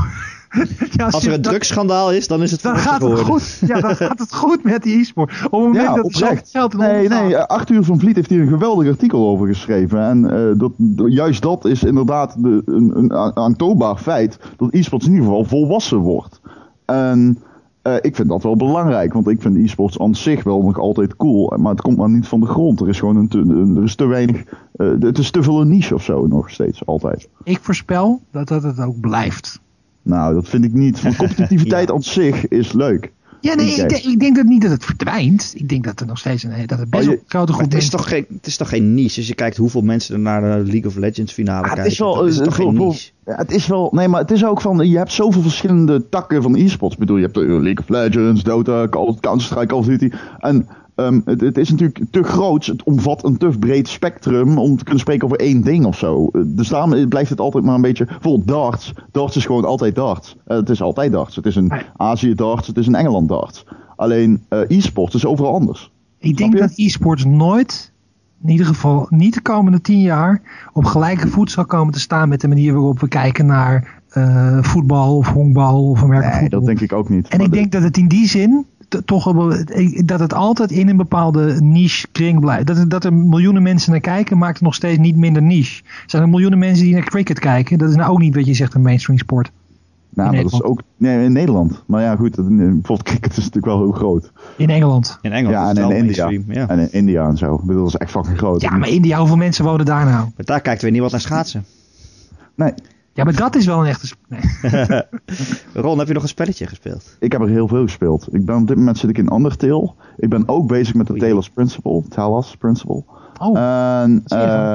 Speaker 1: als er een drugsschandaal is, dan is het
Speaker 3: dan gaat het goed. Ja, dan gaat het goed met die e-sport. Op het moment dat het geld
Speaker 2: Arthur van Vliet heeft hier een geweldig artikel over geschreven. En juist dat is inderdaad een aantoonbaar feit dat e-sports in ieder geval volwassen wordt. En ik vind dat wel belangrijk, want ik vind e-sports aan zich wel nog altijd cool. Maar het komt maar niet van de grond. Er is gewoon er is te weinig. Het is te veel een niche of zo nog steeds, altijd.
Speaker 3: Ik voorspel dat het ook blijft.
Speaker 2: Nou, dat vind ik niet. Want competitiviteit aan zich is leuk.
Speaker 3: Ja, nee, ik denk dat niet dat het verdwijnt. Ik denk dat er nog steeds een best wel grote groep
Speaker 1: is. Het is toch geen niche? Als je kijkt hoeveel mensen er naar de League of Legends finale kijken. Het is toch geen niche?
Speaker 2: Het is wel... Nee, maar het is ook van... Je hebt zoveel verschillende takken van e-sports. Ik bedoel, je hebt League of Legends, Dota, Counter-Strike, Call of Duty. En het is natuurlijk te groot. Het omvat een te breed spectrum om te kunnen spreken over één ding of zo. Dus daarom blijft het altijd maar een beetje... Bijvoorbeeld darts. Darts is gewoon altijd darts. Het is altijd darts. Het is een Azië darts. Het is een Engeland darts. Alleen e-sport is overal anders.
Speaker 3: Ik denk dat e-sports nooit, in ieder geval niet de komende 10 jaar, op gelijke voet zal komen te staan met de manier waarop we kijken naar voetbal of honkbal of American voetbal.
Speaker 2: Dat denk ik ook niet.
Speaker 3: En ik denk dat het in die zin dat het altijd in een bepaalde niche kring blijft. Dat er miljoenen mensen naar kijken, maakt het nog steeds niet minder niche. Er zijn er miljoenen mensen die naar cricket kijken. Dat is nou ook niet wat je zegt een mainstream sport.
Speaker 2: Nou, dat is ook in Nederland. Maar ja, goed, bijvoorbeeld cricket is natuurlijk wel heel groot.
Speaker 3: In Engeland.
Speaker 1: In Engeland.
Speaker 2: Ja, en in India. Ja. En in India en zo. Ik bedoel, dat is echt fucking groot.
Speaker 3: Ja, maar India, hoeveel mensen wonen daar nou?
Speaker 1: Maar daar kijkt weer niemand naar schaatsen.
Speaker 2: Nee.
Speaker 3: Ja, maar dat is wel een echte... Nee.
Speaker 2: Ron, heb je nog een spelletje gespeeld? Ik heb er heel veel gespeeld. Op dit moment zit ik in Undertale. Ik ben ook bezig met de Talos Principle.
Speaker 3: Oh,
Speaker 2: en,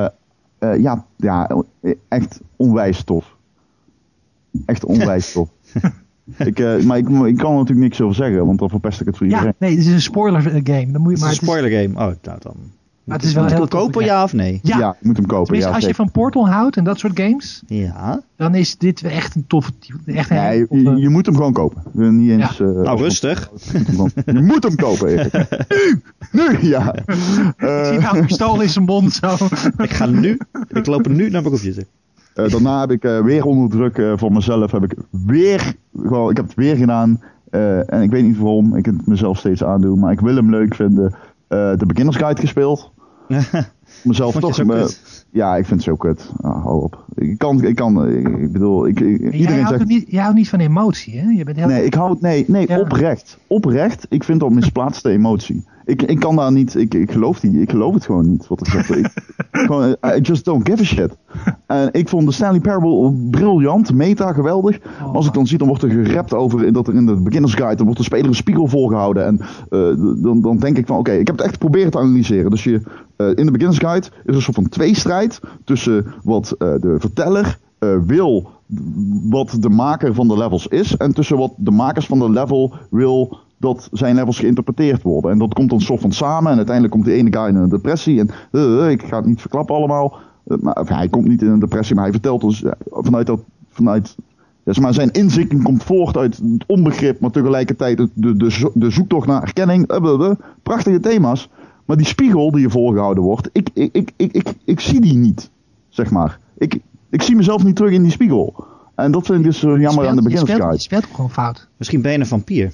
Speaker 2: ja, echt onwijs tof. Echt onwijs tof. Maar ik kan er natuurlijk niks over zeggen, want dan verpest ik het voor iedereen.
Speaker 3: Ja, nee, het is een spoiler game. Dan moet je
Speaker 1: het is een spoiler game. Oh, nou dan...
Speaker 3: Maar het is wel heel
Speaker 1: kopen, ja of nee?
Speaker 2: Ja, je moet hem kopen.
Speaker 3: Tenminste, als je van Portal houdt en dat soort games, dan is dit echt een toffe...
Speaker 2: Je moet hem gewoon kopen. Niet eens,
Speaker 1: nou, rustig.
Speaker 2: Je moet hem kopen. Nu, ja.
Speaker 3: Ik zie nou een pistool in zijn mond zo.
Speaker 1: Ik loop nu naar mijn computer.
Speaker 2: Daarna heb ik weer onder druk van mezelf, ik heb het weer gedaan. En ik weet niet waarom, ik het mezelf steeds aandoen, maar ik wil hem leuk vinden. De Beginner's Guide gespeeld. Mezelf toch. Ja, ik vind het zo kut. Hou op. Ik bedoel, iedereen
Speaker 3: jij houdt niet van emotie, hè? Je bent heel
Speaker 2: oprecht. Ik vind dat misplaatste emotie. Ik kan daar niet, ik geloof het gewoon niet wat ik zeg. I just don't give a shit. En ik vond de Stanley Parable briljant, meta, geweldig. Maar als ik dan zie, dan wordt er gerept over dat er in de beginners guide, dan wordt de speler een spiegel voorgehouden. En dan denk ik van, oké, ik heb het echt geprobeerd te analyseren. Dus in de beginners guide is een soort van tweestrijd tussen wat de verteller wil, wat de maker van de levels is, en tussen wat de makers van de level wil dat zijn levels geïnterpreteerd worden. En dat komt dan soort van samen. En uiteindelijk komt de ene guy in een depressie. En ik ga het niet verklappen allemaal. Hij komt niet in een depressie, maar hij vertelt ons zijn inzicht komt voort uit het onbegrip, maar tegelijkertijd de zoektocht naar erkenning. Prachtige thema's. Maar die spiegel die je voorgehouden wordt, ik zie die niet, zeg maar. Ik zie mezelf niet terug in die spiegel. En dat vind ik dus jammer aan de beginnersguide.
Speaker 3: Je speelt gewoon fout.
Speaker 1: Misschien ben je een vampier.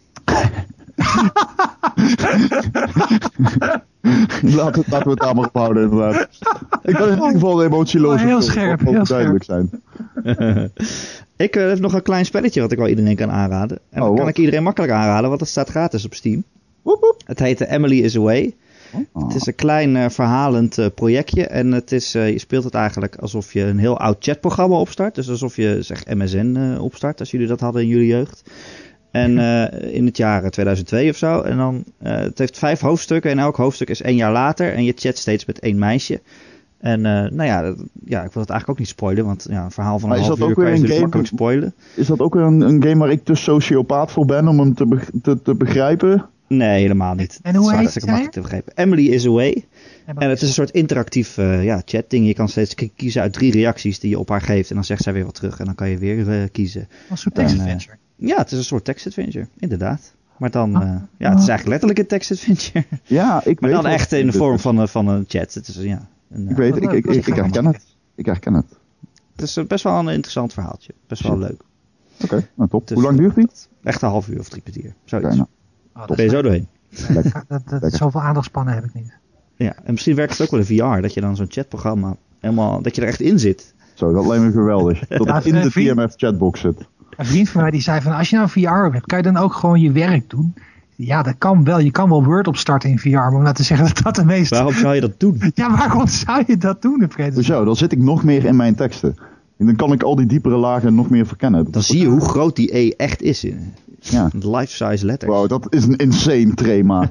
Speaker 2: Laten we het daar maar op houden, inderdaad. Ik ben in ieder geval emotieloos.
Speaker 3: Heel scherp, heel
Speaker 2: duidelijk zijn.
Speaker 1: Ik heb nog een klein spelletje wat ik wel iedereen kan aanraden. En dat kan ik iedereen makkelijk aanraden, want het staat gratis op Steam. Het heet Emily is Away. Het is een klein verhalend projectje. En het is, je speelt het eigenlijk alsof je een heel oud chatprogramma opstart. Dus alsof je zeg MSN opstart, als jullie dat hadden in jullie jeugd. En in het jaar 2002 of zo. En dan, het heeft 5 hoofdstukken en elk hoofdstuk is 1 jaar later. En je chat steeds met 1 meisje. En ik wil het eigenlijk ook niet spoilen, want een verhaal van een half uur kan je dus makkelijk spoilen.
Speaker 2: Is dat ook weer een game waar ik te sociopaat voor ben om hem te begrijpen?
Speaker 1: Nee, helemaal niet.
Speaker 3: En hoe heet het?
Speaker 1: Makkelijk te begrijpen. Emily is Away. En het is een soort interactief chatding. Je kan steeds kiezen uit 3 reacties die je op haar geeft. En dan zegt zij weer wat terug. En dan kan je weer kiezen.
Speaker 3: Een soort text-adventure.
Speaker 1: Ja, het is een soort text-adventure. Inderdaad. Maar dan, het is eigenlijk letterlijk een text-adventure.
Speaker 2: Ja,
Speaker 1: maar dan echt in de vorm van een chat. Het is, ik
Speaker 2: herken het. Ik herken het.
Speaker 1: Het is best wel een interessant verhaaltje. Best wel leuk.
Speaker 2: Oké, nou top. Hoe lang duurt die?
Speaker 1: Echt een half uur of 3 kwartier. Zoiets.
Speaker 2: Okay,
Speaker 1: ben je zo doorheen.
Speaker 3: Zoveel aandachtspannen heb ik niet.
Speaker 1: Ja, en misschien werkt het ook wel in VR. Dat je dan zo'n chatprogramma helemaal, dat je er echt in zit.
Speaker 2: Zo, dat lijkt me geweldig. Dat het in de TMF chatbox zit.
Speaker 3: Een vriend van mij die zei van, als je nou VR hebt, kan je dan ook gewoon je werk doen? Ja, dat kan wel. Je kan wel Word opstarten in VR, maar om nou te zeggen dat dat de meeste...
Speaker 1: Waarom zou je dat doen?
Speaker 3: Ja, waarom zou je dat doen?
Speaker 2: Zo, dan zit ik nog meer in mijn teksten. En dan kan ik al die diepere lagen nog meer verkennen.
Speaker 1: Dan zie je hoe groot die E echt is.
Speaker 2: Ja.
Speaker 1: Life-size letters.
Speaker 2: Wow, dat is een insane trema.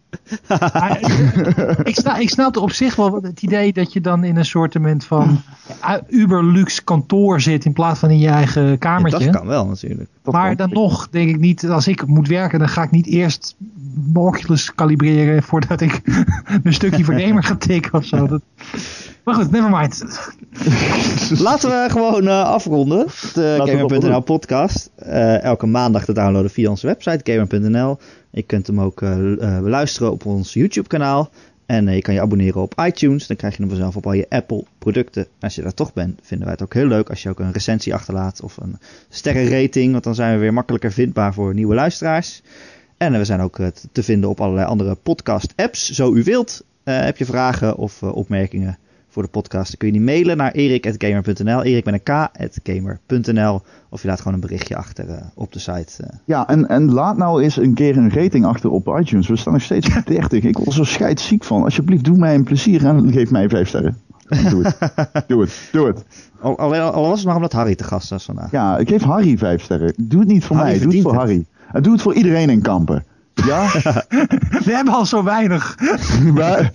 Speaker 3: Ik snap op zich wel het idee dat je dan in een soortement van uberluxe kantoor zit in plaats van in je eigen kamertje.
Speaker 1: Ja, dat kan wel natuurlijk.
Speaker 3: Maar dan nog denk ik niet, als ik moet werken, dan ga ik niet eerst mijn Oculus kalibreren voordat ik een stukje voor gamer ga tikken of zo. Maar goed, nevermind.
Speaker 1: Laten we gewoon afronden. De Gamer.nl podcast. Elke maandag te downloaden via onze website Gamer.nl. Je kunt hem ook beluisteren op ons YouTube kanaal. En je kan je abonneren op iTunes. Dan krijg je hem vanzelf op al je Apple producten. Als je daar toch bent, vinden wij het ook heel leuk als je ook een recensie achterlaat. Of een sterrenrating. Want dan zijn we weer makkelijker vindbaar voor nieuwe luisteraars. En we zijn ook te vinden op allerlei andere podcast apps. Zo u wilt. Heb je vragen of opmerkingen voor de podcast, dan kun je die mailen naar erik@gamer.nl, Erik met een k@gamer.nl, of je laat gewoon een berichtje achter op de site.
Speaker 2: Ja, en laat nou eens een keer een rating achter op iTunes. We staan nog steeds op 30. Ik word er zo scheidsziek van. Alsjeblieft, doe mij een plezier en geef mij 5 sterren. Doe het.
Speaker 1: Al was het maar omdat Harry te gast was vandaag.
Speaker 2: Ja, ik geef Harry 5 sterren. Doe het niet voor mij, doe het voor Harry. En doe het voor iedereen in Kampen. Ja?
Speaker 3: We hebben al zo weinig.
Speaker 2: We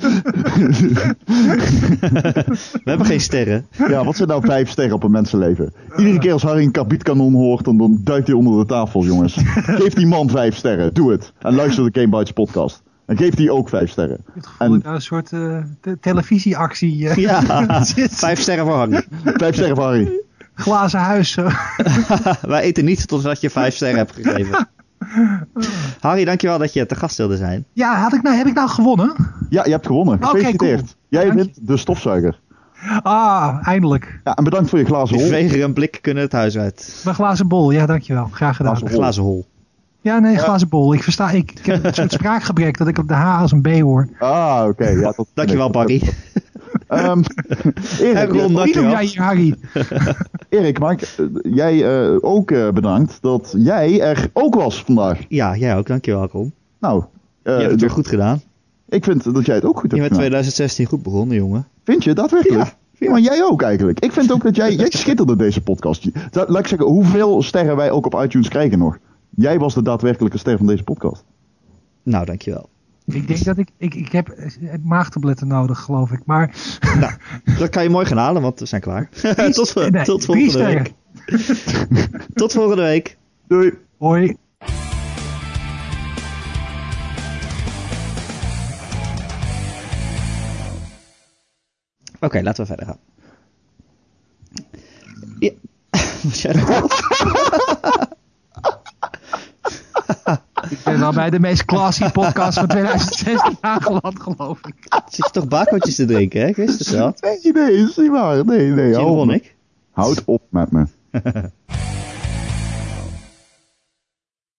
Speaker 1: hebben geen sterren.
Speaker 2: Ja, wat zijn nou 5 sterren op een mensenleven? Iedere keer als Harry een kabietkanon hoort, dan duikt hij onder de tafel, jongens. Geef die man 5 sterren. Doe het. En luister de Gamebytes podcast. En geef die ook 5 sterren.
Speaker 3: Het gevoel dat een soort televisieactie.
Speaker 1: Ja, 5 sterren voor Harry.
Speaker 2: 5 sterren voor Harry.
Speaker 3: Glazen huis.
Speaker 1: Wij eten niet totdat je 5 sterren hebt gegeven. Harry, dankjewel dat je te gast wilde zijn.
Speaker 3: Ja, heb ik nou gewonnen?
Speaker 2: Ja, je hebt gewonnen. Gefeliciteerd. Cool. Jij bent de stofzuiger.
Speaker 3: Eindelijk.
Speaker 2: Ja, en bedankt voor je glazen hol.
Speaker 1: Die veger en blik kunnen het huis uit.
Speaker 3: Mijn glazen bol, ja, dankjewel. Graag gedaan.
Speaker 1: Glazen hol.
Speaker 3: Ja, nee, glazen bol. Ik heb een soort spraakgebrek dat ik op de H als een B hoor.
Speaker 2: Ah, oké. Ja,
Speaker 1: dankjewel, Barry.
Speaker 3: Harry.
Speaker 2: Erik, Mike, jij ook bedankt dat jij er ook was vandaag.
Speaker 1: Ja, jij ook. Dankjewel, Ron.
Speaker 2: Nou,
Speaker 1: Je hebt het weer goed gedaan.
Speaker 2: Ik vind dat jij het ook goed hebt
Speaker 1: gedaan.
Speaker 2: gedaan.
Speaker 1: Je bent 2016 goed begonnen, jongen.
Speaker 2: Vind je, daadwerkelijk? Ja. Maar jij ook eigenlijk. Ik vind ook dat jij schitterde deze podcast. Laat ik zeggen, hoeveel sterren wij ook op iTunes krijgen nog. Jij was de daadwerkelijke ster van deze podcast.
Speaker 1: Nou, dankjewel.
Speaker 3: Ik denk dat ik heb maagtabletten nodig, geloof ik. Maar...
Speaker 1: Nou, dat kan je mooi gaan halen, want we zijn klaar. Tot volgende week. Tot volgende week.
Speaker 2: Doei.
Speaker 3: Hoi.
Speaker 1: Oké, laten we verder gaan. Ja. Was jij dat?
Speaker 3: Ik ben wel bij de meest classy podcast van 2016 aangeland, geloof ik.
Speaker 1: Zit je toch bakootjes te drinken, hè? Ik wist het wel.
Speaker 2: Nee, is niet waar. Nee.
Speaker 1: Houd
Speaker 2: Houd op met me.